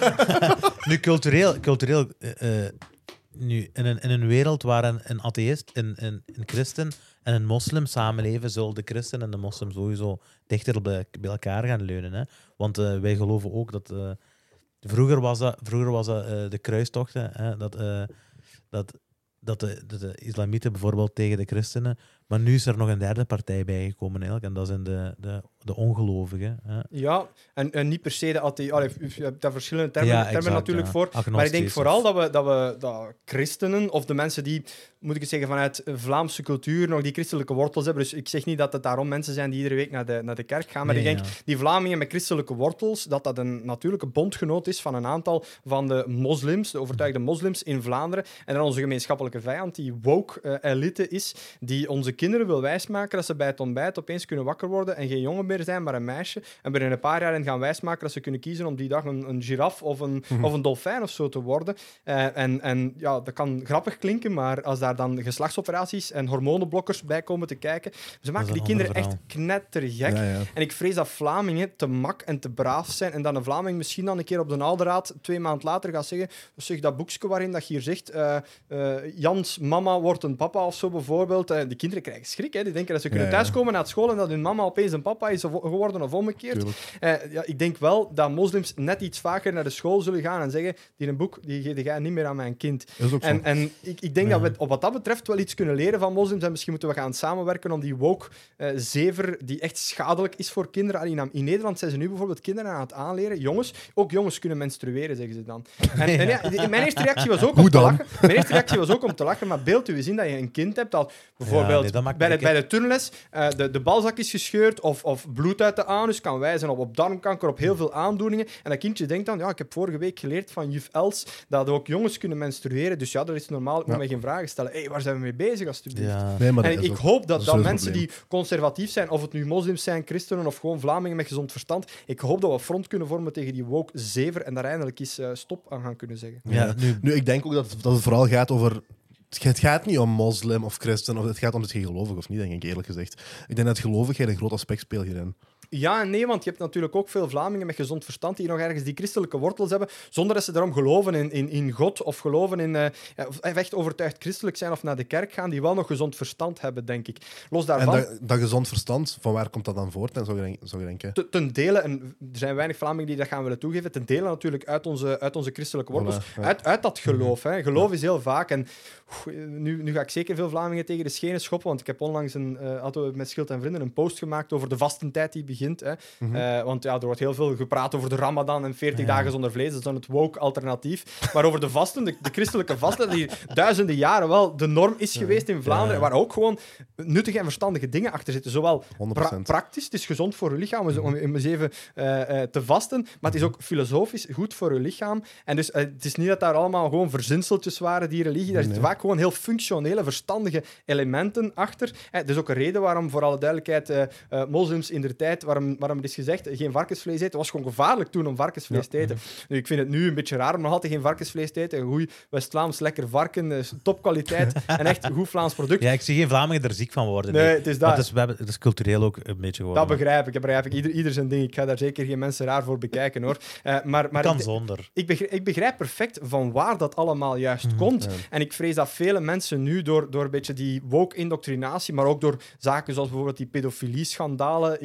Nu, cultureel... cultureel uh, nu, in, een, in een wereld waar een, een atheïst, een, een, een christen en een moslim samenleven, zullen de christen en de moslim sowieso dichter bij, bij elkaar gaan leunen. Hè? Want uh, wij geloven ook dat... Uh, vroeger was dat, vroeger was dat uh, de kruistochten, hè? Dat... Uh, dat Dat de, de, de islamieten bijvoorbeeld tegen de christenen. Maar nu is er nog een derde partij bijgekomen eigenlijk. En dat zijn de, de, de ongelovigen. Hè. Ja, en, en niet per se de atheïsten. Je hebt daar verschillende termen, ja, termen exact, natuurlijk ja. voor. Agnostisch maar ik denk vooral of... dat we, dat we dat christenen, of de mensen die, moet ik het zeggen, vanuit Vlaamse cultuur nog die christelijke wortels hebben. Dus ik zeg niet dat het daarom mensen zijn die iedere week naar de, naar de kerk gaan. Maar nee, ik denk, ja. die Vlamingen met christelijke wortels, dat dat een natuurlijke bondgenoot is van een aantal van de moslims, de overtuigde moslims in Vlaanderen. En dan onze gemeenschappelijke vijand, die woke-elite uh, is, die onze kinderen wil wijsmaken dat ze bij het ontbijt opeens kunnen wakker worden en geen jongen meer zijn, maar een meisje. En binnen een paar jaar hen gaan wijsmaken dat ze kunnen kiezen om die dag een, een giraf of een, mm-hmm. of een dolfijn of zo te worden. Uh, en, en ja, dat kan grappig klinken, maar als daar dan geslachtsoperaties en hormonenblokkers bij komen te kijken, ze maken die kinderen echt knettergek. Ja, ja. En ik vrees dat Vlamingen te mak en te braaf zijn en dat een Vlaming misschien dan een keer op de ouderraad twee maanden later gaat zeggen, zeg dat boekje waarin dat je hier zegt, uh, uh, Jans mama wordt een papa of zo bijvoorbeeld. Uh, die kinderen krijgen schrik, hè. Die denken dat ze kunnen ja, ja. thuiskomen naar school en dat hun mama opeens een papa is geworden of omgekeerd. Uh, ja, ik denk wel dat moslims net iets vaker naar de school zullen gaan en zeggen, die een boek die geef jij niet meer aan mijn kind. En, en ik, ik denk ja. dat we op wat dat betreft wel iets kunnen leren van moslims en misschien moeten we gaan samenwerken om die woke-zever, uh, die echt schadelijk is voor kinderen. Allee, in Nederland zijn ze nu bijvoorbeeld kinderen aan het aanleren. Jongens, ook jongens kunnen menstrueren, zeggen ze dan. En, en ja, mijn eerste reactie was ook om te lachen. Mijn eerste reactie was ook om te lachen, maar beeld u eens in dat je een kind hebt dat bijvoorbeeld ja, nee, bij, de, bij de turnles uh, de, de balzak is gescheurd of, of bloed uit de anus kan wijzen op, op darmkanker, op heel veel aandoeningen. En dat kindje denkt dan, ja, ik heb vorige week geleerd van juf Els dat ook jongens kunnen menstrueren, dus ja, dat is normaal, ik moet ja. mij geen vragen stellen. Hé, hey, waar zijn we mee bezig, alstublieft? Ja. Nee, maar en ik ook, hoop dat, dat, dat mensen die conservatief zijn, of het nu moslims zijn, christenen of gewoon Vlamingen met gezond verstand, ik hoop dat we front kunnen vormen tegen die woke-zever en daar eindelijk eens uh, stop aan gaan kunnen zeggen. Ja, ja. Nu, nu, ik denk ook dat, dat het vooral gaat over... Het gaat niet om moslim of christen, of het gaat om het je gelovig of niet, denk ik eerlijk gezegd. Ik denk dat gelovigheid een groot aspect speelt hierin. Ja en nee, want je hebt natuurlijk ook veel Vlamingen met gezond verstand die nog ergens die christelijke wortels hebben, zonder dat ze daarom geloven in, in, in God of geloven in... Uh, of echt overtuigd christelijk zijn of naar de kerk gaan, die wel nog gezond verstand hebben, denk ik. Los daarvan... En dat, dat gezond verstand, van waar komt dat dan voort, en zou je, zou je denken? Ten, ten dele, en er zijn weinig Vlamingen die dat gaan willen toegeven, ten dele natuurlijk uit onze, uit onze christelijke wortels, voilà, ja. uit, uit dat geloof. Hè. Geloof ja. is heel vaak, en oef, nu, nu ga ik zeker veel Vlamingen tegen de schenen schoppen, want ik heb onlangs een, uh, hadden we met Schild en Vrienden een post gemaakt over de vastentijd die begint. Hè. Mm-hmm. Uh, want ja, er wordt heel veel gepraat over de Ramadan en veertig ja. dagen zonder vlees. Dat is dan het woke-alternatief. Maar over de vasten, de, de christelijke vasten, die duizenden jaren wel de norm is geweest in Vlaanderen, ja, ja. waar ook gewoon nuttige en verstandige dingen achter zitten. Zowel pra- praktisch, het is gezond voor je lichaam om mm-hmm. eens even uh, uh, te vasten, maar het is ook filosofisch goed voor je lichaam. En dus uh, het is niet dat daar allemaal gewoon verzinseltjes waren, die religie. Daar zitten nee. vaak gewoon heel functionele, verstandige elementen achter. Uh, dat is ook een reden waarom, voor alle duidelijkheid, uh, uh, moslims in der tijd, waarom, waarom het is gezegd, geen varkensvlees eten. Het was gewoon gevaarlijk toen om varkensvlees ja. te eten. Nu, ik vind het nu een beetje raar om nog altijd geen varkensvlees te eten. Een goed West-Vlaams lekker varken, topkwaliteit en echt een goed Vlaams product. Ja, ik zie geen Vlamingen er ziek van worden. Nee, het is dat. Het is, het is cultureel ook een beetje geworden. Dat begrijp ik. Dat begrijp ik. Ieder, ieder zijn ding. Ik ga daar zeker geen mensen raar voor bekijken, hoor. Uh, maar, maar kan ik, zonder. Ik begrijp, ik begrijp perfect van waar dat allemaal juist mm, komt. Ja. En ik vrees dat vele mensen nu door, door een beetje die woke-indoctrinatie, maar ook door zaken zoals bijvoorbeeld die pedofilie-schandalen in, in de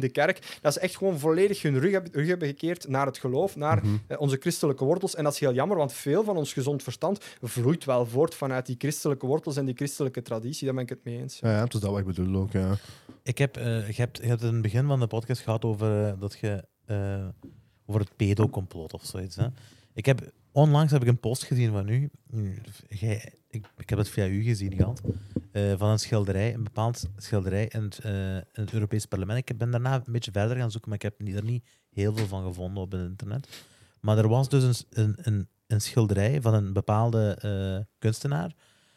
kerk. Dat ze echt gewoon volledig hun rug hebben, rug hebben gekeerd naar het geloof, naar Mm-hmm. uh, onze christelijke wortels. En dat is heel jammer, want veel van ons gezond verstand vloeit wel voort vanuit die christelijke wortels en die christelijke traditie. Daar ben ik het mee eens. Ja, ja, het is dat wat ik bedoel ook, ja. Ik heb, uh, je, hebt, je hebt in het begin van de podcast gehad over, uh, dat je, uh, over het pedo-complot of zoiets. Hè? Ik heb, onlangs heb ik een post gezien van u. Jij, ik, ik heb het via u gezien gehad. Uh, van een schilderij, een bepaald schilderij in het, uh, in het Europees Parlement. Ik ben daarna een beetje verder gaan zoeken, maar ik heb er niet heel veel van gevonden op het internet. Maar er was dus een, een, een, een schilderij van een bepaalde uh, kunstenaar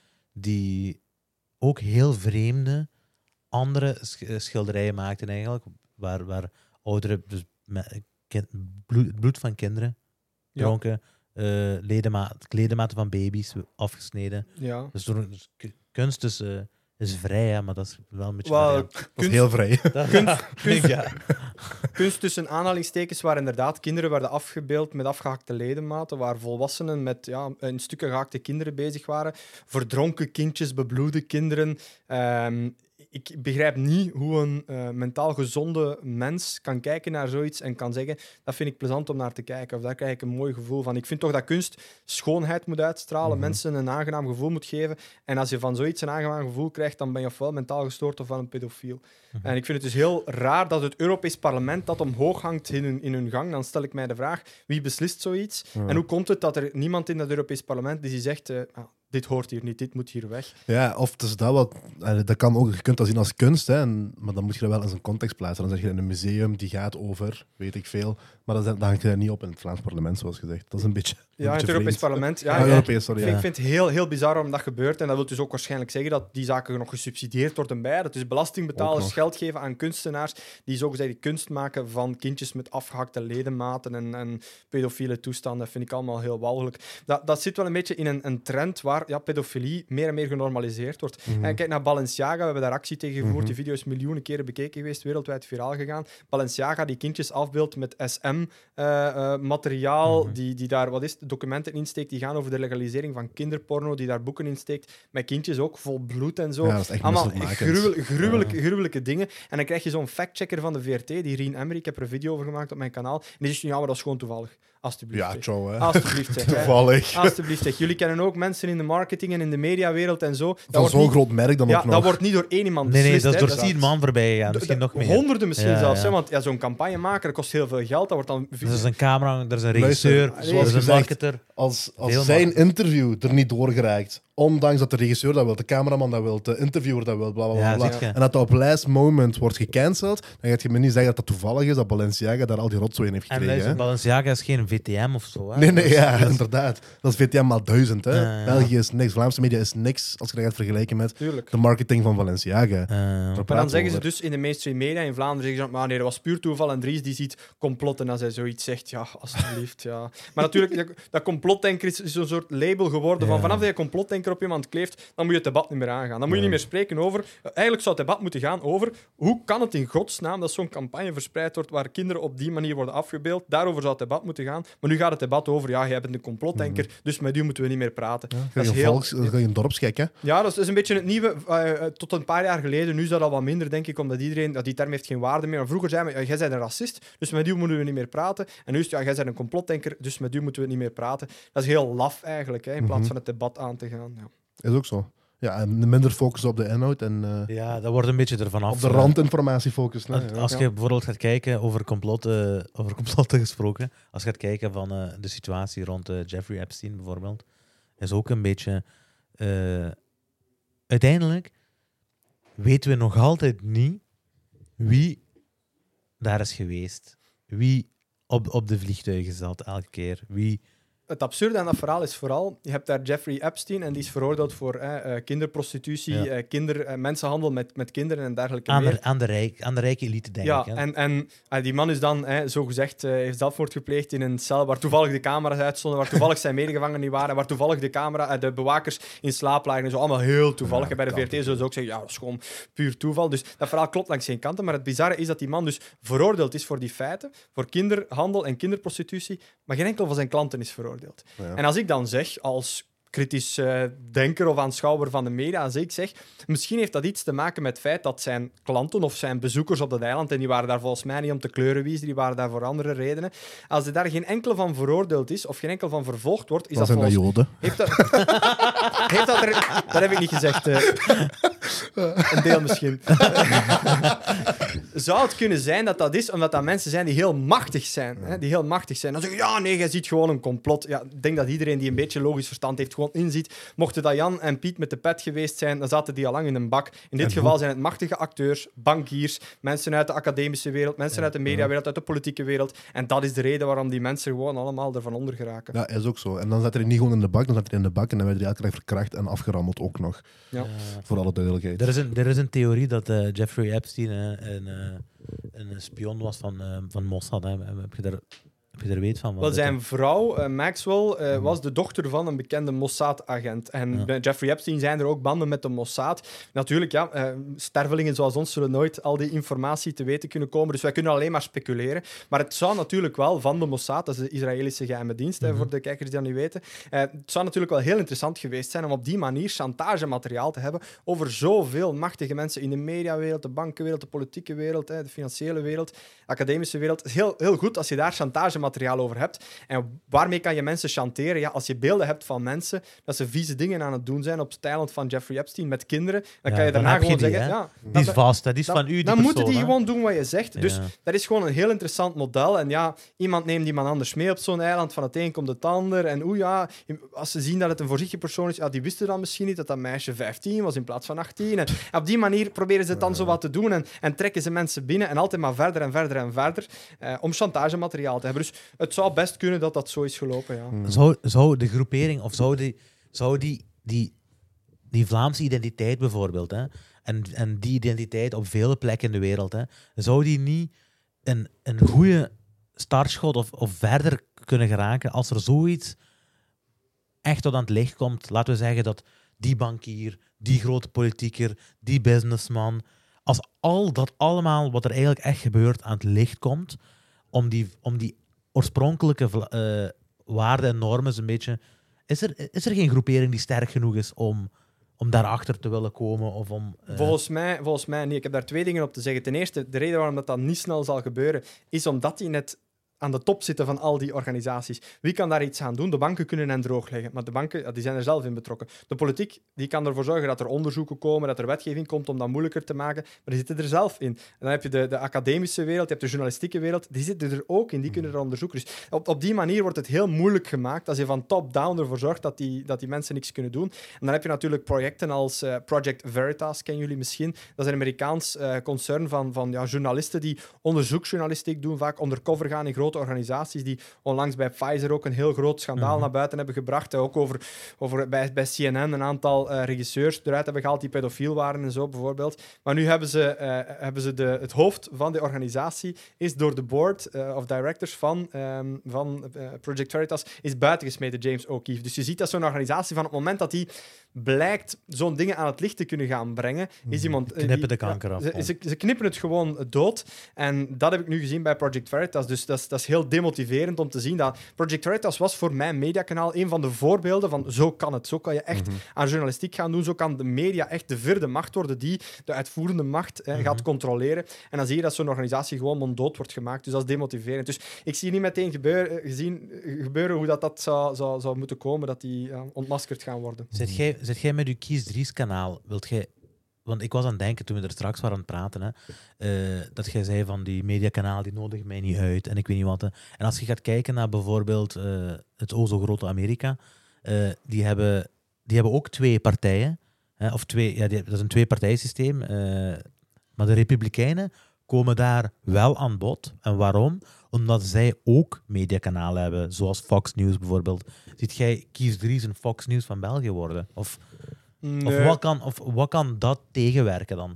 die ook heel vreemde andere schilderijen maakte eigenlijk, waar, waar ouderen dus met kind, bloed, bloed van kinderen dronken, ja. uh, ledema, ledematen van baby's afgesneden. Ja. Dus, door, dus kunst is, uh, is vrij, hè, maar dat is wel een beetje... Well, vrij, dat is heel vrij. Dat, kunst, kunst, ja. kunst tussen aanhalingstekens waar inderdaad kinderen werden afgebeeld met afgehakte ledematen, waar volwassenen met ja, in stukken gehaakte kinderen bezig waren, verdronken kindjes, bebloede kinderen. Um, Ik begrijp niet hoe een uh, mentaal gezonde mens kan kijken naar zoiets en kan zeggen, dat vind ik plezant om naar te kijken. Of daar krijg ik een mooi gevoel van. Ik vind toch dat kunst schoonheid moet uitstralen, mm-hmm. mensen een aangenaam gevoel moet geven. En als je van zoiets een aangenaam gevoel krijgt, dan ben je ofwel mentaal gestoord of wel een pedofiel. Mm-hmm. En ik vind het dus heel raar dat het Europees Parlement dat omhoog hangt in hun, in hun gang. Dan stel ik mij de vraag, wie beslist zoiets? Mm. En hoe komt het dat er niemand in het Europees Parlement is die zegt... Uh, ah, dit hoort hier niet, dit moet hier weg. Ja, of het is dat wat... Dat kan ook, je kunt dat zien als kunst, hè, en, maar dan moet je dat wel in zijn context plaatsen. Dan zeg je in een museum die gaat over, weet ik veel, maar dat, dat hangt je daar niet op in het Vlaams parlement, zoals gezegd. Dat is een beetje... Ja, in het Europees Parlement. Ja, ja, ja, Europees, sorry. Ik Ja. vind het heel, heel bizar waarom dat gebeurt. En dat wil dus ook waarschijnlijk zeggen dat die zaken nog gesubsidieerd worden bij. Dat dus belastingbetalers geld geven aan kunstenaars die zogezegd kunst maken van kindjes met afgehakte ledematen en, en pedofiele toestanden. Dat vind ik allemaal heel walgelijk. Dat, dat zit wel een beetje in een, een trend waar ja, pedofilie meer en meer genormaliseerd wordt. Mm-hmm. En kijk naar Balenciaga, we hebben daar actie tegen gevoerd. Mm-hmm. Die video is miljoenen keren bekeken geweest, wereldwijd viraal gegaan. Balenciaga die kindjes afbeeldt met S M-materiaal, uh, uh, mm-hmm. die, die daar wat is, documenten insteekt die gaan over de legalisering van kinderporno, die daar boeken in steekt, met kindjes ook, vol bloed en zo. Ja, dat is echt allemaal gruwel, gruwelijke, ja. gruwelijke dingen. En dan krijg je zo'n factchecker van de V R T, die Rien Emery, ik heb er een video over gemaakt op mijn kanaal, en die zegt, ja, maar dat is gewoon toevallig. Alsjeblieft. Ja, tjo, hè. Alsjeblieft, zeg. Toevallig. Alsjeblieft, zeg. Jullie kennen ook mensen in de marketing en in de mediawereld en zo. Van zo'n niet... groot merk dan ja, ook nog. dat wordt niet door één iemand beslist. Nee, nee, dat is hè. door tien man voorbij gegaan. Misschien nog meer. Honderden misschien ja, zelfs. Ja. Hè, want ja, zo'n campagne maken, dat kost heel veel geld. Dat wordt dan... Er is een camera, er is een regisseur, Luister, er is een gezegd, marketer. Als, als zijn marketer. interview er niet doorgeraakt, ondanks dat de regisseur dat wil, de cameraman dat wil, de interviewer dat wil, bla bla bla, Ja, bla. ja. En dat dat op last moment wordt gecanceld, dan gaat je me niet zeggen dat dat toevallig is dat Balenciaga daar al die rotzooi in heeft En gekregen. luister, Hè? Balenciaga is geen V T M of zo. Hè? Nee, nee, ja, dat is, inderdaad. Dat is V T M maal duizend. Hè? Ja, ja. België is niks, Vlaamse media is niks, als je dat gaat vergelijken met Tuurlijk. de marketing van Balenciaga. Uh, Maar dan zeggen ze dus in de mainstream media in Vlaanderen, zeggen ze, maar nee, dat was puur toeval en Dries die ziet complotten als hij zoiets zegt. Ja, alsjeblieft, ja. Maar natuurlijk, dat, dat complotdenker is zo'n soort label geworden van Ja. vanaf dat je complotdenker op iemand kleeft, dan moet je het debat niet meer aangaan. Dan moet je Ja. niet meer spreken over... Eigenlijk zou het debat moeten gaan over hoe kan het in godsnaam dat zo'n campagne verspreid wordt waar kinderen op die manier worden afgebeeld. Daarover zou het debat moeten gaan. Maar nu gaat het debat over, ja, jij bent een complotdenker, dus met u moeten we niet meer praten. Ja, Dat is een heel... volks, dat is een dorpsgek, hè? Ja, dat is, dat is een beetje het nieuwe. Uh, tot een paar jaar geleden, nu is dat al wat minder, denk ik, omdat iedereen... Dat die term heeft geen waarde meer. Maar vroeger zei men, ja, jij bent een racist, dus met u moeten we niet meer praten. En nu is het, ja, jij bent een complotdenker, dus met u moeten we niet meer praten. Dat is heel laf, eigenlijk, hè, in plaats Mhm. van het debat aan te gaan. Ja. Is ook zo. Ja, en minder focus op de inhoud en uh, ja, dat wordt een beetje ervan af. op de uh, randinformatie focus. Nee, ja. Als je Ja. bijvoorbeeld gaat kijken over complotten, over complotten gesproken, als je gaat kijken van uh, de situatie rond uh, Jeffrey Epstein bijvoorbeeld, is ook een beetje... Uh, uiteindelijk weten we nog altijd niet wie daar is geweest. Wie op, op de vliegtuigen zat elke keer. Wie... Het absurde aan dat verhaal is vooral, je hebt daar Jeffrey Epstein en die is veroordeeld voor eh, uh, kinderprostitutie, Ja. eh, kinder, uh, mensenhandel met, met kinderen en dergelijke Aan meer. de, aan, de rijk, aan de rijke elite, denk Ja, ik. Hè. en, en uh, die man is dan, eh, zogezegd, uh, heeft zelfmoord gepleegd in een cel waar toevallig de camera's uitstonden, waar toevallig zijn medegevangenen niet waren, waar toevallig de, camera, uh, de bewakers in slaap lagen en zo. Allemaal heel toevallig. Ja, en bij de V R T zullen ze ook zeggen, ja, dat is gewoon puur toeval. Dus dat verhaal klopt langs geen kanten. Maar het bizarre is dat die man dus veroordeeld is voor die feiten, voor kinderhandel en kinderprostitutie, maar geen enkel van zijn klanten is veroordeeld. Ja. En als ik dan zeg, als kritisch uh, denker of aanschouwer van de media. Als ik zeg, misschien heeft dat iets te maken met het feit dat zijn klanten of zijn bezoekers op dat eiland, en die waren daar volgens mij niet om te kleurenwiezen, die waren daar voor andere redenen. Als er daar geen enkel van veroordeeld is of geen enkel van vervolgd wordt, is dat dat volgens... Joden. Heeft dat... heeft dat er... Dat heb ik niet gezegd. Uh... Een deel misschien. Zou het kunnen zijn dat dat is omdat dat mensen zijn die heel machtig zijn. Hè? Die heel machtig zijn. Dan zeggen ja, nee, jij ziet gewoon een complot. Ja, ik denk dat iedereen die een beetje logisch verstand heeft gewoon inziet. Mochten dat Jan en Piet met de pet geweest zijn, dan zaten die al lang in een bak. In dit en geval hoe? zijn het machtige acteurs, bankiers, mensen uit de academische wereld, mensen ja, uit de mediawereld, uit de politieke wereld. En dat is de reden waarom die mensen gewoon allemaal ervan onder geraken. Ja, is ook zo. En dan zat hij niet gewoon in de bak, dan zat hij in de bak en dan werd hij elke dag verkracht en afgerammeld ook nog. Ja. Uh, voor alle duidelijkheid. Er is een, er is een theorie dat uh, Jeffrey Epstein uh, een, uh, een spion was van, uh, van Mossad. Hè. Heb je daar... Heb je er weet van? Wel, zijn vrouw, uh, Maxwell, uh, was de dochter van een bekende Mossad-agent. En ja. bij Jeffrey Epstein zijn er ook banden met de Mossad. Natuurlijk, ja, uh, stervelingen zoals ons zullen nooit al die informatie te weten kunnen komen. Dus wij kunnen alleen maar speculeren. Maar het zou natuurlijk wel van de Mossad, dat is de Israëlische geheime dienst, mm-hmm. hè, voor de kijkers die dat niet weten. Uh, het zou natuurlijk wel heel interessant geweest zijn om op die manier chantagemateriaal te hebben over zoveel machtige mensen in de mediawereld, de bankenwereld, de politieke wereld, hè, de financiële wereld, de academische wereld. Het is heel, heel goed als je daar chantage materiaal over hebt. En waarmee kan je mensen chanteren? Ja, als je beelden hebt van mensen dat ze vieze dingen aan het doen zijn op het eiland van Jeffrey Epstein met kinderen, dan ja, kan je daarna gewoon die, zeggen... Ja, die dat is vast, dat is dan, van u, die Dan persoon, moeten die hè? gewoon doen wat je zegt. Ja. Dus dat is gewoon een heel interessant model. En ja, iemand neemt iemand anders mee op zo'n eiland, van het een komt het ander. En oeh ja, als ze zien dat het een voorzichtige persoon is, ja, die wisten dan misschien niet dat dat meisje vijftien was in plaats van achttien. En op die manier proberen ze het dan ja. zo wat te doen en, en trekken ze mensen binnen en altijd maar verder en verder en verder eh, om chantagemateriaal te hebben. Dus het zou best kunnen dat dat zo is gelopen, ja. Hmm. Zou, zou de groepering, of zou die, zou die, die, die Vlaamse identiteit bijvoorbeeld, hè, en, en die identiteit op vele plekken in de wereld, hè, zou die niet een, een goede startschot of, of verder kunnen geraken als er zoiets echt tot aan het licht komt? Laten we zeggen dat die bankier, die grote politieker, die businessman, als al dat allemaal wat er eigenlijk echt gebeurt aan het licht komt, om die, om die oorspronkelijke uh, waarden en normen een beetje... Is er, is er geen groepering die sterk genoeg is om, om daarachter te willen komen? Of om, uh... volgens, mij, volgens mij niet. Ik heb daar twee dingen op te zeggen. Ten eerste, de reden waarom dat, dat niet snel zal gebeuren, is omdat die net aan de top zitten van al die organisaties. Wie kan daar iets aan doen? De banken kunnen hen droogleggen, maar de banken die zijn er zelf in betrokken. De politiek die kan ervoor zorgen dat er onderzoeken komen, dat er wetgeving komt om dat moeilijker te maken, maar die zitten er zelf in. En dan heb je de, de academische wereld, je hebt de journalistieke wereld, die zitten er ook in, die kunnen er onderzoeken. Dus op, op die manier wordt het heel moeilijk gemaakt als je van top-down ervoor zorgt dat die, dat die mensen niks kunnen doen. En dan heb je natuurlijk projecten als uh, Project Veritas, kennen jullie misschien. Dat is een Amerikaans uh, concern van, van ja, journalisten die onderzoeksjournalistiek doen, vaak undercover gaan in grote organisaties die onlangs bij Pfizer ook een heel groot schandaal mm-hmm. naar buiten hebben gebracht. Ook over, over bij, bij C N N een aantal uh, regisseurs eruit hebben gehaald die pedofiel waren en zo bijvoorbeeld. Maar nu hebben ze, uh, hebben ze de, het hoofd van de organisatie is door de board uh, of directors van, um, van uh, Project Veritas is buitengesmeten, James O'Keefe. Dus je ziet dat zo'n organisatie van het moment dat die blijkt zo'n dingen aan het licht te kunnen gaan brengen, is iemand... Uh, knippen die, de kanker ja, af. Ze, ze, ze knippen het gewoon dood. En dat heb ik nu gezien bij Project Veritas. Dus dat is, dat is heel demotiverend om te zien dat Project Veritas was voor mijn mediakanaal een van de voorbeelden van zo kan het. Zo kan je echt mm-hmm. aan journalistiek gaan doen. Zo kan de media echt de vierde macht worden die de uitvoerende macht eh, mm-hmm. gaat controleren. En dan zie je dat zo'n organisatie gewoon monddood wordt gemaakt. Dus dat is demotiverend. Dus ik zie niet meteen gebeuren, gezien, gebeuren hoe dat, dat zou, zou, zou moeten komen, dat die uh, ontmaskerd gaan worden. Zit jij, zit jij met je Kies Dries kanaal, wilt jij... Want ik was aan het denken, toen we er straks waren aan het praten, hè, uh, dat jij zei van die mediakanaal, die nodigt mij niet uit en ik weet niet wat. Hè. En als je gaat kijken naar bijvoorbeeld uh, het o zo grote Amerika, uh, die, hebben, die hebben ook twee partijen. Hè, of twee, ja, die, dat is een twee-partijsysteem. Uh, maar de Republikeinen komen daar wel aan bod. En waarom? Omdat zij ook mediakanalen hebben, zoals Fox News bijvoorbeeld. Ziet jij Kies Dries een Fox News van België worden? Of... Nee. Of, wat kan, of wat kan dat tegenwerken dan?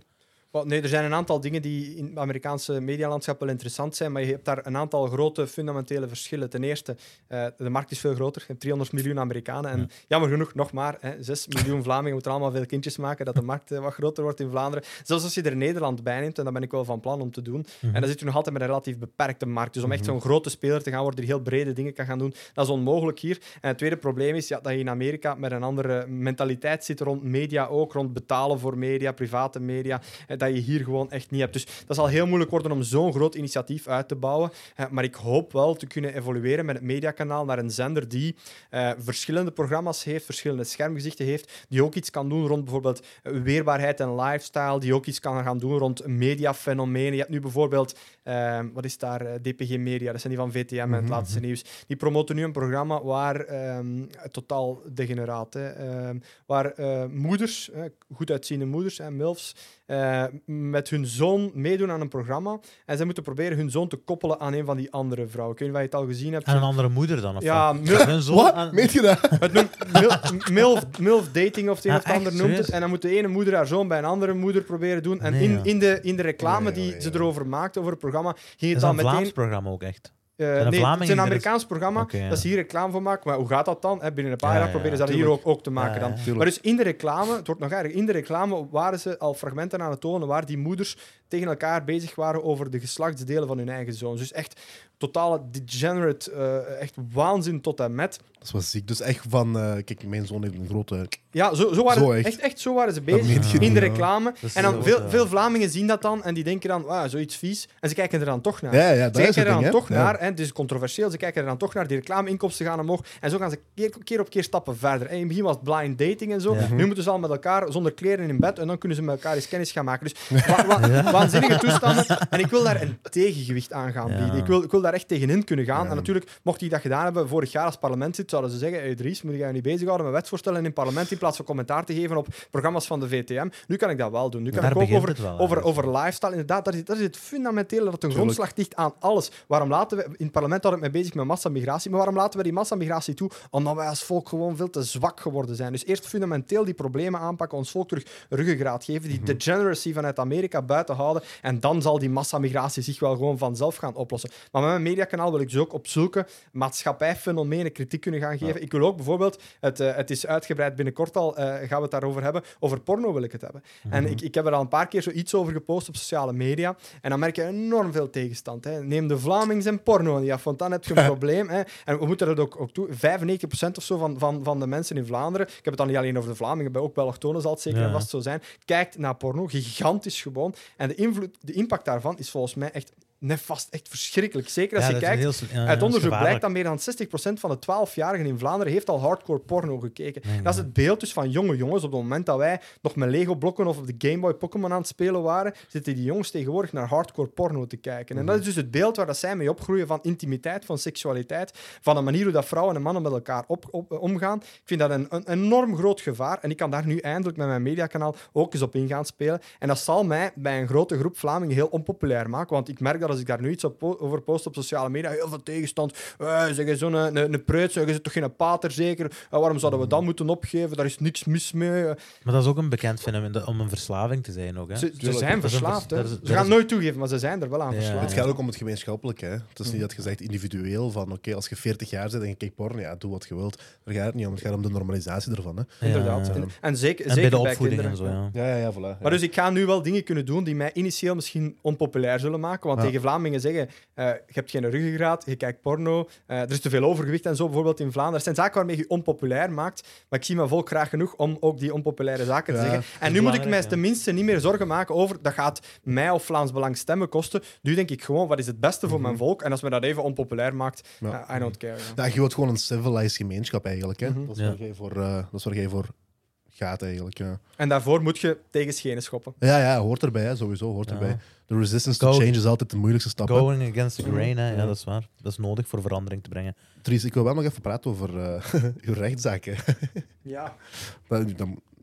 Well, nee, er zijn een aantal dingen die in het Amerikaanse medialandschap wel interessant zijn, maar je hebt daar een aantal grote fundamentele verschillen. Ten eerste, uh, de markt is veel groter. Je hebt driehonderd miljoen Amerikanen en ja. jammer genoeg nog maar hè, zes miljoen Vlamingen moeten allemaal veel kindjes maken, dat de markt uh, wat groter wordt in Vlaanderen. Zelfs als je er Nederland bij neemt, en dat ben ik wel van plan om te doen, mm-hmm. en dan zit je nog altijd met een relatief beperkte markt. Dus om echt zo'n grote speler te gaan worden die heel brede dingen kan gaan doen, dat is onmogelijk hier. En het tweede probleem is ja, dat je in Amerika met een andere mentaliteit zit rond media ook, rond betalen voor media, private media, en dat je hier gewoon echt niet hebt. Dus dat zal heel moeilijk worden om zo'n groot initiatief uit te bouwen. Uh, maar ik hoop wel te kunnen evolueren met het mediakanaal naar een zender die uh, verschillende programma's heeft, verschillende schermgezichten heeft, die ook iets kan doen rond bijvoorbeeld weerbaarheid en lifestyle, die ook iets kan gaan doen rond mediafenomenen. Je hebt nu bijvoorbeeld, uh, wat is daar, uh, D P G Media, dat zijn die van V T M en mm-hmm. het laatste nieuws. Die promoten nu een programma waar, um, totaal degeneraat, hè, um, waar uh, moeders, uh, goed uitziende moeders, hè, milfs, uh, met hun zoon meedoen aan een programma en zij moeten proberen hun zoon te koppelen aan een van die andere vrouwen. Ik weet niet of je het al gezien hebt. Aan een andere moeder dan? Of ja, mil- hun zoon wat? Aan... Meet je dat? Het noemt mil- milf, milf dating of het een ah, of het ander noemt het. En dan moet de ene moeder haar zoon bij een andere moeder proberen doen. En nee, in, in, de, in de reclame nee, die nee, ze erover maakte over het programma ging het dan meteen... Is een Vlaams programma ook echt? Uh, nee, het is een Amerikaans programma, okay, ja. dat ze hier reclame voor maken. Maar hoe gaat dat dan? He, binnen een paar ja, jaar proberen ze dat hier ook, ook te maken. Ja, ja, dan. Maar dus in de reclame, het wordt nog erg, in de reclame waren ze al fragmenten aan het tonen waar die moeders tegen elkaar bezig waren over de geslachtsdelen van hun eigen zoons. Dus echt totale degenerate, uh, echt waanzin tot en met. Dat is wel ziek. Dus echt van, uh, kijk, mijn zoon heeft een grote... Ja, zo, zo, waren, zo echt. Echt, echt zo waren ze bezig in de reclame. Ja. En dan veel, veel Vlamingen zien dat dan en die denken dan, ah, zoiets vies. En ze kijken er dan toch naar. Ja, ja, dat ze kijken er dan ding, toch ja. naar. En het is controversieel, ze kijken er dan toch naar. Die reclameinkomsten gaan omhoog. En zo gaan ze keer, keer op keer stappen verder. En in het begin was het blind dating en zo. Ja. Nu moeten ze al met elkaar zonder kleren in bed en dan kunnen ze met elkaar eens kennis gaan maken. Dus wa- wa- ja. waanzinnige toestanden. En ik wil daar een tegengewicht aan gaan bieden. Ja. Ik, wil, ik wil daar echt tegenin kunnen gaan. Ja. En natuurlijk, mocht die dat gedaan hebben, vorig jaar als parlementslid, zouden ze zeggen, hey Dries, moet je je niet bezighouden met wetsvoorstellen in het parlement in plaats van commentaar te geven op programma's van de V T M. Nu kan ik dat wel doen. Nu kan daar ik ook over, wel, over, over lifestyle. Inderdaad, dat is, dat is het fundamentele dat een grondslag ligt aan alles. Waarom laten we... In het parlement hadden we mee bezig met massamigratie, maar waarom laten we die massamigratie toe? Omdat wij als volk gewoon veel te zwak geworden zijn. Dus eerst fundamenteel die problemen aanpakken, ons volk terug ruggengraat geven, die mm-hmm. degeneracy vanuit Amerika buiten houden en dan zal die massamigratie zich wel gewoon vanzelf gaan oplossen. Maar met mijn mediakanaal wil ik dus ook op zulke maatschappijfenomenen kritiek kunnen gaan geven. Ja. Ik wil ook bijvoorbeeld, het, uh, het is uitgebreid binnenkort al, uh, gaan we het daarover hebben, over porno wil ik het hebben. Mm-hmm. En ik, ik heb er al een paar keer zoiets over gepost op sociale media en dan merk je enorm veel tegenstand. Hè. Neem de Vlamings en porno niet af, want dan heb je een probleem. Hè. En we moeten dat ook, ook toe. vijfennegentig procent of zo van, van, van de mensen in Vlaanderen, ik heb het dan niet alleen over de Vlamingen, bij ook bij allochtonen zal het zeker en vast zo zijn, kijkt naar porno, gigantisch gewoon. En de, invloed, de impact daarvan is volgens mij echt nefast, echt verschrikkelijk. Zeker als ja, je kijkt, heel, ja, uit onderzoek blijkt dat meer dan zestig procent van de twaalfjarigen in Vlaanderen heeft al hardcore porno gekeken. Nee, nee. Dat is het beeld dus van jonge jongens. Op het moment dat wij nog met Lego-blokken of op de Game Boy Pokémon aan het spelen waren, zitten die jongens tegenwoordig naar hardcore porno te kijken. Mm. En dat is dus het beeld waar dat zij mee opgroeien van intimiteit, van seksualiteit, van de manier hoe dat vrouwen en mannen met elkaar op, op, omgaan. Ik vind dat een, een enorm groot gevaar en ik kan daar nu eindelijk met mijn mediakanaal ook eens op in gaan spelen. En dat zal mij bij een grote groep Vlamingen heel onpopulair maken, want ik merk dat als ik daar nu iets op po- over post op sociale media, heel veel tegenstand. Uh, zeg je zo'n een, een preut, zeg je zit toch geen pater zeker? Uh, waarom zouden we dat moeten opgeven? Daar is niks mis mee. Uh. Maar dat is ook een bekend fenomeen om een verslaving te zijn ook. Hè? Ze, ze zijn verslaafd. Vers- ze gaan het nooit toegeven, maar ze zijn er wel aan ja. verslaafd. Het gaat ook om het gemeenschappelijk. Hè. Het is niet dat je zegt individueel van oké, okay, als je veertig jaar bent en je kijkt porno, ja, doe wat je wilt. Daar gaat het niet om. Het gaat om de normalisatie ervan. Hè. Ja, Inderdaad. Ja. En, en zeker, en zeker bij de bij opvoeding kinderen. En zo, ja. Ja, ja, ja, voilà, ja. Maar dus ik ga nu wel dingen kunnen doen die mij initieel misschien onpopulair zullen maken. Want ja. tegen Vlamingen zeggen, uh, je hebt geen ruggengraat, je kijkt porno, uh, er is te veel overgewicht en zo, bijvoorbeeld in Vlaanderen. Er zijn zaken waarmee je je onpopulair maakt, maar ik zie mijn volk graag genoeg om ook die onpopulaire zaken ja, te zeggen. En nu moet ik mij ja. tenminste niet meer zorgen maken over, dat gaat mij of Vlaams Belang stemmen kosten. Nu denk ik gewoon, wat is het beste voor mm-hmm. mijn volk? En als me dat even onpopulair maakt, ja. uh, I don't care. Ja. Ja, je wilt gewoon een civilized gemeenschap eigenlijk. Hè? Mm-hmm. Dat is waar ja. jij voor, uh, dat is waar jij voor gaat eigenlijk. Ja. En daarvoor moet je tegen schenen schoppen. Ja, ja, hoort erbij, hè, sowieso. Hoort ja. erbij. De resistance Go, to change is altijd de moeilijkste stap. Going against the grain, hè. Ja, dat is waar. Dat is nodig voor verandering te brengen. Dries, ik wil wel nog even praten over uh, uw rechtszaken. Ja. Dan, dan,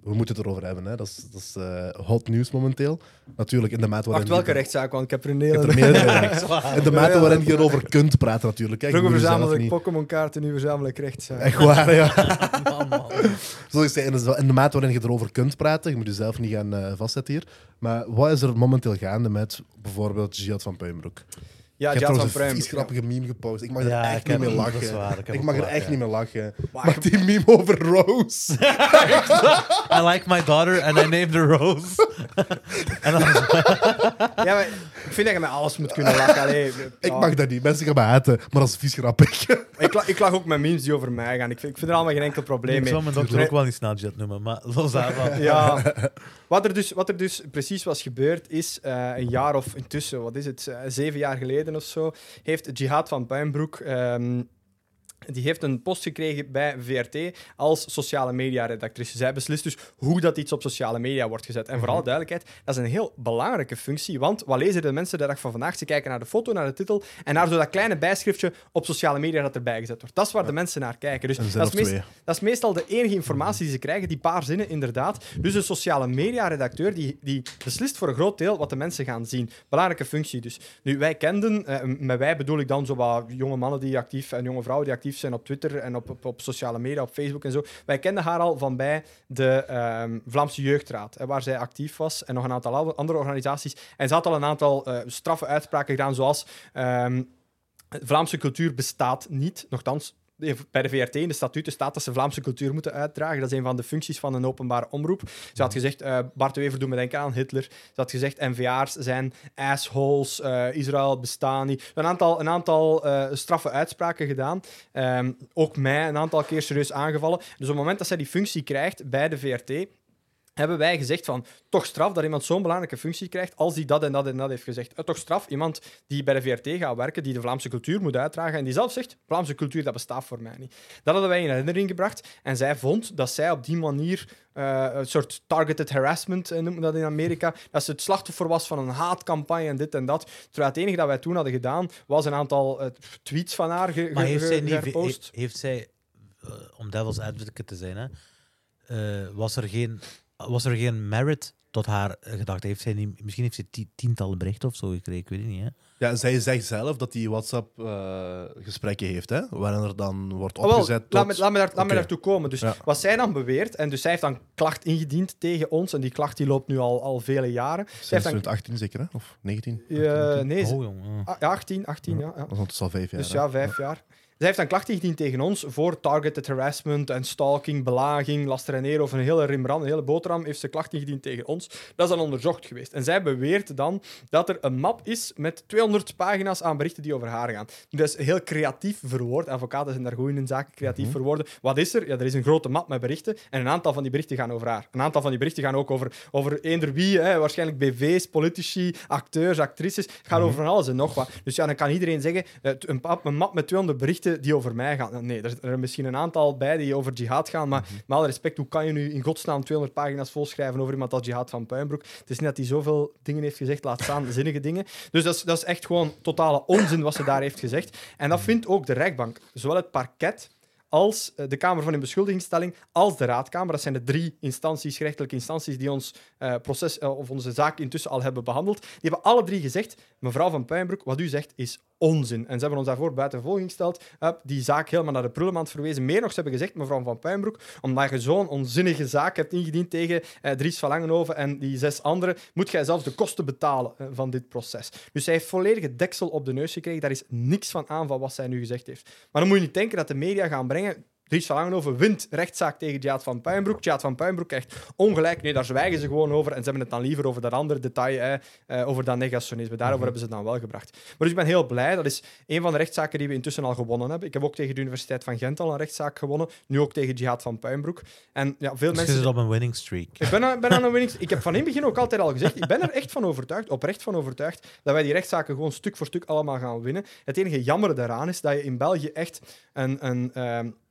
we moeten het erover hebben. Hè. Dat is, dat is uh, hot nieuws momenteel. Natuurlijk in de mate waarin... Wacht, welke rechtszaak? Want ik heb er een hele... Er meerdere, in de mate waarin je erover kunt praten, natuurlijk. Hè. Vroeger verzamelde ik Pokémon-kaarten, nu verzamel ik rechtszaak. Echt waar, ja. man, man. Zoals ik zei, in de mate waarin je erover kunt praten, je moet jezelf niet gaan uh, vastzetten hier. Maar wat is er momenteel gaande met bijvoorbeeld Jihad van Puimbroek? Ja, ik heb trouwens een vies grappige ja. meme gepost. Ik mag er ja, echt niet meer lachen. Waar, ik ik mag er waar, echt ja. niet meer lachen. Maar, maar die meme over Rose. I like my daughter and I named her Rose. en dan... ja, maar ik vind dat je met alles moet kunnen lachen. Allee, ja. Ik mag dat niet. Mensen gaan me haten, maar dat is vies grappig. ik, la ik lach ook met memes die over mij gaan. Ik vind, ik vind er allemaal geen enkel probleem mee. Ik zou mijn dokter ook wel niet Snapchat noemen, maar los daarvan. ja. Wat er, dus, wat er dus precies was gebeurd, is uh, een jaar of intussen, wat is het, uh, zeven jaar geleden of zo, heeft Jihad van Puimbroek... Um, Die heeft een post gekregen bij V R T als sociale media-redactrice. Zij beslist dus hoe dat iets op sociale media wordt gezet. En voor alle duidelijkheid, dat is een heel belangrijke functie. Want wat lezen de mensen de dag van vandaag? Ze kijken naar de foto, naar de titel en naar zo dat kleine bijschriftje op sociale media dat erbij gezet wordt. Dat is waar ja. de mensen naar kijken. Dus dat is, meest, dat is meestal de enige informatie die ze krijgen, die paar zinnen inderdaad. Dus de sociale media-redacteur die, die beslist voor een groot deel wat de mensen gaan zien. Belangrijke functie dus. Nu, wij kenden, uh, met wij bedoel ik dan zo wat jonge mannen die actief en jonge vrouwen die actief zijn op Twitter en op, op, op sociale media, op Facebook en zo. Wij kenden haar al van bij de um, Vlaamse Jeugdraad, hè, waar zij actief was, en nog een aantal andere organisaties. En ze had al een aantal uh, straffe uitspraken gedaan, zoals um, Vlaamse cultuur bestaat niet, nochtans. Bij de V R T in de statuten staat dat ze Vlaamse cultuur moeten uitdragen. Dat is een van de functies van een openbare omroep. Ze had gezegd, uh, Bart de Wever doet me denken aan Hitler. Ze had gezegd, N V A'ers zijn assholes, uh, Israël bestaat niet. Een aantal, een aantal uh, straffe uitspraken gedaan. Um, ook mij een aantal keer serieus aangevallen. Dus op het moment dat zij die functie krijgt bij de V R T... hebben wij gezegd van, toch straf dat iemand zo'n belangrijke functie krijgt als die dat en dat en dat heeft gezegd. Uh, toch straf iemand die bij de V R T gaat werken, die de Vlaamse cultuur moet uitdragen en die zelf zegt, Vlaamse cultuur, dat bestaat voor mij niet. Dat hadden wij in herinnering gebracht en zij vond dat zij op die manier uh, een soort targeted harassment, uh, noemen dat in Amerika, dat ze het slachtoffer was van een haatcampagne en dit en dat. Terwijl het enige dat wij toen hadden gedaan, was een aantal uh, tweets van haar ge- maar heeft ge- zij niet, gepost. Heeft, heeft zij, uh, om devil's advocate te zijn, hè, uh, was er geen... Was er geen merit tot haar gedachte? Heeft zij niet, misschien heeft ze tientallen berichten of zo gekregen, ik weet het niet. Hè? Ja, zij zegt zelf dat die WhatsApp-gesprekken uh, heeft, hè, waarin er dan wordt opgezet opgezet oh, tot... Laat me, laat me, daar, okay. laat me daartoe komen. Dus ja. wat zij dan beweert, en dus zij heeft dan klacht ingediend tegen ons, en die klacht die loopt nu al, al vele jaren. Sinds twintig achttien zeker, hè? Of negentien? Uh, nee, oh, jong, uh. ja, achttien, achttien, ja. ja. Dat is al vijf jaar. Dus ja, vijf jaar. Zij heeft dan klachten ingediend tegen ons voor targeted harassment en stalking, belaging, laster en eer over een hele rimram, een hele boterham, heeft ze klachten ingediend tegen ons. Dat is dan onderzocht geweest. En zij beweert dan dat er een map is met tweehonderd pagina's aan berichten die over haar gaan. Dat is heel creatief verwoord. Advocaten zijn daar goed in zaken, creatief mm-hmm. verwoorden. Wat is er? Ja, er is een grote map met berichten en een aantal van die berichten gaan over haar. Een aantal van die berichten gaan ook over, over eender wie, hè, waarschijnlijk B V's, politici, acteurs, actrices. Het gaat mm-hmm. over van alles en nog wat. Dus ja, dan kan iedereen zeggen, een map, een map met tweehonderd berichten die over mij gaan. Nee, er zijn misschien een aantal bij die over jihad gaan, maar mm-hmm. met alle respect, hoe kan je nu in godsnaam tweehonderd pagina's volschrijven over iemand als Jihad van Puimbroek? Het is niet dat hij zoveel dingen heeft gezegd, laat staan zinnige dingen. Dus dat is, dat is echt gewoon totale onzin wat ze daar heeft gezegd. En dat vindt ook de rechtbank. Zowel het parket als de Kamer van Inbeschuldigingsstelling, als de Raadkamer. Dat zijn de drie instanties, gerechtelijke instanties, die ons uh, proces, uh, of onze zaak intussen al hebben behandeld. Die hebben alle drie gezegd, mevrouw van Puimbroek, wat u zegt is onzin. En ze hebben ons daarvoor buiten vervolging gesteld, uh, die zaak helemaal naar de prullenmand verwezen. Meer nog, ze hebben gezegd, mevrouw van Puimbroek, omdat je zo'n onzinnige zaak hebt ingediend tegen uh, Dries van Langenhoven en die zes anderen, moet jij zelfs de kosten betalen uh, van dit proces. Dus zij heeft volledige deksel op de neus gekregen. Daar is niks van aan van wat zij nu gezegd heeft. Maar dan moet je niet denken dat de media gaan brengen. Dries van Langenhoven wint rechtszaak tegen Jihad van Puimbroek. Jihad van Puimbroek krijgt ongelijk. Nee, daar zwijgen ze gewoon over. En ze hebben het dan liever over dat andere detail, hè, uh, over dat negationisme. Daarover mm-hmm. hebben ze het dan wel gebracht. Maar dus ik ben heel blij. Dat is een van de rechtszaken die we intussen al gewonnen hebben. Ik heb ook tegen de Universiteit van Gent al een rechtszaak gewonnen. Nu ook tegen Jihad van Puimbroek. En ja, veel dus mensen... je zit op een winning streak. Ik ben, ben aan een winning streak. Ik heb van in het begin ook altijd al gezegd, ik ben er echt van overtuigd, oprecht van overtuigd, dat wij die rechtszaken gewoon stuk voor stuk allemaal gaan winnen. Het enige jammer daaraan is dat je in België echt een... een uh,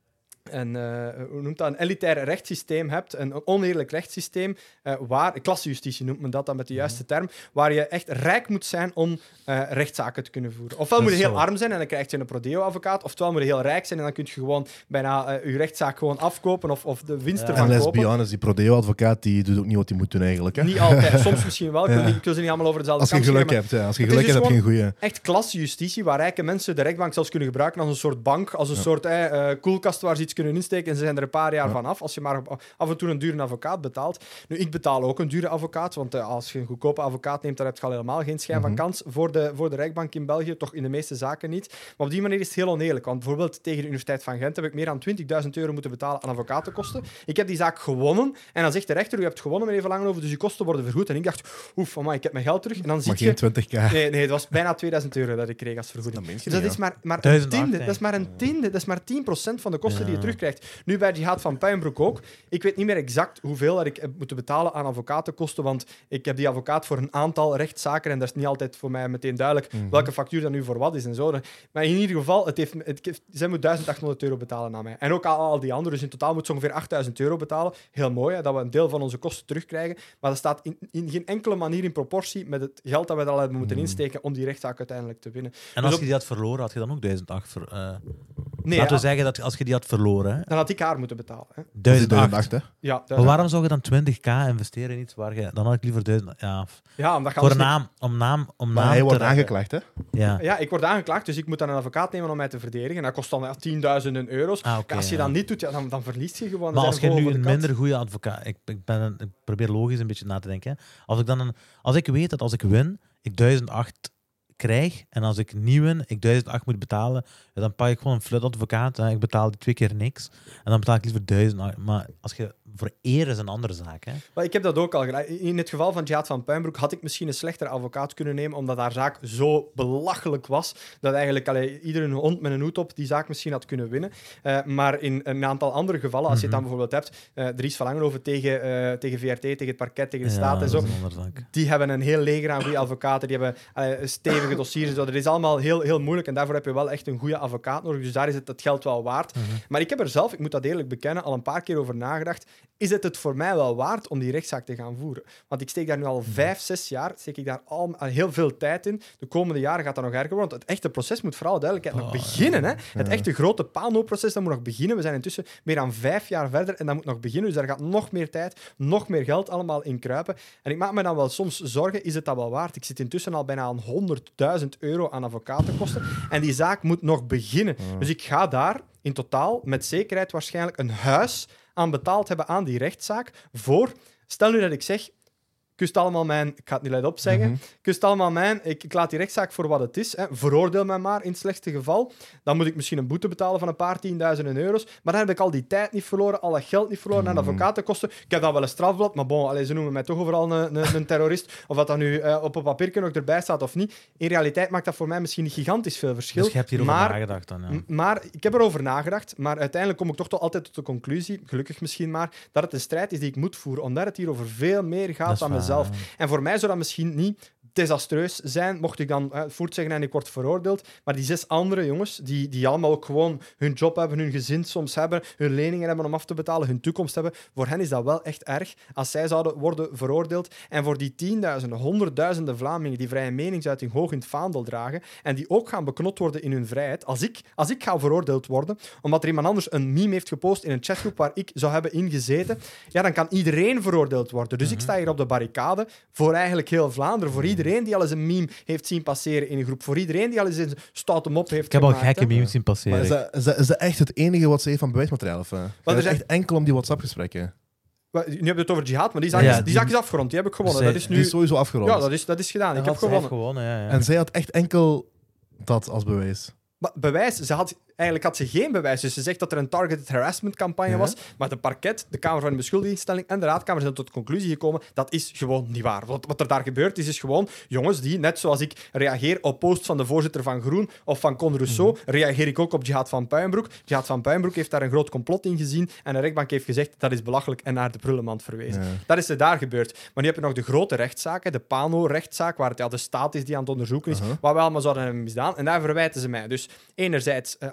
een, uh, hoe noemt dat, een elitair rechtssysteem hebt, een, een oneerlijk rechtssysteem, uh, waar, klassejustitie noemt men dat dan met de juiste term, waar je echt rijk moet zijn om uh, rechtszaken te kunnen voeren. Ofwel moet je heel arm zijn en dan krijg je een prodeo-advocaat, oftewel moet je heel rijk zijn en dan kun je gewoon bijna uh, je rechtszaak gewoon afkopen of, of de winst Ja. ervan En let's kopen. be honest, die prodeo-advocaat die doet ook niet wat hij moet doen eigenlijk. Hè? Niet altijd, soms misschien wel. Ik wil, Ja. niet, ik wil ze niet allemaal over dezelfde Als je kant geluk scheren, hebt, ja. Als je het geluk is hebt, dus heb je een goeie. echt klassejustitie, waar rijke mensen de rechtbank zelfs kunnen gebruiken als een soort bank, als een ja. soort eh, uh, koelkast waar ze iets kunnen insteken en ze zijn er een paar jaar ja. van af, als je maar af en toe een dure advocaat betaalt. Nu, ik betaal ook een dure advocaat, want uh, als je een goedkope advocaat neemt, dan heb je al helemaal geen schijn mm-hmm. van kans voor de, voor de rechtbank in België, toch in de meeste zaken niet. Maar op die manier is het heel oneerlijk, want bijvoorbeeld tegen de Universiteit van Gent heb ik meer dan twintigduizend euro moeten betalen aan advocatenkosten. Ik heb die zaak gewonnen en dan zegt de rechter, u hebt gewonnen met even lang over, dus uw kosten worden vergoed. En ik dacht, oef, amai, ik heb mijn geld terug. En dan maar zie geen je... twintig k. Nee, nee, het was bijna tweeduizend euro dat ik kreeg als vergoeding. Dat, dus dat is maar, maar een tiende. Dat is maar een tiende. Dat is maar tien procent van de kosten ja. die je terugkrijgt. Nu bij Jihad van Puijenbroek ook. Ik weet niet meer exact hoeveel dat ik heb moeten betalen aan advocatenkosten, want ik heb die advocaat voor een aantal rechtszaken en dat is niet altijd voor mij meteen duidelijk mm-hmm. welke factuur dat nu voor wat is en zo. Maar in ieder geval, het heeft, het heeft, zij moet duizend achthonderd euro betalen aan mij. En ook al, al die anderen. Dus in totaal moet ze ongeveer achtduizend euro betalen. Heel mooi, hè, dat we een deel van onze kosten terugkrijgen. Maar dat staat in, in geen enkele manier in proportie met het geld dat we er al hebben moeten insteken om die rechtszaak uiteindelijk te winnen. En dus als op... je die had verloren, had je dan ook duizend acht ver, uh... nee, Laten ja. we zeggen dat als je die had verloren... Hè? Dan had ik haar moeten betalen. Hè. duizend acht. Hè? Ja, maar waarom zou je dan twintig k investeren in iets waar je... Dan had ik liever duizend... Ja, ja omdat voor niet... naam, om naam, om maar naam hij te wordt redden. aangeklaagd, hè? Ja. ja, ik word aangeklaagd, dus ik moet dan een advocaat nemen om mij te verdedigen. En dat kost dan ja, tienduizenden euro's. Ah, okay, als je ja. dat niet doet, ja, dan, dan verliest je gewoon. Maar als je nu een minder goede advocaat... Ik, ik, ben een, ik probeer logisch een beetje na te denken. Hè. Als ik dan een, als ik weet dat als ik win, ik duizend acht krijg en als ik niet win, ik duizend acht moet betalen, dan pak ik gewoon een flutadvocaat en ik betaal die twee keer niks. En dan betaal ik liever duizend acht. Maar als je voor eer is een andere zaak. Hè? Maar ik heb dat ook al gedaan. In het geval van Jihad van Puijenbroek had ik misschien een slechtere advocaat kunnen nemen, omdat haar zaak zo belachelijk was, dat eigenlijk allee, iedere hond met een hoed op die zaak misschien had kunnen winnen. Uh, maar in een aantal andere gevallen, als je het dan bijvoorbeeld hebt, uh, Dries van Langenhoven tegen, uh, tegen V R T, tegen het parket, tegen de ja, staat en zo, die hebben een heel leger aan goede advocaten, die hebben uh, stevige dossiers en zo. Dat is allemaal heel, heel moeilijk en daarvoor heb je wel echt een goede advocaat nodig. Dus daar is het, het geld wel waard. Uh-huh. Maar ik heb er zelf, ik moet dat eerlijk bekennen, al een paar keer over nagedacht. Is het het voor mij wel waard om die rechtszaak te gaan voeren? Want ik steek daar nu al vijf, zes jaar, steek ik daar al, al heel veel tijd in. De komende jaren gaat dat nog erger worden, want het echte proces moet vooral duidelijkheid oh, nog beginnen. Hè? Het echte grote Pano-proces, dat moet nog beginnen. We zijn intussen meer dan vijf jaar verder en dat moet nog beginnen. Dus daar gaat nog meer tijd, nog meer geld allemaal in kruipen. En ik maak me dan wel soms zorgen, is het dat wel waard? Ik zit intussen al bijna aan honderdduizend euro aan advocatenkosten en die zaak moet nog beginnen. Oh. Dus ik ga daar in totaal met zekerheid waarschijnlijk een huis aan betaald hebben aan die rechtszaak voor... Stel nu dat ik zeg... Kust allemaal mijn... Ik ga het niet luid op zeggen. Mm-hmm. Kust allemaal mijn... Ik, ik laat die rechtszaak voor wat het is. Hè. Veroordeel mij maar in het slechtste geval. Dan moet ik misschien een boete betalen van een paar tienduizenden euro's. Maar dan heb ik al die tijd niet verloren, al dat geld niet verloren aan mm-hmm. advocatenkosten. Ik heb dan wel een strafblad, maar bon, allez, ze noemen mij toch overal een, een, een terrorist. Of dat dan nu uh, op een papiertje nog erbij staat of niet. In realiteit maakt dat voor mij misschien niet gigantisch veel verschil. Dus je hebt hierover maar, nagedacht dan, ja. m- Maar ik heb erover nagedacht. Maar uiteindelijk kom ik toch, toch altijd tot de conclusie, gelukkig misschien maar, dat het een strijd is die ik moet voeren. Omdat het hier over veel meer gaat dan mezelf. En voor mij zou dat misschien niet desastreus zijn, mocht ik dan uh, voortzeggen en ik word veroordeeld. Maar die zes andere jongens, die, die allemaal ook gewoon hun job hebben, hun gezin soms hebben, hun leningen hebben om af te betalen, hun toekomst hebben, voor hen is dat wel echt erg als zij zouden worden veroordeeld. En voor die tienduizenden, honderdduizenden Vlamingen die vrije meningsuiting hoog in het vaandel dragen en die ook gaan beknot worden in hun vrijheid, als ik, als ik ga veroordeeld worden, omdat er iemand anders een meme heeft gepost in een chatgroep waar ik zou hebben ingezeten, ja, dan kan iedereen veroordeeld worden. Dus mm-hmm. ik sta hier op de barricade voor eigenlijk heel Vlaanderen, voor iedereen die al eens een meme heeft zien passeren in een groep. Voor iedereen die al eens een stoute mop heeft Ik heb gemaakt, al gekke hè? memes zien passeren. Maar is dat, is, dat, is dat echt het enige wat ze heeft van bewijsmateriaal? Of, uh? er is zijn... echt enkel om die WhatsApp-gesprekken? Nu heb je het over Jihad, maar die zaak, ja, is, die die... zaak is afgerond. Die heb ik gewonnen. Zij... Dat is nu... Die is sowieso afgerond. Ja, dat is, dat is gedaan. Ik heb gewonnen. gewonnen ja, ja. En zij had echt enkel dat als bewijs. Maar bewijs, ze had, eigenlijk had ze geen bewijs. Dus ze zegt dat er een targeted harassment campagne ja. was. Maar de parket, de Kamer van de Beschuldigingsstelling en de Raadkamer zijn tot de conclusie gekomen dat is gewoon niet waar. Wat, wat er daar gebeurd is, is gewoon jongens die, net zoals ik reageer op posts van de voorzitter van Groen of van Con Rousseau, mm-hmm. reageer ik ook op Jihad van Puijenbroek. Jihad van Puijenbroek heeft daar een groot complot in gezien en de rechtbank heeft gezegd dat is belachelijk en naar de prullenmand verwezen. Ja. Dat is er daar gebeurd. Maar nu heb je nog de grote rechtszaken, de Pano-rechtszaak, waar het ja, de staat is die aan het onderzoeken is, uh-huh. wat we allemaal zouden hebben misdaan. En daar verwijten ze mij. Dus enerzijds uh,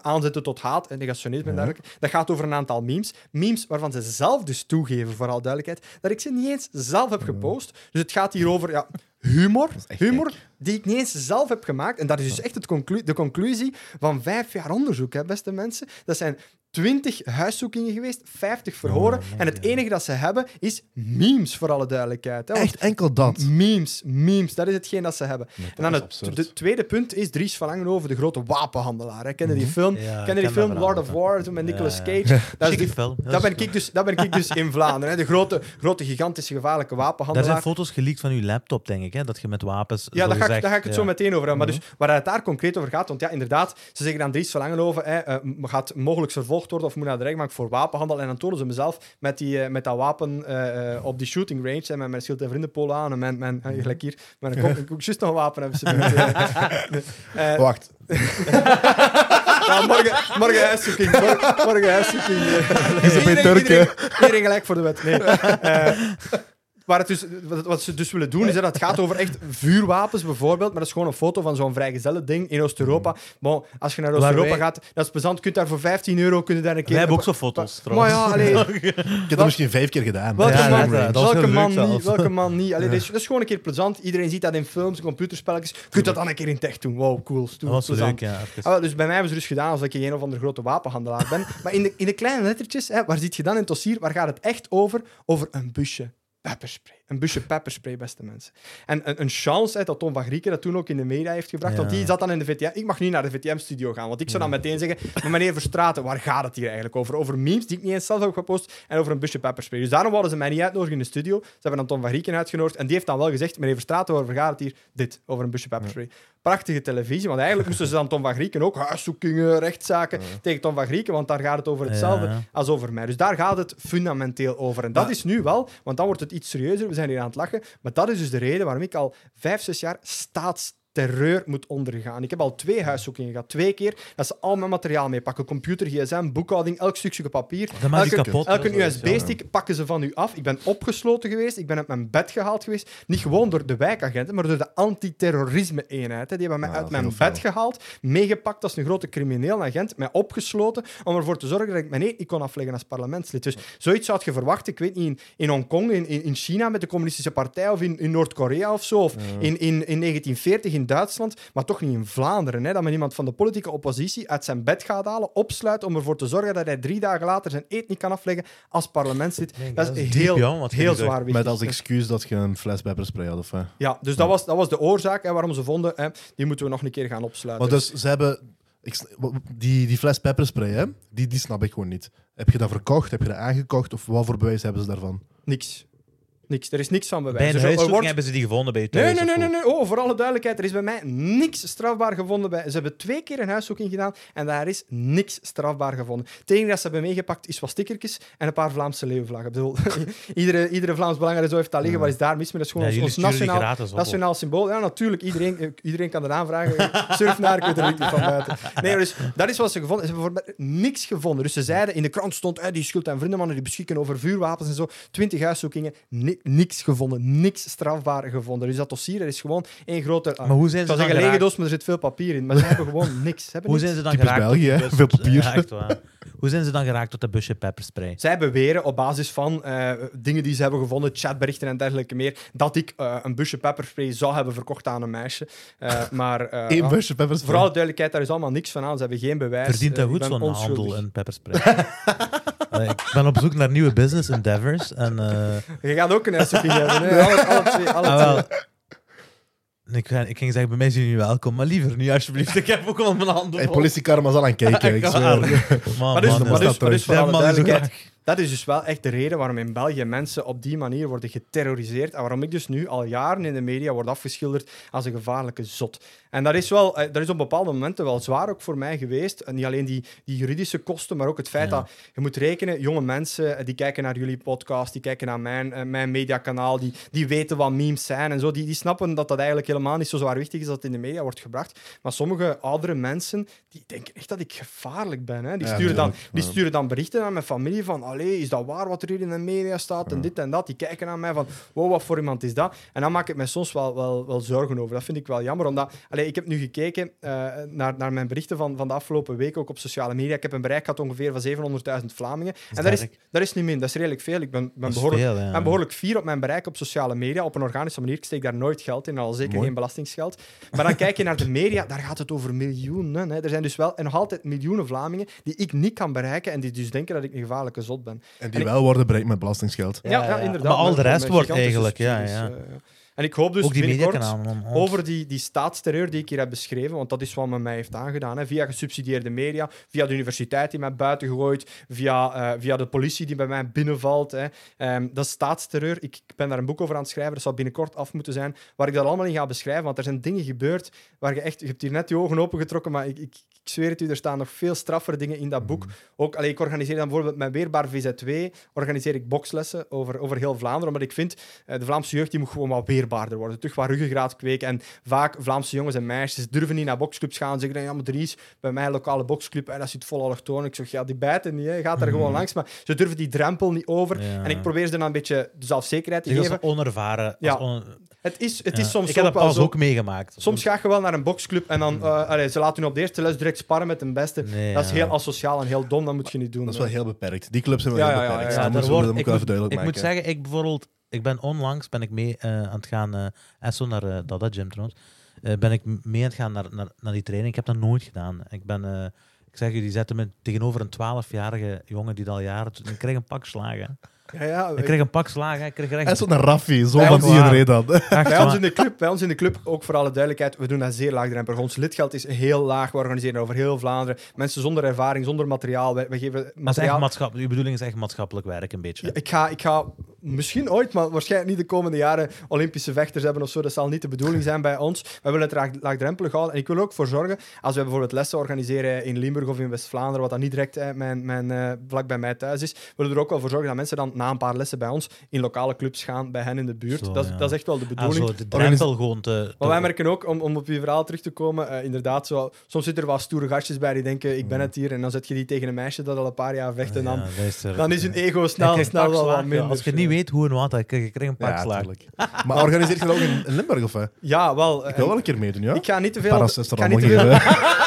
aanzetten tot haat en negationisme en Ja. dergelijke. Dat gaat over een aantal memes. Memes waarvan ze zelf dus toegeven, voor alle duidelijkheid, dat ik ze niet eens zelf heb gepost. Dus het gaat hier over ja, humor. echt Humor gek. die ik niet eens zelf heb gemaakt. En dat is dus echt het conclu- de conclusie van vijf jaar onderzoek, hè, beste mensen. Dat zijn twintig huiszoekingen geweest, vijftig verhoren. Oh, en het enige dat ze hebben is memes, voor alle duidelijkheid. Hè. Want Echt enkel dat. Memes, memes, dat is hetgeen dat ze hebben. en dan is het absurd. de tweede punt is Dries van Langenhoven, de grote wapenhandelaar. Hè. Ken je die film? Ja, ik Ken je die ken film dat Lord verhaal, of dat. War zo met Ja, Nicolas ja. Cage? Dat, is Chique die- film. Dat dat, is ben cool. ik dus, dat ben ik dus in Vlaanderen. Hè. De grote, grote, gigantische, gevaarlijke Daar wapenhandelaar. zijn foto's geleakt van uw laptop, denk ik, hè? Dat je met wapens. Ja, daar ga, ik, zogezegd- daar ga ik het ja. zo meteen over hebben. Maar dus, waar het daar concreet over gaat, want ja, inderdaad, ze zeggen dan Dries van Langenhoven, hè, uh, gaat mogelijk vervolgd worden of moet naar de rechtbank voor wapenhandel. En dan tonen ze mezelf met, die, uh, met dat wapen uh, uh, op die shooting range, hè, met mijn schild en vriendenpolen aan en mijn, mijn, uh, gelijk hier, maar ik ook juist nog een wapen hebben ze. uh, Wacht. ja, morgen, morgen huiszoeking. Morgen, morgen huiszoeking. Is het bij Iedereen- Turken? Iedereen, iedereen gelijk voor de wet. Nee. Uh, waar het dus, wat, wat ze dus willen doen, is dat het gaat over echt vuurwapens bijvoorbeeld, maar dat is gewoon een foto van zo'n vrijgezelle ding in Oost-Europa. Bon, als je naar Waar Oost-Europa wij- gaat, dat is plezant. Je kunt daar voor vijftien euro kun je daar een keer... Wij hebben ook zo foto's, Maar trouwens. ja, allee, Ik heb dat misschien vijf keer gedaan. welke, Ja, man, inderdaad, dat was welke, heel man leuk niet, zelfs. welke man niet? Allee, dat, is, dat is gewoon een keer plezant. Iedereen ziet dat in films, computerspelletjes. Je kunt dat dan een keer in tech doen. Wow, cool. stoer, Dat was plezant. leuk, ja. even. Ah, wel, dus bij mij hebben ze dus gedaan alsof ik een of andere grote wapenhandelaar ben. Maar in de, in de kleine lettertjes, hè, waar zit je dan in het dossier? Waar gaat het echt over? Over een busje pepperspray. Een busje pepperspray, beste mensen. En een, een chance hè, dat Tom van Grieken dat toen ook in de media heeft gebracht. Ja. Want die zat dan in de V T M. Ik mag niet naar de V T M-studio gaan, want ik zou dan meteen zeggen... Maar meneer Verstraeten, waar gaat het hier eigenlijk over? Over memes die ik niet eens zelf heb gepost en over een busje pepperspray. Dus daarom wouden ze mij niet uitnodigen in de studio. Ze hebben dan Tom van Grieken uitgenodigd en die heeft dan wel gezegd... Meneer Verstraeten, waarover gaat het hier? Dit, over een busje pepperspray. Prachtige televisie, want eigenlijk moesten ze dan Tom van Grieken ook huiszoekingen, rechtszaken tegen Tom van Grieken, want daar gaat het over hetzelfde Ja. als over mij. Dus daar gaat het fundamenteel over. En dat Ja. is nu wel, want dan wordt het iets serieuzer. We zijn hier aan het lachen. Maar dat is dus de reden waarom ik al vijf, zes jaar staatsterreur moet ondergaan. Ik heb al twee huiszoekingen gehad. Twee keer dat ze al mijn materiaal meepakken. Computer, gsm, boekhouding, elk stukje papier. Dan maak je Elke, kapot. elke hè, zo is het, ja. U S B-stick pakken ze van u af. Ik ben opgesloten geweest. Ik ben uit mijn bed gehaald geweest. Niet gewoon door de wijkagenten, maar door de antiterrorisme-eenheid. hè. Die hebben mij Ja, uit mijn heel bed veel. gehaald, meegepakt als een grote crimineel agent, mij opgesloten om ervoor te zorgen dat ik mijn eet niet kon afleggen als parlementslid. Dus zoiets zou je verwachten, ik weet niet, in, in Hongkong, in, in in China met de communistische partij of in, in Noord-Korea of zo, of in, in, in negentien veertig in Duitsland, maar toch niet in Vlaanderen. Hè, dat men iemand van de politieke oppositie uit zijn bed gaat halen, opsluit om ervoor te zorgen dat hij drie dagen later zijn eet niet kan afleggen als parlementslid. Nee, dat, dat is is heel, diep, ja, wat heel je zegt. zwaar wichtig. Met als excuus dat je een fles pepperspray had. Of, hè. Ja, dus dat was, dat was de oorzaak hè, waarom ze vonden, hè, die moeten we nog een keer gaan opsluiten. Maar dus ze hebben... Ik, sn- wa- die, die fles pepperspray, hè, die, die snap ik gewoon niet. Heb je dat verkocht? Heb je dat aangekocht? Of wat voor bewijs hebben ze daarvan? Niks. Niks. Er is niks van Bij bewijs. een Dus er huiszoeking wordt- hebben ze die gevonden bij je Nee, thuis. nee, nee, of nee, zo. nee. Oh, voor alle duidelijkheid, er is bij mij niks strafbaar gevonden. Bij... Ze hebben twee keer een huiszoeking gedaan en daar is niks strafbaar gevonden. Het enige dat ze hebben meegepakt is wat stickertjes en een paar Vlaamse leeuwvlaggen. Ik bedoel, iedere, iedere Vlaams Belang en zo heeft dat liggen. Ja. Wat is daar mis mee? Dat is Ja, gewoon jullie ons, ons sturen die nationaal, gratis op. nationaal symbool. Ja, natuurlijk. Iedereen, eh, iedereen kan eraan vragen. Surf naar, ik weet er niet van buiten. Nee, dus dat is wat ze gevonden. Ze hebben bijvoorbeeld niks gevonden. Dus ze zeiden, in de krant stond, eh, die schuld- en vriendenmannen die beschikken over vuurwapens en zo. Twintig huiszoekingen, ni- niks gevonden. Niks strafbaar gevonden. Dus dat dossier, er is gewoon één grote... ah, Maar hoe ik zijn ze zou dan zeggen lege geraakt? doos, maar er zit veel papier in. Maar ze hebben gewoon niks. Ze hebben Hoe niks. zijn ze dan Typisch geraakt? België, tot hè? die bus- Veel papier. Ja, echt waar. Hoe zijn ze dan geraakt tot de busje pepperspray? Zij beweren op basis van eh, dingen die ze hebben gevonden, chatberichten en dergelijke meer, dat ik eh, een busje pepperspray zou hebben verkocht aan een meisje. Eh, maar eh, Eén ja, busje pepperspray. voor alle duidelijkheid, daar is allemaal niks van aan. Ze hebben geen bewijs. Verdient dat Eh, ik goed, ben zo'n onschuldig. handel in pepperspray? Eh, ik ben op zoek naar nieuwe business endeavors. En, eh, Je gaat ook een huiszoeking hebben. Hè? Alle, alle twee. Alle ah, twee. wel. Ik, ga, ik ging zeggen, bij mij zijn jullie welkom, maar liever nu alsjeblieft. Ik heb ook al mijn handen Hey, vol. politiekarma zal aan kijken, ik Echt zweer. waar. Maar dus, Man, man, maar dat dus, staat maar dus voor Die alle man is zo duidelijkheid, graag. dat is dus wel echt de reden waarom in België mensen op die manier worden geterroriseerd en waarom ik dus nu al jaren in de media word afgeschilderd als een gevaarlijke zot. En dat is, wel, eh, dat is op bepaalde momenten wel zwaar ook voor mij geweest. En niet alleen die, die juridische kosten, maar ook het feit Ja. dat je moet rekenen, jonge mensen eh, die kijken naar jullie podcast, die kijken naar mijn, eh, mijn mediakanaal, die, die weten wat memes zijn en zo, die, die snappen dat dat eigenlijk helemaal niet zo zwaarwichtig is dat het in de media wordt gebracht. Maar sommige oudere mensen, die denken echt dat ik gevaarlijk ben. Hè. Die, Ja, sturen dan, natuurlijk. die Ja. sturen dan berichten aan mijn familie van allee, allee, is dat waar wat er hier in de media staat en dit en dat. Die kijken naar mij van, wow, wat voor iemand is dat? En dan maak ik me soms wel, wel, wel zorgen over. Dat vind ik wel jammer, omdat... Allee, ik heb nu gekeken uh, naar, naar mijn berichten van, van de afgelopen week, ook op sociale media. Ik heb een bereik gehad ongeveer van zevenhonderdduizend Vlamingen. Dat en dat is, dat is niet min, dat is redelijk veel. Ik ben, ben, behoorlijk, veel, ja. ben behoorlijk fier op mijn bereik op sociale media, op een organische manier. Ik steek daar nooit geld in, al zeker Mooi. geen belastingsgeld. Maar dan kijk je naar de media, daar gaat het over miljoenen. Hè. Er zijn dus wel en nog altijd miljoenen Vlamingen die ik niet kan bereiken en die dus denken dat ik een gevaarlijke zot ben. En die en wel worden bereikt met belastingsgeld. Ja, ja, ja, inderdaad. Maar al met- de rest met wordt gigantische eigenlijk, ja, subsidies, ja. uh, En ik hoop dus Ook die binnenkort mediakanalen. om- over die, die staatsterreur die ik hier heb beschreven, want dat is wat men mij heeft aangedaan, hè, via gesubsidieerde media, via de universiteit die mij buiten gooit, via, uh, via de politie die bij mij binnenvalt. Hè. Um, dat is staatsterreur. Ik, ik ben daar een boek over aan het schrijven, dat zal binnenkort af moeten zijn, waar ik dat allemaal in ga beschrijven, want er zijn dingen gebeurd waar je echt... Je hebt hier net je ogen opengetrokken, maar ik, ik, ik zweer het u, er staan nog veel straffere dingen in dat boek. Ook, allee, ik organiseer dan bijvoorbeeld met Weerbaar V Z W, organiseer ik bokslessen over, over heel Vlaanderen, omdat ik vind, uh, de Vlaamse jeugd die moet gewoon wat weerbaarder worden, terug wat ruggengraat kweken. En vaak Vlaamse jongens en meisjes durven niet naar boksclubs gaan. Ze zeggen, ja, maar Dries, bij mijn lokale boksclub, en dat zit vol allochtonen. Ik zeg, ja, die bijten niet, hè. Gaat er gewoon langs. Maar ze durven die drempel niet over. Ja. En ik probeer ze dan een beetje de zelfzekerheid te Zeg, als geven. ze onervaren. Ja. als on- Het is, het ja. is soms Ik heb ook dat wel pas zo. ook meegemaakt. Soms ga je wel naar een boksclub en dan, uh, allee, ze laten je op de eerste les direct sparren met de beste. Nee, Dat is ja. heel asociaal en heel dom, dat moet je niet doen. Dat is wel hè. heel beperkt. Die clubs zijn wel Ja, heel ja, ja, beperkt. ja, Dat Ja, moet er ik wordt- ook ik wel moet- even duidelijk Ik moet maken. zeggen, ik bijvoorbeeld, ik ben onlangs ben ik mee uh, aan het gaan, uh, Esso naar uh, Dada Gym trouwens, uh, ben ik mee aan het gaan naar, naar, naar die training. Ik heb dat nooit gedaan. Ik ben, uh, ik zeg je, die zetten me tegenover een twaalfjarige jongen die dat al jaren doet. Ik krijg een pak slagen. Ja, ja, Ik krijg een pak slagen. Ik krijg er echt... En zo'n Raffi, zo Bij van ons iedereen waar. dan. echt Bij waar. ons, in de club, bij ons in de club, ook voor alle duidelijkheid, we doen dat zeer laagdrempelig. Ons lidgeld is heel laag. We organiseren over heel Vlaanderen. Mensen zonder ervaring, zonder materiaal. We, we geven Dat is echt materiaal. maatschappelijk. Uw bedoeling is echt maatschappelijk werk, een beetje. Ja, ik, ga, ik ga misschien ooit, maar waarschijnlijk niet de komende jaren Olympische vechters hebben of zo. Dat zal niet de bedoeling zijn bij ons. We willen het laag, laagdrempelig houden. En ik wil er ook voor zorgen, als we bijvoorbeeld lessen organiseren in Limburg of in West-Vlaanderen, wat dan niet direct eh, mijn, mijn, uh, vlak bij mij thuis is, willen we er ook wel voor zorgen dat mensen dan na een paar lessen bij ons in lokale clubs gaan, bij hen in de buurt. Zo, dat, is, ja. dat is echt wel de Ah, bedoeling. zo, de drempel gewoon te... Maar wij merken ook, om, om op je verhaal terug te komen, uh, inderdaad, zo, soms zitten er wat stoere gastjes bij die denken, ik ben het hier, en dan zet je die tegen een meisje dat al een paar jaar vecht, en dan, Ja, dat is er- dan is hun ego Ik snel, krijg snel wel wat pakslagen. minder. Als je niet weet hoe en wat, dan krijg je krijg een pak Ja, slaag. tuurlijk. Maar organiseert je dat ook in, in Limburg, of wat? Ja, wel. Ik wil wel een keer meedoen, ja? Ik ga niet te veel... Paras is ik er ga allemaal niet te veel...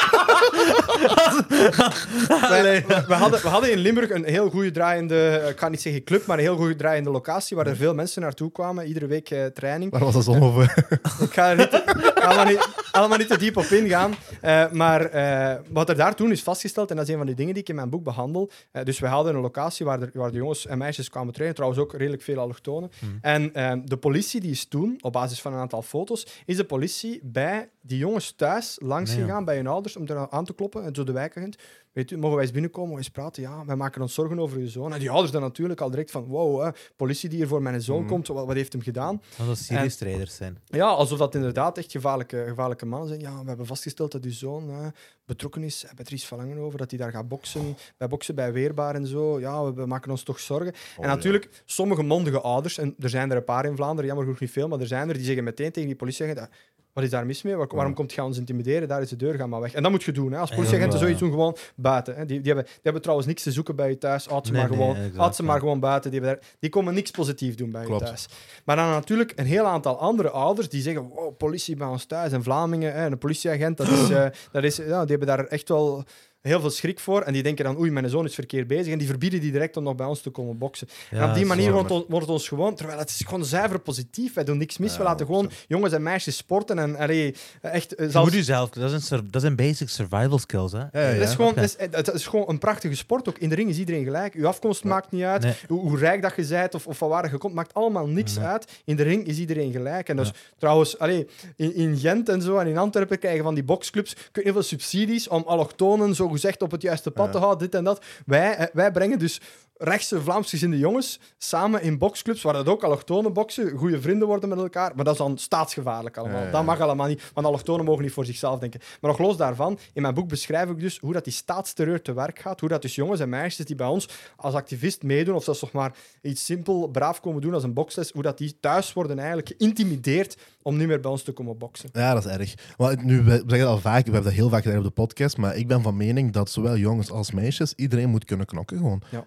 gegeven. Wij- we, we hadden, we hadden in Limburg een heel goede draaiende, ik ga niet zeggen club, maar een heel goede draaiende locatie waar er veel mensen naartoe kwamen. Iedere week eh, training. Waar was dat zon over? Ik ga er niet te, allemaal, niet, allemaal niet te diep op ingaan. Uh, maar uh, wat er daar toen is vastgesteld, en dat is een van die dingen die ik in mijn boek behandel. Uh, dus we hadden een locatie waar de, waar de jongens en meisjes kwamen trainen. Trouwens ook redelijk veel allochtonen. Hmm. En uh, de politie die is toen, op basis van een aantal foto's, is de politie bij die jongens thuis langs Nee, ja. gegaan, bij hun ouders, om er aan te kloppen. En zo de wijkagent. Weet u, mogen wij eens binnenkomen, mogen wij eens praten? Ja, wij maken ons zorgen over uw zoon. En die ouders dan natuurlijk al direct van, wow, hè, politie die hier voor mijn zoon Mm. komt, wat, wat heeft hem gedaan? Dat dat serious traders zijn. Ja, alsof dat inderdaad echt gevaarlijke, gevaarlijke mannen zijn. Ja, we hebben vastgesteld dat uw zoon eh, betrokken is. Hij heeft er iets van langen over, dat hij daar gaat boksen, bij boksen bij Weerbaar en zo. Ja, we, we maken ons toch zorgen. Oh, en natuurlijk, sommige mondige ouders, en er zijn er een paar in Vlaanderen, jammer genoeg niet veel, maar er zijn er, die zeggen meteen tegen die politieagent, wat is daar mis mee? Waar, waarom Ja. komt je ons intimideren? Daar is de deur, ga maar weg. En dat moet je doen. Hè. Als Ja, politieagenten ja. zoiets doen, gewoon buiten. Hè. Die, die, hebben, die hebben trouwens niks te zoeken bij je thuis. Houd ze, Nee, maar, nee, gewoon, exact, houd ze ja. maar gewoon buiten. Die, hebben daar, die komen niks positief doen bij Klopt. je thuis. Maar dan natuurlijk een heel aantal andere ouders die zeggen, wow, politie bij ons thuis. En Vlamingen, hè, een politieagent, dat is, uh, dat is, ja, die hebben daar echt wel heel veel schrik voor. En die denken dan, oei, mijn zoon is verkeerd bezig. En die verbieden die direct om nog bij ons te komen boksen. Ja, en op die zo. manier wordt, on- wordt ons gewoon... Terwijl het is gewoon zuiver positief. Wij doen niks mis. Ja, We laten gewoon jongens en meisjes sporten. En allee, echt... eh, Je zelfs- moet jezelf... Dat zijn, sur- dat zijn basic survival skills, hè. Ja, ja, ja. dat is gewoon, Oké. dat is, het is gewoon een prachtige sport. Ook in de ring is iedereen gelijk. Uw afkomst Ja. maakt niet uit. Nee. Hoe, hoe rijk dat je bent of, of van waar je komt, maakt allemaal niks Nee. uit. In de ring is iedereen gelijk. En dus, Ja. trouwens, allee, in, in Gent en zo en in Antwerpen krijgen van die boxclubs heel veel subsidies om allochtonen zogezegd op het juiste pad Ja. te houden, dit en dat. Wij, eh, wij brengen dus rechtse Vlaamsgezinde jongens samen in boxclubs, waar dat ook allochtonen boksen, goede vrienden worden met elkaar. Maar dat is dan staatsgevaarlijk allemaal. Ja, ja. Dat mag allemaal niet, want allochtonen mogen niet voor zichzelf denken. Maar nog los daarvan, in mijn boek beschrijf ik dus hoe dat die staatsterreur te werk gaat, hoe dat dus jongens en meisjes die bij ons als activist meedoen, of zelfs nog maar iets simpel, braaf komen doen als een boksles, hoe dat die thuis worden eigenlijk geïntimideerd om niet meer bij ons te komen boksen. Ja, dat is erg. Maar nu, we zeggen dat al vaak, we hebben dat heel vaak gedaan op de podcast, maar ik ben van mening dat zowel jongens als meisjes, iedereen moet kunnen knokken gewoon. Ja. En Ja.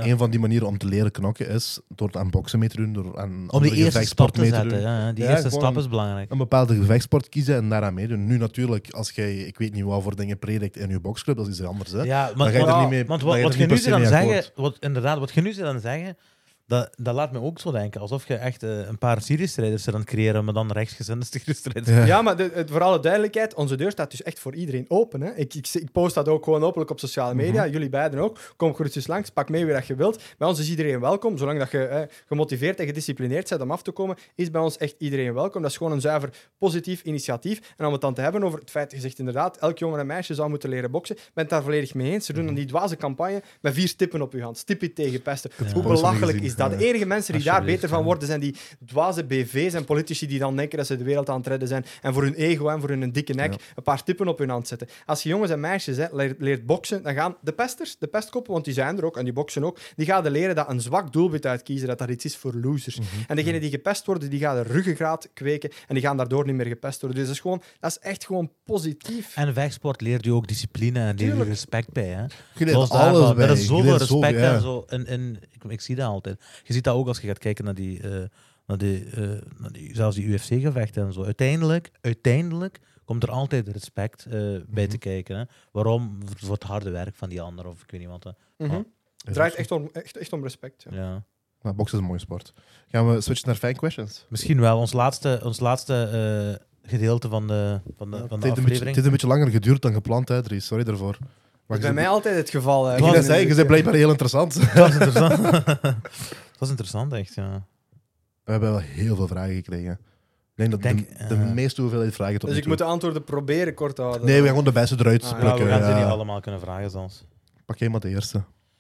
En een van die manieren om te leren knokken is door aan boksen mee te doen, door aan Om andere die eerste stap gevechtsport te mee te zetten. doen. Ja, die Ja, eerste gewoon stap is belangrijk. Een bepaalde gevechtsport kiezen en daaraan meedoen. Nu natuurlijk, als jij, ik weet niet wat voor dingen predikt in je boxclub, dat is iets anders. Hè? Ja, Dan maar, ga je er want- niet mee- want dan wat, ga je wat er je niet nu per se dan mee zeggen, akkoord. wat, inderdaad, wat je nu dan zeggen, dat, dat laat me ook zo denken. Alsof je echt eh, een paar Syrië-strijders aan het creëren, maar dan rechtsgezinde Syrië-strijders. Ja. Ja, maar de, het, voor alle duidelijkheid, onze deur staat dus echt voor iedereen open. Hè? Ik, ik, ik post dat ook gewoon openlijk op sociale media. Mhm. Jullie beiden ook. Kom gerust langs, pak mee wie dat je wilt. Bij ons is iedereen welkom. Zolang dat je eh, gemotiveerd en gedisciplineerd bent om af te komen, is bij ons echt iedereen welkom. Dat is gewoon een zuiver positief initiatief. En om het dan te hebben over het feit, je zegt inderdaad, elk jongen en meisje zou moeten leren boksen. Ik ben het daar volledig mee eens. Ze doen dan die dwaze campagne met vier stippen op je hand. Stippen tegen pesten. Ja. Hoe Dat is belachelijk gezien, is dat? ja. De enige mensen die daar Alsjeblieft, beter van ja. worden zijn die dwaze B V's en politici die dan denken dat ze de wereld aan het redden zijn en voor hun ego en voor hun dikke nek Ja. een paar tippen op hun hand zetten. Als je jongens en meisjes hè, leert, leert boksen, dan gaan de pesters, de pestkoppen, want die zijn er ook en die boksen ook, die gaan leren dat een zwak doelwit uitkiezen, dat dat iets is voor losers. Mhm. En degenen die gepest worden, die gaan de ruggengraat kweken en die gaan daardoor niet meer gepest worden. Dus dat is, gewoon, dat is echt gewoon positief. En vechtsport leert je ook discipline en leert je Tuurlijk. respect bij. Hè? Je leert Los alles daarvan, bij. er is Je zoveel leert respect zoveel, ja. en zo. En, en, ik, ik zie dat altijd. Je ziet dat ook als je gaat kijken naar die, eh, naar die, eh, naar die zelfs die U F C-gevechten en zo. Uiteindelijk, uiteindelijk komt er altijd respect eh, bij te kijken. Hè. Waarom? Voor het harde werk van die ander of ik weet niet wat. Hè. Mhm. Ah, Het draait echt om, echt, echt om respect. Ja. ja. Nou, boksen is een mooie sport. Gaan we switchen naar fijn questions? Misschien wel. Ons laatste, ons laatste eh, gedeelte van de, van de, Ja, van het, de heeft een beetje, het aflevering. heeft een beetje langer geduurd dan gepland, hè, Dries. Sorry daarvoor. Dat Maar is bij mij altijd het geval. hè. je, je, zei, je zei blijkbaar heel interessant. Dat is interessant. Dat is interessant, echt. Ja. We hebben wel heel veel vragen gekregen. Ik denk dat Denk, de, de eh, meeste hoeveelheid vragen tot Dus nu ik toe. moet de antwoorden proberen kort te houden. Nee, we gaan gewoon de beste eruit Ah, ja. Ja, plukken. we gaan ze ja. niet allemaal kunnen vragen zelfs. Pak jij maar de eerste.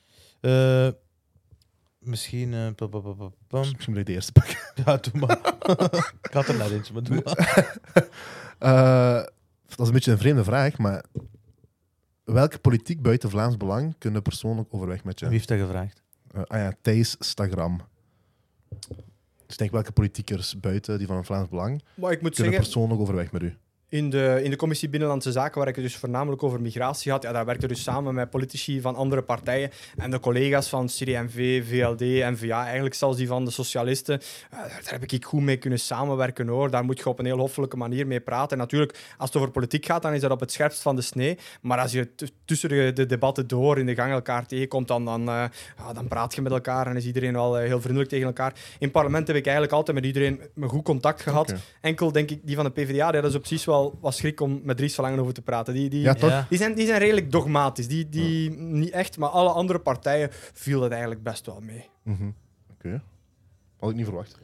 Eh, misschien... eh, pam, pam, pam, pam, pam. Misschien moet ik de eerste pakken. Ja, doe maar. Ik had er net eentje, maar doe maar. Eh, dat is een beetje een vreemde vraag, maar welke politiek buiten Vlaams Belang kunnen persoonlijk overweg met je? Wie heeft dat gevraagd? Eh, ah ja, Thijs Stagram. Dus ik denk welke politiekers buiten die van het Vlaams Belang Maar ik moet kunnen zeggen, persoonlijk overweg met u? in de, in de commissie Binnenlandse Zaken, waar ik het dus voornamelijk over migratie had, ja, daar werkte dus samen met politici van andere partijen en de collega's van C D M V, V L D, N V A, eigenlijk zelfs die van de socialisten. Uh, daar heb ik goed mee kunnen samenwerken, hoor. Daar moet je op een heel hoffelijke manier mee praten. En natuurlijk, als het over politiek gaat, dan is dat op het scherpst van de snee. Maar als je t- tussen de, de debatten door in de gang elkaar tegenkomt, dan, dan, uh, ja, dan praat je met elkaar en is iedereen wel uh, heel vriendelijk tegen elkaar. In het parlement heb ik eigenlijk altijd met iedereen een goed contact gehad. Oké. Enkel, denk ik, die van de P V D A, ja, dat is precies wel wat schrik om met Dries van Langen over te praten. Die, die, Ja, toch? Ja. die, zijn, die zijn redelijk dogmatisch. Die, die niet echt, maar alle andere partijen viel dat eigenlijk best wel mee. Mhm. Oké. Had ik niet verwacht.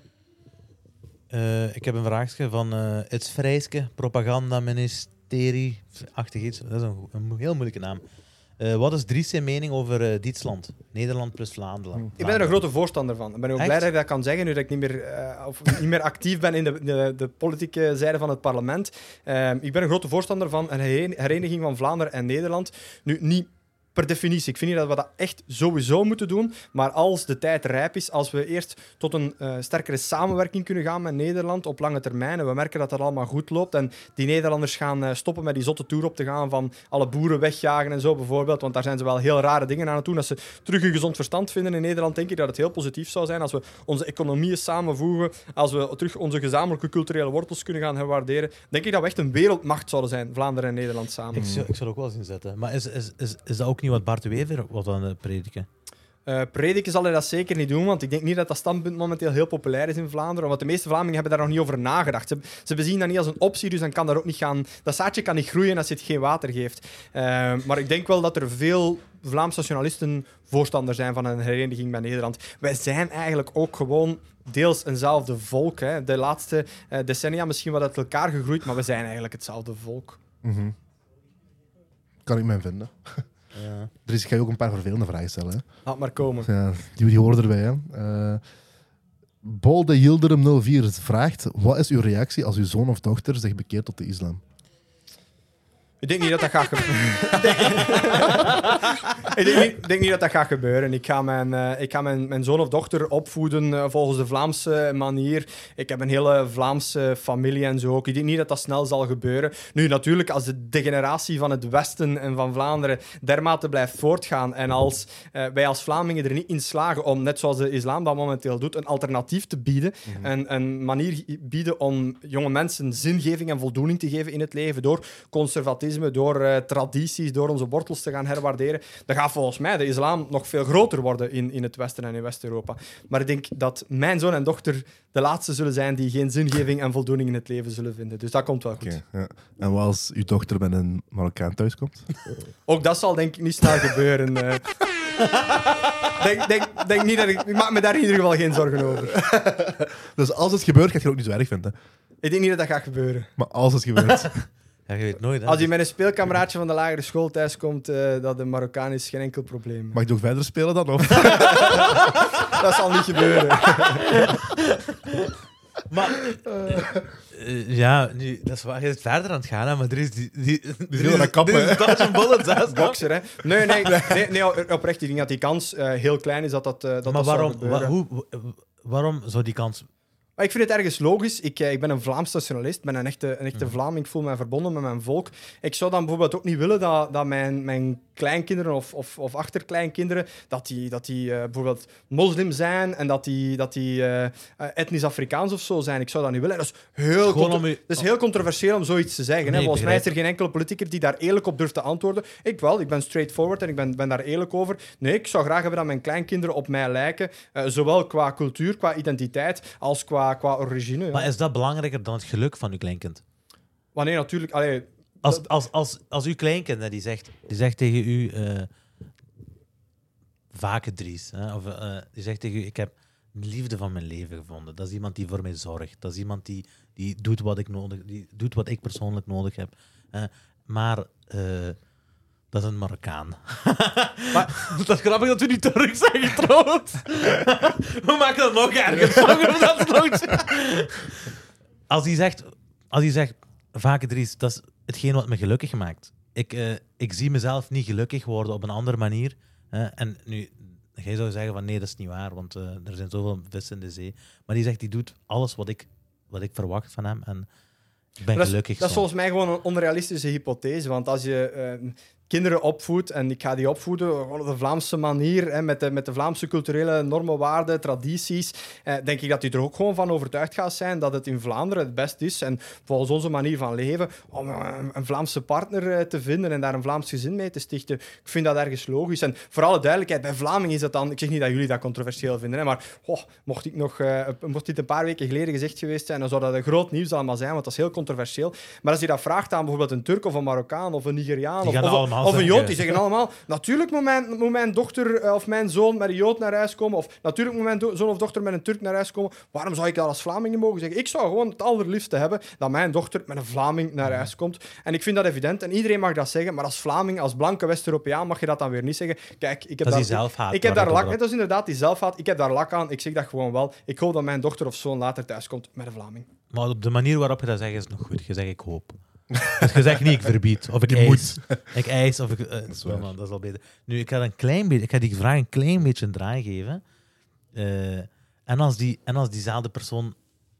Eh, ik heb een vraagje van eh het Vrijske Propagandaministerie. Achtig iets. Dat is een, go- een heel moeilijke naam. Eh, wat is Dries zijn mening over uh, Duitsland? Nederland plus Vlaanderen. Ik ben er een grote voorstander van. Ik ben ook Echt? blij dat ik dat kan zeggen, nu dat ik niet meer, eh, of niet meer actief ben in de, de, de politieke zijde van het parlement. Eh, ik ben een grote voorstander van een heren- hereniging van Vlaanderen en Nederland. Nu, niet per definitie. Ik vind niet dat we dat echt sowieso moeten doen, maar als de tijd rijp is, als we eerst tot een uh, sterkere samenwerking kunnen gaan met Nederland op lange termijn, en we merken dat dat allemaal goed loopt, en die Nederlanders gaan uh, stoppen met die zotte tour op te gaan van alle boeren wegjagen en zo bijvoorbeeld, want daar zijn ze wel heel rare dingen aan het doen. Als ze terug een gezond verstand vinden in Nederland, denk ik dat het heel positief zou zijn als we onze economieën samenvoegen, als we terug onze gezamenlijke culturele wortels kunnen gaan herwaarderen, denk ik dat we echt een wereldmacht zouden zijn, Vlaanderen en Nederland samen. Ik zou, ik zou er ook wel eens in zetten. Maar is, is, is, is dat ook niet wat Bart de Wever wat aan het prediken? Uh, prediken zal hij dat zeker niet doen, want ik denk niet dat dat standpunt momenteel heel populair is in Vlaanderen, want de meeste Vlamingen hebben daar nog niet over nagedacht. Ze, ze bezien dat niet als een optie, dus dan kan daar ook niet gaan... Dat zaadje kan niet groeien als je het geen water geeft. Uh, maar ik denk wel dat er veel Vlaamse nationalisten voorstander zijn van een hereniging met Nederland. Wij zijn eigenlijk ook gewoon deels eenzelfde volk. Hè. De laatste uh, decennia misschien wat uit elkaar gegroeid, maar we zijn eigenlijk hetzelfde volk. Mhm. Kan ik mij vinden. Ja. Dries, ik ga je ook een paar vervelende vragen stellen. Hè. Laat maar komen. Ja, die, die horen erbij. Hè. Uh, Bolde Yildirim nul vier vraagt: wat is uw reactie als uw zoon of dochter zich bekeert tot de islam? Ik denk niet dat dat gaat gebeuren. ik denk niet, denk niet dat dat gaat gebeuren. Ik ga mijn, uh, ik ga mijn, mijn zoon of dochter opvoeden uh, volgens de Vlaamse manier. Ik heb een hele Vlaamse familie en zo ook. Ik denk niet dat dat snel zal gebeuren. Nu, natuurlijk, als de degeneratie van het Westen en van Vlaanderen dermate blijft voortgaan en als uh, wij als Vlamingen er niet in slagen om, net zoals de islam dat momenteel doet, een alternatief te bieden, mm-hmm. een, een manier bieden om jonge mensen zingeving en voldoening te geven in het leven door conservatisme, door uh, tradities, door onze wortels te gaan herwaarderen, dan gaat volgens mij de islam nog veel groter worden in, in het Westen en in West-Europa. Maar ik denk dat mijn zoon en dochter de laatste zullen zijn die geen zingeving en voldoening in het leven zullen vinden. Dus dat komt wel goed. Okay, ja. En wat als uw dochter met een Marokkaan thuiskomt? Ook dat zal denk ik niet snel gebeuren. Uh. denk, denk, denk niet dat ik, ik maak me daar in ieder geval geen zorgen over. Dus als het gebeurt, ga je het ook niet zo erg vinden? Ik denk niet dat dat gaat gebeuren. Maar als het gebeurt... Ja, je weet nooit, hè? Als hij met een speelkameraadje van de lagere school thuis komt, uh, dat de Marokkaan is, geen enkel probleem. Mag je ook verder spelen dan? Of? Dat zal niet gebeuren. Maar... Uh, uh, ja, nu, dat is waar. Je is verder aan het gaan, hè, maar er is die... die er is een kappen, hè? Dodge and bullets, hè? Boxer, hè? Nee, nee, nee, nee, oprecht. Ik denk dat die kans uh, heel klein is dat dat, uh, dat, maar dat waarom, zal gebeuren. Wa- hoe, waarom zou die kans... Maar ik vind het ergens logisch. Ik, ik ben een Vlaams nationalist, ik ben een echte, een echte Vlaming. Ik voel me verbonden met mijn volk. Ik zou dan bijvoorbeeld ook niet willen dat, dat mijn, mijn kleinkinderen of, of, of achterkleinkinderen dat die, dat die uh, bijvoorbeeld moslim zijn en dat die, dat die uh, etnisch Afrikaans of zo zijn. Ik zou dat niet willen. Dat is heel, contra- je... dat is heel controversieel om zoiets te zeggen. Nee, hè. Volgens mij is er geen enkele politicus die daar eerlijk op durft te antwoorden. Ik wel, ik ben straightforward en ik ben, ben daar eerlijk over. Nee, ik zou graag hebben dat mijn kleinkinderen op mij lijken. Uh, zowel qua cultuur, qua identiteit, als qua, qua origine. Ja. Maar is dat belangrijker dan het geluk van uw kleinkind? Wanneer natuurlijk... Allee, Als, als, als, als uw kleinkind hè, die zegt, die zegt tegen u... Uh, Vake Dries. Hè, of uh, die zegt tegen u... Ik heb de liefde van mijn leven gevonden. Dat is iemand die voor mij zorgt. Dat is iemand die, die, doet, wat ik nodig, die doet wat ik persoonlijk nodig heb. Uh, maar... Uh, dat is een Marokkaan. Maar, dat is grappig dat u niet Turks zeggen, trouwens. We maken dat nog ergens. Als hij zegt... Als hij zegt... Vake Dries, dat is hetgeen wat me gelukkig maakt. Ik, uh, ik zie mezelf niet gelukkig worden op een andere manier. Uh, en nu... Jij zou zeggen van nee, dat is niet waar, want uh, er zijn zoveel vissen in de zee. Maar die zegt, die doet alles wat ik, wat ik verwacht van hem. En ik ben dat gelukkig. Is, dat is volgens mij gewoon een onrealistische hypothese. Want als je uh, kinderen opvoedt, en ik ga die opvoeden gewoon op de Vlaamse manier, hè, met, de, met de Vlaamse culturele normen, waarden, tradities, eh, denk ik dat die er ook gewoon van overtuigd gaat zijn dat het in Vlaanderen het best is. En volgens onze manier van leven, om een, een Vlaamse partner uh, te vinden en daar een Vlaams gezin mee te stichten. Ik vind dat ergens logisch. En voor alle duidelijkheid, bij Vlamingen is dat dan... Ik zeg niet dat jullie dat controversieel vinden, hè, maar oh, mocht, ik nog, uh, mocht dit een paar weken geleden gezegd geweest zijn, dan zou dat een groot nieuws allemaal zijn, want dat is heel controversieel. Maar als je dat vraagt aan bijvoorbeeld een Turk of een Marokkaan of een Nigeriaan of, of, of een Jood, die zeggen allemaal, natuurlijk moet mijn, moet mijn dochter uh, of mijn zoon met een Jood naar huis komen, of natuurlijk moet mijn do- zoon of dochter met een Turk naar huis komen. Waarom zou ik dat als Vlaming niet mogen zeggen? Ik zou gewoon het allerliefste hebben dat mijn dochter met een Vlaming naar huis komt. En ik vind dat evident. En iedereen mag dat zeggen, maar als Vlaming, als blanke West-Europeaan, mag je dat dan weer niet zeggen. Kijk, ik heb dat daar, is die zelfhaat. Ik heb daar lak, dat is inderdaad die zelfhaat. Ik heb daar lak aan. Ik zeg dat gewoon wel. Ik hoop dat mijn dochter of zoon later thuis komt met een Vlaming. Maar op de manier waarop je dat zegt is nog goed. Je zegt ik hoop. Dus je zegt niet ik verbied of ik Je eis. moet. Ik eis of ik... Uh, dat, is wel, man, dat is al beter. Nu, ik ga, een klein beetje, ik ga die vraag een klein beetje een draai geven. Uh, en, als die, en als diezelfde persoon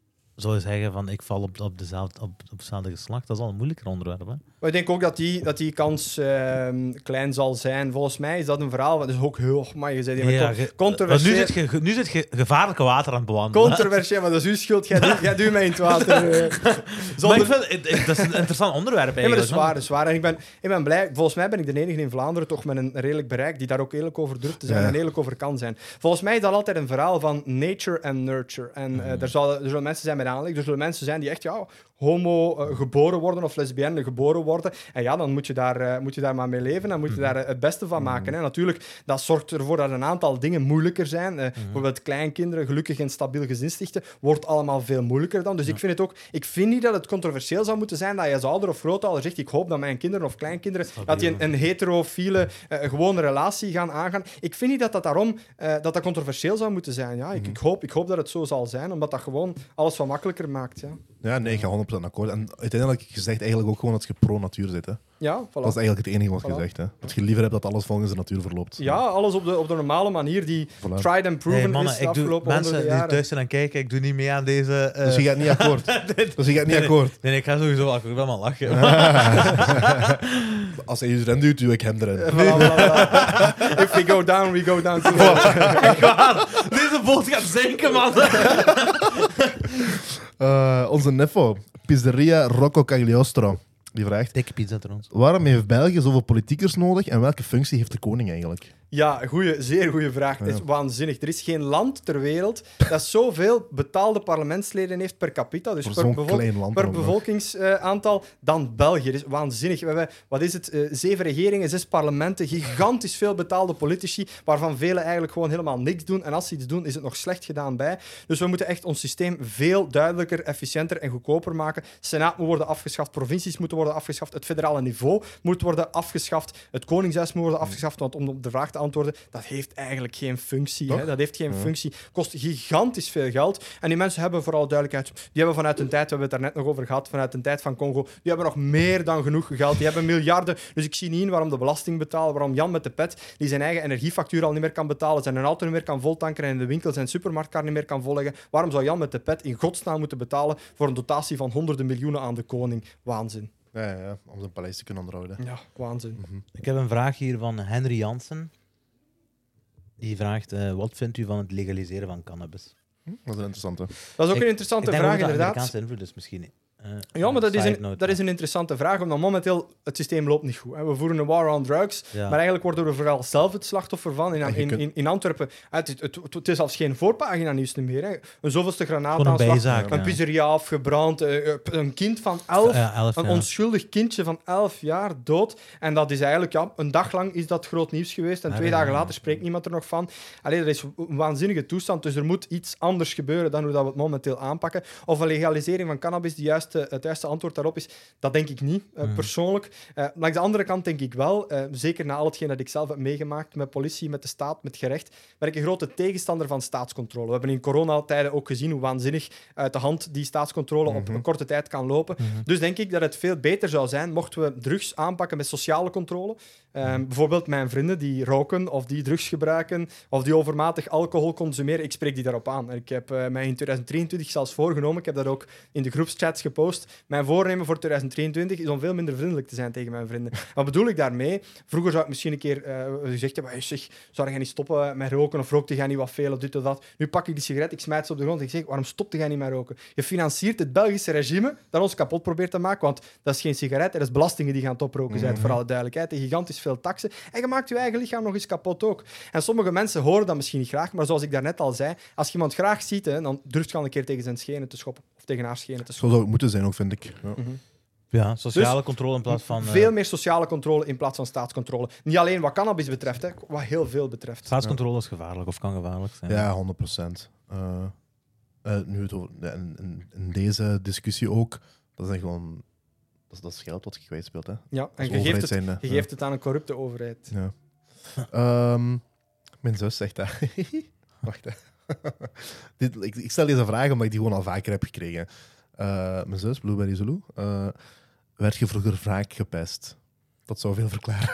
zou zeggen van ik val op, op, dezelfde, op, op hetzelfde geslacht, dat is al een moeilijker onderwerp. Hè? Maar ik denk ook dat die, dat die kans uh, klein zal zijn. Volgens mij is dat een verhaal, dat is ook heel... Maar je zei, ja, con- controversieel. Nu zit, je, nu zit je gevaarlijke water aan het bewandelen. Controversieel, maar dat is uw schuld. Jij duwt, jij duwt mij in het water. Uh, zonder... Maar ik vind, dat is een interessant onderwerp eigenlijk. Ja, maar dat is waar, dat is waar. En ik ben, ik ben blij. Volgens mij ben ik de enige in Vlaanderen toch met een redelijk bereik die daar ook eerlijk over durft te zijn ja. en eerlijk over kan zijn. Volgens mij is dat altijd een verhaal van nature en nurture. En uh, mm. er, zal, er zullen mensen zijn met aanleg, er zullen mensen zijn die echt ja, homo uh, geboren worden of lesbienne geboren worden. En ja, dan moet je daar, uh, moet je daar maar mee leven en moet je mm. daar uh, het beste van maken. Hè. Natuurlijk, dat zorgt ervoor dat een aantal dingen moeilijker zijn. Uh, mm. Bijvoorbeeld kleinkinderen, gelukkig en stabiel gezin stichten, wordt allemaal veel moeilijker dan. Dus ja. ik vind het ook... Ik vind niet dat het controversieel zou moeten zijn dat je als ouder of grootouder zegt ik hoop dat mijn kinderen of kleinkinderen stabiel. dat die een, een heterofiele, uh, gewone relatie gaan aangaan. Ik vind niet dat dat daarom uh, dat dat controversieel zou moeten zijn. Ja, ik, mm. ik, hoop, ik hoop dat het zo zal zijn, omdat dat gewoon alles van makkelijk makkelijker maakt. Ja, Ja, nee, ik ga honderd procent akkoord. En uiteindelijk, je zegt eigenlijk ook gewoon dat je pro-natuur zit. Hè. ja voilà. Dat is eigenlijk het enige wat je Voilà. zegt. Hè. Dat je liever hebt dat alles volgens de natuur verloopt. Ja, alles op de, op de normale manier die Voilà. tried and proven Hey, mannen, is de ik doe, afgelopen mensen honderden die jaren. thuis zijn en kijken, ik doe niet mee aan deze... eh, Dus je gaat niet akkoord. Dus je gaat niet nee, akkoord. Nee, nee, ik ga sowieso akkoord. Ik ben maar lachen. Als hij je erin duwt, duw ik hem erin. Eh, voilà, voilà, voilà. If we go down, we go down together. Echt waar. Deze boot gaat zinken, man. Uh, onze neffo, Pizzeria Rocco Cagliostro, die vraagt: Dikke pizza trouwens. waarom heeft België zoveel politiekers nodig en welke functie heeft de koning eigenlijk? Ja, goeie, zeer goede vraag. Het is Ja. waanzinnig. Er is geen land ter wereld dat zoveel betaalde parlementsleden heeft per capita, dus Voor per, zo'n bevolk- klein land per dan ook nog. bevolkingsaantal, dan België. Dat is waanzinnig. We hebben, wat is het, eh, zeven regeringen, zes parlementen, gigantisch veel betaalde politici, waarvan velen eigenlijk gewoon helemaal niks doen. En als ze iets doen, is het nog slecht gedaan bij. Dus we moeten echt ons systeem veel duidelijker, efficiënter en goedkoper maken. Senaat moet worden afgeschaft, provincies moeten worden afgeschaft, het federale niveau moet worden afgeschaft, het Koningshuis moet worden afgeschaft, want om op de vraag te antwoorden, dat heeft eigenlijk geen functie. Hè? Dat heeft geen Ja. functie. Kost gigantisch veel geld. En die mensen hebben, vooral duidelijkheid, die hebben vanuit een tijd, we hebben het daar net nog over gehad, vanuit een tijd van Congo, die hebben nog meer dan genoeg geld. Die hebben miljarden. Dus ik zie niet in waarom de belasting betalen, waarom Jan met de pet, die zijn eigen energiefactuur al niet meer kan betalen, zijn een auto niet meer kan voltanken en in de winkel zijn supermarktkar niet meer kan volleggen. Waarom zou Jan met de pet in godsnaam moeten betalen voor een dotatie van honderden miljoenen aan de koning? Waanzin. Ja, ja, ja, om zijn paleis te kunnen onderhouden. Ja, waanzin. Mhm. Ik heb een vraag hier van Henry Jansen. Die vraagt, eh, wat vindt u van het legaliseren van cannabis? Dat is een interessante. Dat is ook Ik- een interessante Ik denk vraag, ook dat inderdaad. Amerikaanse invloed is misschien. eh, Ja, maar dat is, side een, note, dat is ja. een interessante vraag, omdat momenteel het systeem loopt niet goed. Hè. We voeren een war on drugs, Ja. maar eigenlijk worden we vooral zelf het slachtoffer van. In, En je in, kunt- in, in Antwerpen, het, het, het, het is zelfs geen voorpagina nieuws meer. Hè. Een zoveelste Gewoon een granaataanslag, bijzaak. een ja. pizzeria afgebrand, eh, een kind van elf, Ja, elf, een ja. onschuldig kindje van elf jaar dood. En dat is eigenlijk, ja, een dag lang is dat groot nieuws geweest en Ja, twee ja, dagen ja. later spreekt niemand er nog van. Allee, dat is een waanzinnige toestand, dus er moet iets anders gebeuren dan hoe dat we het momenteel aanpakken. Of een legalisering van cannabis die juiste, het juiste antwoord daarop is, dat denk ik niet, uh, Mm. persoonlijk. Uh, langs de andere kant denk ik wel, uh, zeker na al hetgeen dat ik zelf heb meegemaakt met politie, met de staat, met gerecht, ben ik een grote tegenstander van staatscontrole. We hebben in coronatijden ook gezien hoe waanzinnig uit de hand die staatscontrole op Mhm. een korte tijd kan lopen. Mhm. Dus denk ik dat het veel beter zou zijn mochten we drugs aanpakken met sociale controle. Um, bijvoorbeeld mijn vrienden die roken of die drugs gebruiken of die overmatig alcohol consumeren, ik spreek die daarop aan. Ik heb uh, mij in tweeduizend drieëntwintig zelfs voorgenomen, ik heb dat ook in de groepschats gepost. Mijn voornemen voor tweeduizend drieëntwintig is om veel minder vriendelijk te zijn tegen mijn vrienden. Wat bedoel ik daarmee? Vroeger zou ik misschien een keer uh, gezegd hebben, hey, zeg, zou jij niet stoppen met roken of rookte jij niet wat veel of dit of dat? Nu pak ik die sigaret, ik smijt ze op de grond en ik zeg, waarom stopte jij niet met roken? Je financiert het Belgische regime dat ons kapot probeert te maken, want dat is geen sigaret, dat is belastingen die gaan toproken zijn, Mhm. voor alle duidelijkheid. En gigantisch veel taxen. En je maakt je eigen lichaam nog eens kapot ook. En sommige mensen horen dat misschien niet graag, maar zoals ik daarnet al zei, als je iemand graag ziet, hè, dan durft je al een keer tegen zijn schenen te schoppen. Of tegen haar schenen te Zo schoppen. zou het moeten zijn ook, vind ik. Ja. Mhm. Ja, sociale controle in plaats van... eh, Veel meer sociale controle in plaats van staatscontrole. Niet alleen wat cannabis betreft, hè, wat heel veel betreft. Staatscontrole is gevaarlijk of kan gevaarlijk zijn. Ja, honderd procent. Uh, uh, nu het over, ja, in, in, in deze discussie ook, dat is echt gewoon... Dat is, dat is geld wat je kwijtspeelt, hè. Ja, Als en je overheid geeft, het, zijnde. je geeft het aan een corrupte overheid. Ja. Ehm, mijn zus zegt dat. Wacht, hè. Dit, ik, ik stel deze vraag omdat ik die gewoon al vaker heb gekregen. Uh, mijn zus, Blueberry Zulu, uh, werd je vroeger vaak gepest? Dat zou veel verklaren.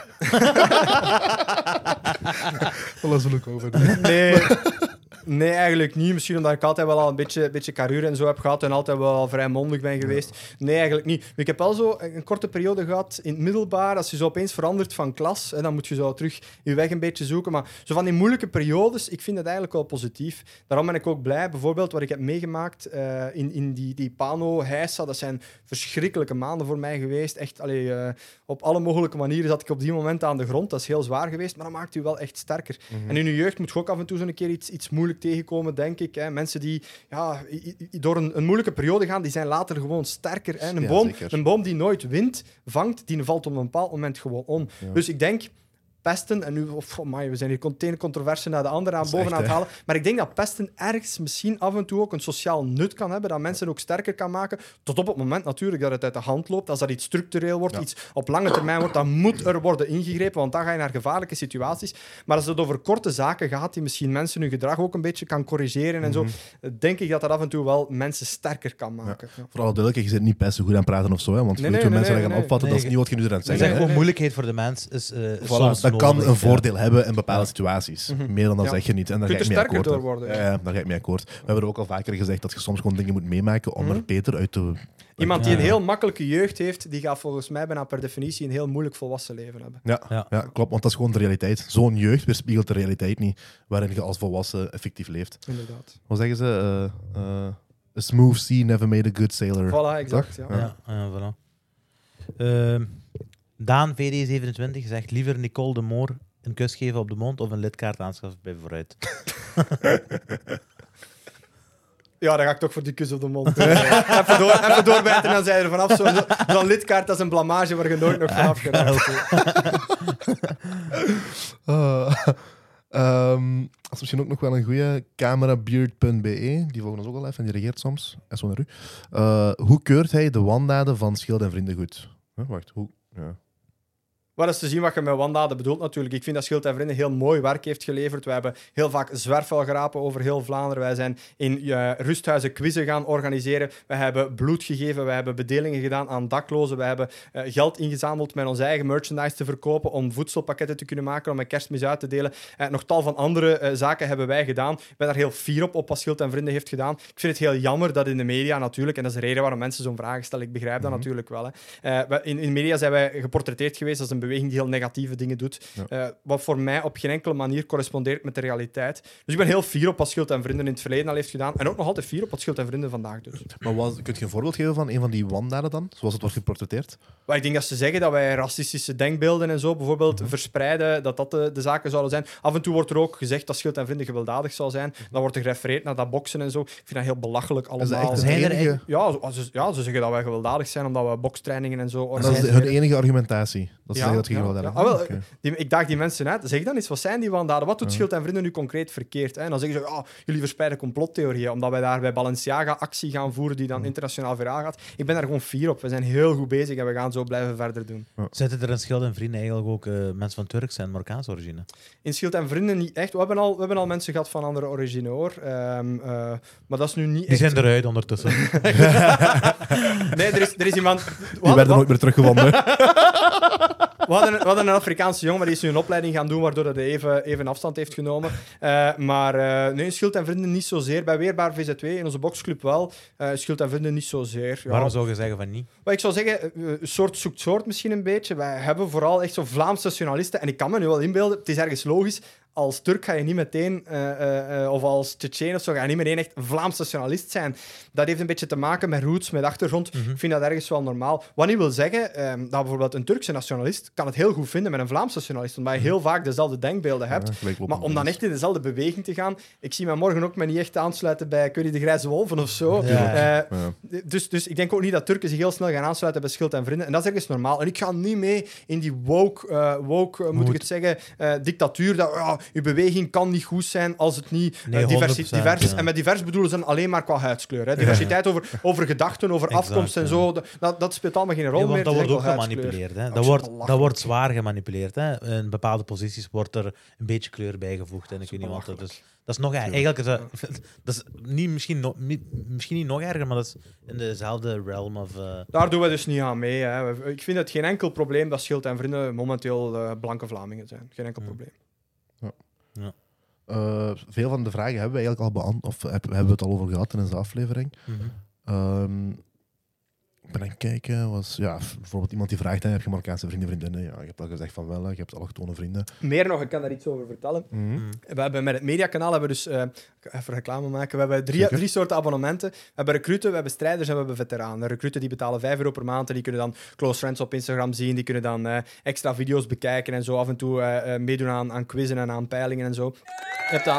Alles wil ik over. Nee, nee, eigenlijk niet. Misschien omdat ik altijd wel al een beetje, beetje carrure en zo heb gehad en altijd wel al vrij mondig ben geweest. Nee, eigenlijk niet. Ik heb wel zo een korte periode gehad in het middelbaar, als je zo opeens verandert van klas, hè, dan moet je zo terug je weg een beetje zoeken. Maar zo van die moeilijke periodes, ik vind het eigenlijk wel positief. Daarom ben ik ook blij, bijvoorbeeld wat ik heb meegemaakt uh, in, in die, die Pano, Heisa, dat zijn verschrikkelijke maanden voor mij geweest. Echt, allee, uh, op alle mogelijke manieren zat ik op die moment aan de grond. Dat is heel zwaar geweest, maar dat maakt u wel echt sterker. Mm-hmm. En in je jeugd moet je ook af en toe zo'n keer iets, iets moeilijk tegenkomen, denk ik. Hè. Mensen die ja, i- i- door een, een moeilijke periode gaan, die zijn later gewoon sterker. Hè. Een, Ja, boom, zeker. een boom die nooit wind vangt, die valt op een bepaald moment gewoon om. Ja. Dus ik denk, pesten, en nu, oh, amai, we zijn hier de ene controverse naar de andere aan boven echt, aan het hè? halen, maar ik denk dat pesten ergens misschien af en toe ook een sociaal nut kan hebben, dat mensen ook sterker kan maken, tot op het moment natuurlijk dat het uit de hand loopt. Als dat iets structureel wordt, Ja. iets op lange termijn wordt, dan moet er worden ingegrepen, want dan ga je naar gevaarlijke situaties. Maar als het over korte zaken gaat, die misschien mensen hun gedrag ook een beetje kan corrigeren en zo, denk ik dat dat af en toe wel mensen sterker kan maken. Ja. Voor alle duidelijkheid, je zit niet best zo goed aan praten of zo, hè, want Nee, nee, nee, mensen nee, dat gaan nee, opvatten, nee. dat is niet wat je nu aan het Nee, Ik zeggen zeg nee, bent. gewoon, nee. moeilijkheid voor de mens is uh, Voilà, soms dat kan nodig, een ja. voordeel hebben in bepaalde Ja. situaties. Mhm. Meer dan dat Ja. zeg je niet. En daar Je ga ik kunt mee er sterker akkoord. door hè. worden. Ja, ja, daar ga ik mee akkoord. We hebben er ook al vaker gezegd dat je soms gewoon dingen moet meemaken om Mhm. er beter uit te... Iemand die Ja. een heel makkelijke jeugd heeft, die gaat volgens mij bijna per definitie een heel moeilijk volwassen leven hebben. Ja, Ja. ja. klopt, want dat is gewoon de realiteit. Zo'n jeugd weerspiegelt de realiteit niet, waarin je als volwassen effectief leeft. Inderdaad. Wat zeggen ze? Uh, uh, a smooth sea never made a good sailor. Voilà, exact. Ja. Ja. Ja, ja, voilà. Ehm, Daan, V D zevenentwintig, zegt liever Nicole de Moor een kus geven op de mond of een lidkaart aanschaffen bij Vooruit. Ja, dan ga ik toch voor die kus op de mond. even, door, even doorbijten en dan zijn er vanaf. Zo'n zo, zo'n lidkaart, dat is een blamage waar je nooit nog vanaf geraakt. Uh, um, dat is misschien ook nog wel een goede. Camerabeard punt b e, die volgen ons ook al even en die reageert soms. En zo naar u. Uh, hoe keurt hij de wandaden van Schild en Vrienden goed? Huh, wacht, hoe? Ja. Maar dat is te zien wat je met wandaden bedoelt natuurlijk. Ik vind dat Schild en Vrienden heel mooi werk heeft geleverd. We hebben heel vaak zwerfvuilgrapen over heel Vlaanderen. Wij zijn in uh, rusthuizen quizzen gaan organiseren. We hebben bloed gegeven. We hebben bedelingen gedaan aan daklozen. We hebben uh, geld ingezameld met onze eigen merchandise te verkopen om voedselpakketten te kunnen maken, om met kerstmis uit te delen. Uh, nog tal van andere uh, zaken hebben wij gedaan. Ik ben daar heel fier op, op wat Schild en Vrienden heeft gedaan. Ik vind het heel jammer dat in de media natuurlijk, en dat is de reden waarom mensen zo'n vragen stellen, ik begrijp dat Mhm. natuurlijk wel. Hè. Uh, in, in de media zijn wij geportretteerd geweest als een beweging die heel negatieve dingen doet. Ja. Uh, wat voor mij op geen enkele manier correspondeert met de realiteit. Dus ik ben heel fier op wat Schild en Vrienden in het verleden al heeft gedaan. En ook nog altijd fier op wat Schild en Vrienden vandaag doet. Maar was, kun je een voorbeeld geven van een van die wandaden dan? Zoals het wordt geportretteerd? Maar ik denk dat ze zeggen dat wij racistische denkbeelden en zo bijvoorbeeld Mhm. verspreiden, dat dat de, de zaken zouden zijn. Af en toe wordt er ook gezegd dat Schild en Vrienden gewelddadig zou zijn. Dan wordt er gerefereerd naar dat boksen en zo. Ik vind dat heel belachelijk allemaal. Is dat echt het Zijn er enige, Ja, zo- ze, ja, ze zeggen dat wij gewelddadig zijn omdat we bokstrainingen en zo dat is de- organiseren. hun enige argumentatie. Dat ze Ja, zeggen dat je ja, gewelddadig ja. Ah, wel, Oké. Die, ik daag die mensen uit. Zeg dan eens, wat zijn die wandaden? Wat doet Ja. Schild en Vrienden nu concreet verkeerd? Hè? En dan zeggen ze, ah, jullie verspreiden complottheorieën, omdat wij daar bij Balenciaga actie gaan voeren die dan internationaal viraal gaat. Ik ben daar gewoon fier op. We zijn heel goed bezig en we gaan zo blijven verder doen. Zitten er in Schild en Vrienden eigenlijk ook uh, mensen van Turkse en Marokkaanse origine? In Schild en Vrienden niet echt. We hebben al, we hebben al mensen gehad van andere origine, hoor. Um, uh, maar dat is nu niet Die echt... zijn eruit ondertussen. Nee, er is, er is iemand... We Die hadden, werden nooit meer teruggevonden. we, hadden, we hadden een Afrikaanse jongen, maar die is nu een opleiding gaan doen, waardoor hij even, even afstand heeft genomen. Uh, maar uh, nee, Schild en Vrienden niet zozeer. Bij Weerbaar V Z twee, in onze boxclub wel. Uh, Schild en Vrienden niet zozeer. Ja. Waarom zou je zeggen van niet? Maar ik zou zeggen, uh, soort zoekt soort misschien een beetje. Wij hebben vooral echt zo Vlaamse nationalisten. En ik kan me nu wel inbeelden, het is ergens logisch. Als Turk ga je niet meteen, uh, uh, uh, of als Tsjetsjen of zo, ga je niet meteen echt een Vlaams nationalist zijn. Dat heeft een beetje te maken met roots, met achtergrond. Mhm. Ik vind dat ergens wel normaal. Wat niet wil zeggen, um, dat bijvoorbeeld een Turkse nationalist kan het heel goed vinden met een Vlaams nationalist, omdat je heel vaak dezelfde denkbeelden hebt. Ja, gelijk Maar om dan echt in dezelfde beweging te gaan... Ik zie mij morgen ook me niet echt aansluiten bij Curry de Grijze Wolven of zo. Ja. Uh, Ja. dus, dus ik denk ook niet dat Turken zich heel snel gaan aansluiten bij Schild en Vrienden. En dat is ergens normaal. En ik ga niet mee in die woke, uh, woke uh, moet Moet. ik het zeggen, uh, dictatuur. Dat uh, je beweging kan niet goed zijn als het niet uh, Nee, diversi- honderd procent, divers is. ja. En met divers bedoelen ze dan alleen maar qua huidskleur. Hè. Diversiteit over, over gedachten, over Exact, afkomst en ja. zo. Dat, dat speelt allemaal geen rol Ja, meer. want dat Het is wordt ook enkel huidskleur. gemanipuleerd. Hè. Dat Dat, is wordt, belachelijk. dat wordt zwaar gemanipuleerd. Hè. In bepaalde posities wordt er een beetje kleur bijgevoegd. En ik weet niet wat dat is. Dat is nog erger. Eigenlijk is dat, dat is niet, misschien, no, niet, misschien niet nog erger, maar dat is in dezelfde realm of. Uh... Daar doen we dus niet aan mee. Hè. Ik vind het geen enkel probleem dat Schild en Vrienden momenteel uh, blanke Vlamingen zijn. Geen enkel Hmm. probleem. Uh, veel van de vragen hebben we eigenlijk al beantwoord, of heb, hebben we het al over gehad in deze aflevering. Mm-hmm. Um, ik ben aan het kijken. Was, ja, bijvoorbeeld iemand die vraagt: hè, heb je Marokkaanse vrienden, vriendinnen? Ja, je hebt al gezegd van wel, hè, je hebt allochtone vrienden. Meer nog, ik kan daar iets over vertellen. Mm-hmm. Mm. We hebben met het mediakanaal hebben we dus, uh, ik ga even reclame maken, we hebben drie, Zeker. drie soorten abonnementen. We hebben recruten, we hebben strijders en we hebben veteranen. Recruten die betalen vijf euro per maand en die kunnen dan close friends op Instagram zien, die kunnen dan uh, extra video's bekijken en zo af en toe uh, uh, meedoen aan, aan quizzen en aan peilingen en zo. Je hebt dan...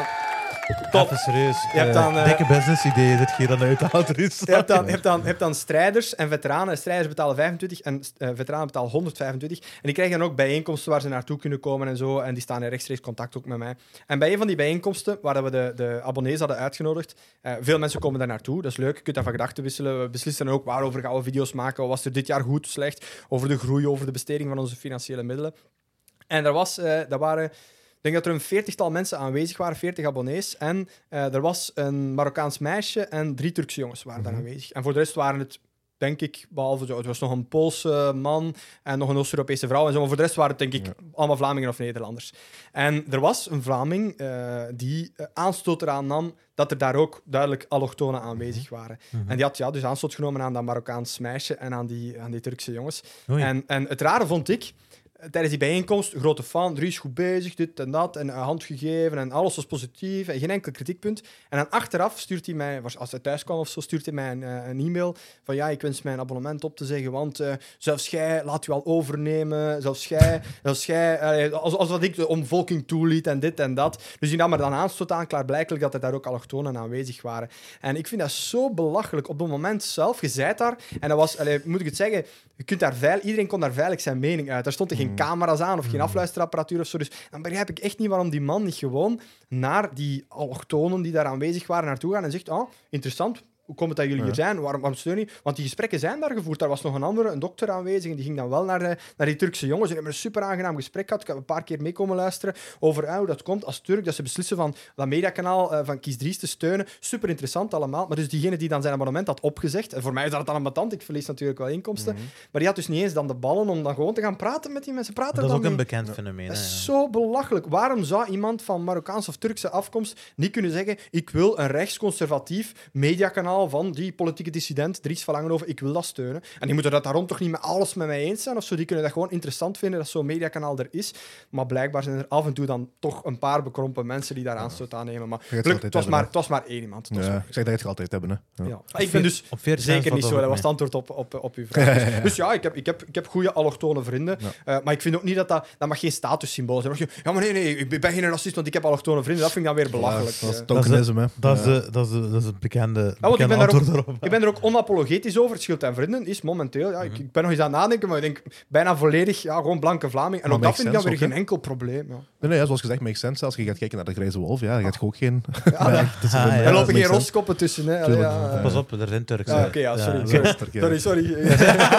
Top. Even serieus. Je hebt eh, dan, eh, dikke business ideeën dit je dan uithaalt. Dus. Je hebt dan, je hebt dan, je hebt dan strijders en veteranen. Strijders betalen vijfentwintig en uh, veteranen betalen honderdvijfentwintig. En die krijgen dan ook bijeenkomsten waar ze naartoe kunnen komen en zo. En die staan in rechtstreeks contact ook met mij. En bij een van die bijeenkomsten, waar we de, de abonnees hadden uitgenodigd, uh, veel mensen komen daar naartoe. Dat is leuk. Je kunt daar van gedachten wisselen. We beslissen dan ook waarover gaan we video's maken. Wat was er dit jaar goed, slecht? Over de groei, over de besteding van onze financiële middelen. En er was, uh, dat waren... Ik denk dat er een veertigtal mensen aanwezig waren, veertig abonnees. En uh, er was een Marokkaans meisje en drie Turkse jongens waren daar aanwezig. En voor de rest waren het, denk ik, behalve zo, het was nog een Poolse man en nog een Oost-Europese vrouw en zo. Maar voor de rest waren het, denk ik, ja. allemaal Vlamingen of Nederlanders. En er was een Vlaming uh, die uh, aanstoot eraan nam dat er daar ook duidelijk allochtonen aanwezig waren. Mm-hmm. En die had ja, dus aanstoot genomen aan dat Marokkaans meisje en aan die, aan die Turkse jongens. En, en het rare vond ik... Tijdens die bijeenkomst, grote fan, Dries is goed bezig, dit en dat, en een hand gegeven, en alles was positief, en geen enkel kritiekpunt. En dan achteraf stuurt hij mij, als hij thuis kwam of zo, stuurt hij mij een, een e-mail van ja, ik wens mijn abonnement op te zeggen, want uh, zelfs jij laat u al overnemen, zelfs jij, zelfs jij uh, als, als wat ik de omvolking toeliet en dit en dat. Dus die nam er dan aanstoot aan, klaarblijkelijk dat er daar ook allochtonen aanwezig waren. En ik vind dat zo belachelijk. Op het moment zelf, je zei daar, en dat was, allee, moet ik het zeggen, je kunt daar veil, iedereen kon daar veilig zijn mening uit. Daar stond er geen camera's aan of geen afluisterapparatuur of zo. Dus dan begrijp ik echt niet waarom die man niet gewoon naar die allochtonen die daar aanwezig waren naartoe gaan en zegt, oh, interessant, hoe komt het dat jullie ja. hier zijn? Waarom, waarom steun je? Want die gesprekken zijn daar gevoerd. Daar was nog een andere, een dokter aanwezig, en die ging dan wel naar, de, naar die Turkse jongens. En hebben een super aangenaam gesprek gehad. Ik heb een paar keer mee komen luisteren over uh, hoe dat komt als Turk, dat ze beslissen van dat mediakanaal uh, van Kies Dries te steunen. Super interessant allemaal. Maar dus diegene die dan zijn abonnement had opgezegd, en voor mij is dat dan een betant, ik verlies natuurlijk wel inkomsten, mm-hmm. maar die had dus niet eens dan de ballen om dan gewoon te gaan praten met die mensen. Praten dat is dan ook een mee. bekend fenomeen. Dat is ja. zo belachelijk. Waarom zou iemand van Marokkaanse of Turkse afkomst niet kunnen zeggen, ik wil een rechtsconservatief mediakanaal van die politieke dissident, Dries van Langenhoven, ik wil dat steunen. En die moeten dat daarom toch niet met alles met mij eens zijn of zo. Die kunnen dat gewoon interessant vinden dat zo'n mediakanaal er is. Maar blijkbaar zijn er af en toe dan toch een paar bekrompen mensen die daar ja. aanstoot aan nemen. Maar geluk, het, was maar, het was maar één iemand. Ja, ik zeg dat je het altijd hebben. Hè. Ja. Ja. Ik ben dus zeker niet zo. Dat was het antwoord op, op, op uw vraag. Ja, ja, ja. Dus ja, ik heb, ik heb, ik heb goede allochtone vrienden. Ja. Uh, maar ik vind ook niet dat dat... Dat mag geen statussymbool zijn. Ja, maar nee, nee, ik ben geen racist, want ik heb allochtone vrienden. Dat vind ik dan weer belachelijk. Ja, dat is tokenisme, hè. Dat is de, dat is de, dat is het bekende, ja, bekende ik antwoord ook, erop. Ik ben er ook onapologetisch over. Het scheelt aan vrienden is momenteel... Ja, mm-hmm. ik, ik ben nog eens aan het nadenken, maar ik denk bijna volledig ja, gewoon blanke Vlaming. En maar ook dat vind ik dan weer geen enkel probleem. Ja. Nee, nee, zoals gezegd, makes sense. Als je gaat kijken naar de Grijze Wolf, ja, dan gaat je ook geen... Ja, ja, ah, ja. Er lopen geen roskoppen tussen. Hè. Allee, ja, ja. Pas op, er zijn Turks. Ja, Oké, okay, ja, sorry. Ja, sorry, sorry. sorry.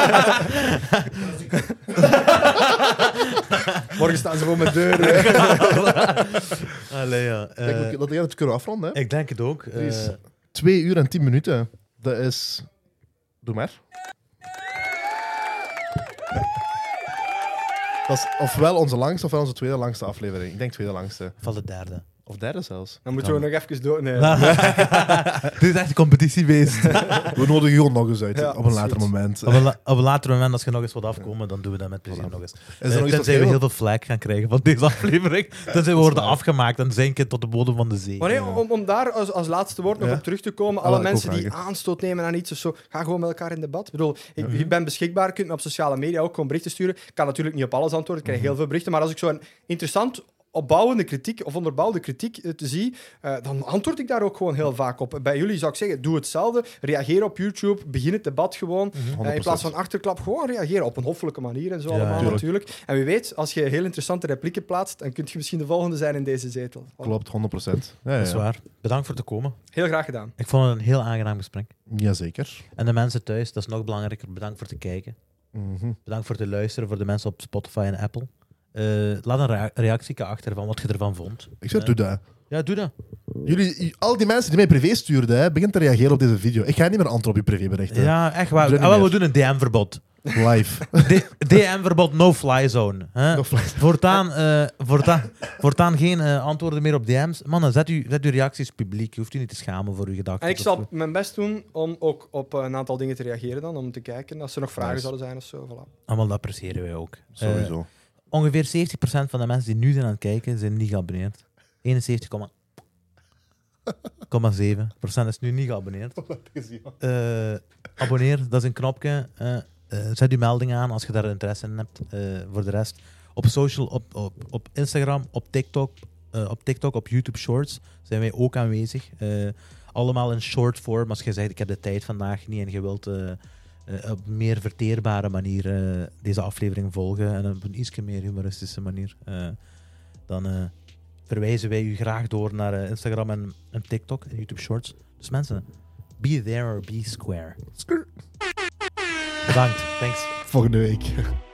Morgen staan ze voor mijn deur. Allee, ja. Uh, ik denk dat jij het kunnen afronden. Hè? Ik denk het ook. Uh, is twee uur en tien minuten. Dat is... Doe maar. Dat is ofwel onze langste, ofwel onze tweede langste aflevering. Ik denk tweede langste. Van de derde. Of derde zelfs. Dan moeten ja. we nog even door... Nee. Dit is echt een competitiebeest. We nodigen je nog eens uit ja, op een later goed. moment. Op een, la- op een later moment, als je nog eens wat afkomen, dan doen we dat met plezier voilà. nog eens. Is er uh, tenzij we heel veel flag gaan krijgen van deze aflevering. Tenzij we worden afgemaakt en zinken tot de bodem van de zee. Maar nee, om, om daar als, als laatste woord nog ja. op terug te komen, alle ah, mensen die aanstoot nemen aan iets of zo, gaan gewoon met elkaar in debat. Ik bedoel, ik, mm-hmm. ik ben beschikbaar, je kunt me op sociale media ook gewoon berichten sturen. Ik kan natuurlijk niet op alles antwoorden, ik krijg mm-hmm. heel veel berichten, maar als ik zo'n interessant... opbouwende kritiek of onderbouwde kritiek uh, te zien, uh, dan antwoord ik daar ook gewoon heel vaak op. Bij jullie zou ik zeggen, doe hetzelfde. Reageer op YouTube, begin het debat gewoon. Mm-hmm. Uh, in plaats van achterklap, gewoon reageren op een hoffelijke manier en zo ja, allemaal tuurlijk. natuurlijk. En wie weet, als je heel interessante replieken plaatst, dan kun je misschien de volgende zijn in deze zetel. Klopt, honderd procent. Ja, ja. Dat is waar. Bedankt voor het komen. Heel graag gedaan. Ik vond het een heel aangenaam gesprek. Jazeker. En de mensen thuis, dat is nog belangrijker. Bedankt voor het kijken. Mm-hmm. Bedankt voor het luisteren, voor de mensen op Spotify en Apple. Uh, laat een rea- reactie achter van wat je ervan vond. Ik zeg, uh, doe dat. Ja, doe dat. Jullie, al die mensen die mij privé stuurden, hè, begin te reageren op deze video. Ik ga niet meer antwoorden op je privéberichten. Ja, echt waar. Ah, wel, we doen een D M-verbod. Live. D M-verbod, no-fly zone. Hè? No fly. Voortaan, uh, voortaan, voortaan geen uh, antwoorden meer op D M's. Mannen, zet, u, zet uw reacties publiek. Je hoeft u niet te schamen voor uw gedachten. En ik zal mijn best doen om ook op een aantal dingen te reageren dan, om te kijken als er nog vragen nice. zouden zijn of zo. Voilà. Allemaal, dat appreciëren wij ook. Sowieso. Uh, Ongeveer zeventig procent van de mensen die nu zijn aan het kijken, zijn niet geabonneerd. eenenzeventig komma zeven procent is nu niet geabonneerd. Uh, abonneer, dat is een knopje. Uh, uh, zet je melding aan als je daar interesse in hebt. Uh, voor de rest, op social, op, op, op Instagram, op TikTok, uh, op TikTok, op YouTube Shorts zijn wij ook aanwezig. Uh, allemaal in short form. Als je zegt, ik heb de tijd vandaag niet en je wilt uh, uh, op een meer verteerbare manier uh, deze aflevering volgen en op een iets meer humoristische manier, uh, dan uh, verwijzen wij u graag door naar uh, Instagram en, en TikTok en YouTube Shorts. Dus mensen, be there or be square. Bedankt. Thanks. Volgende week.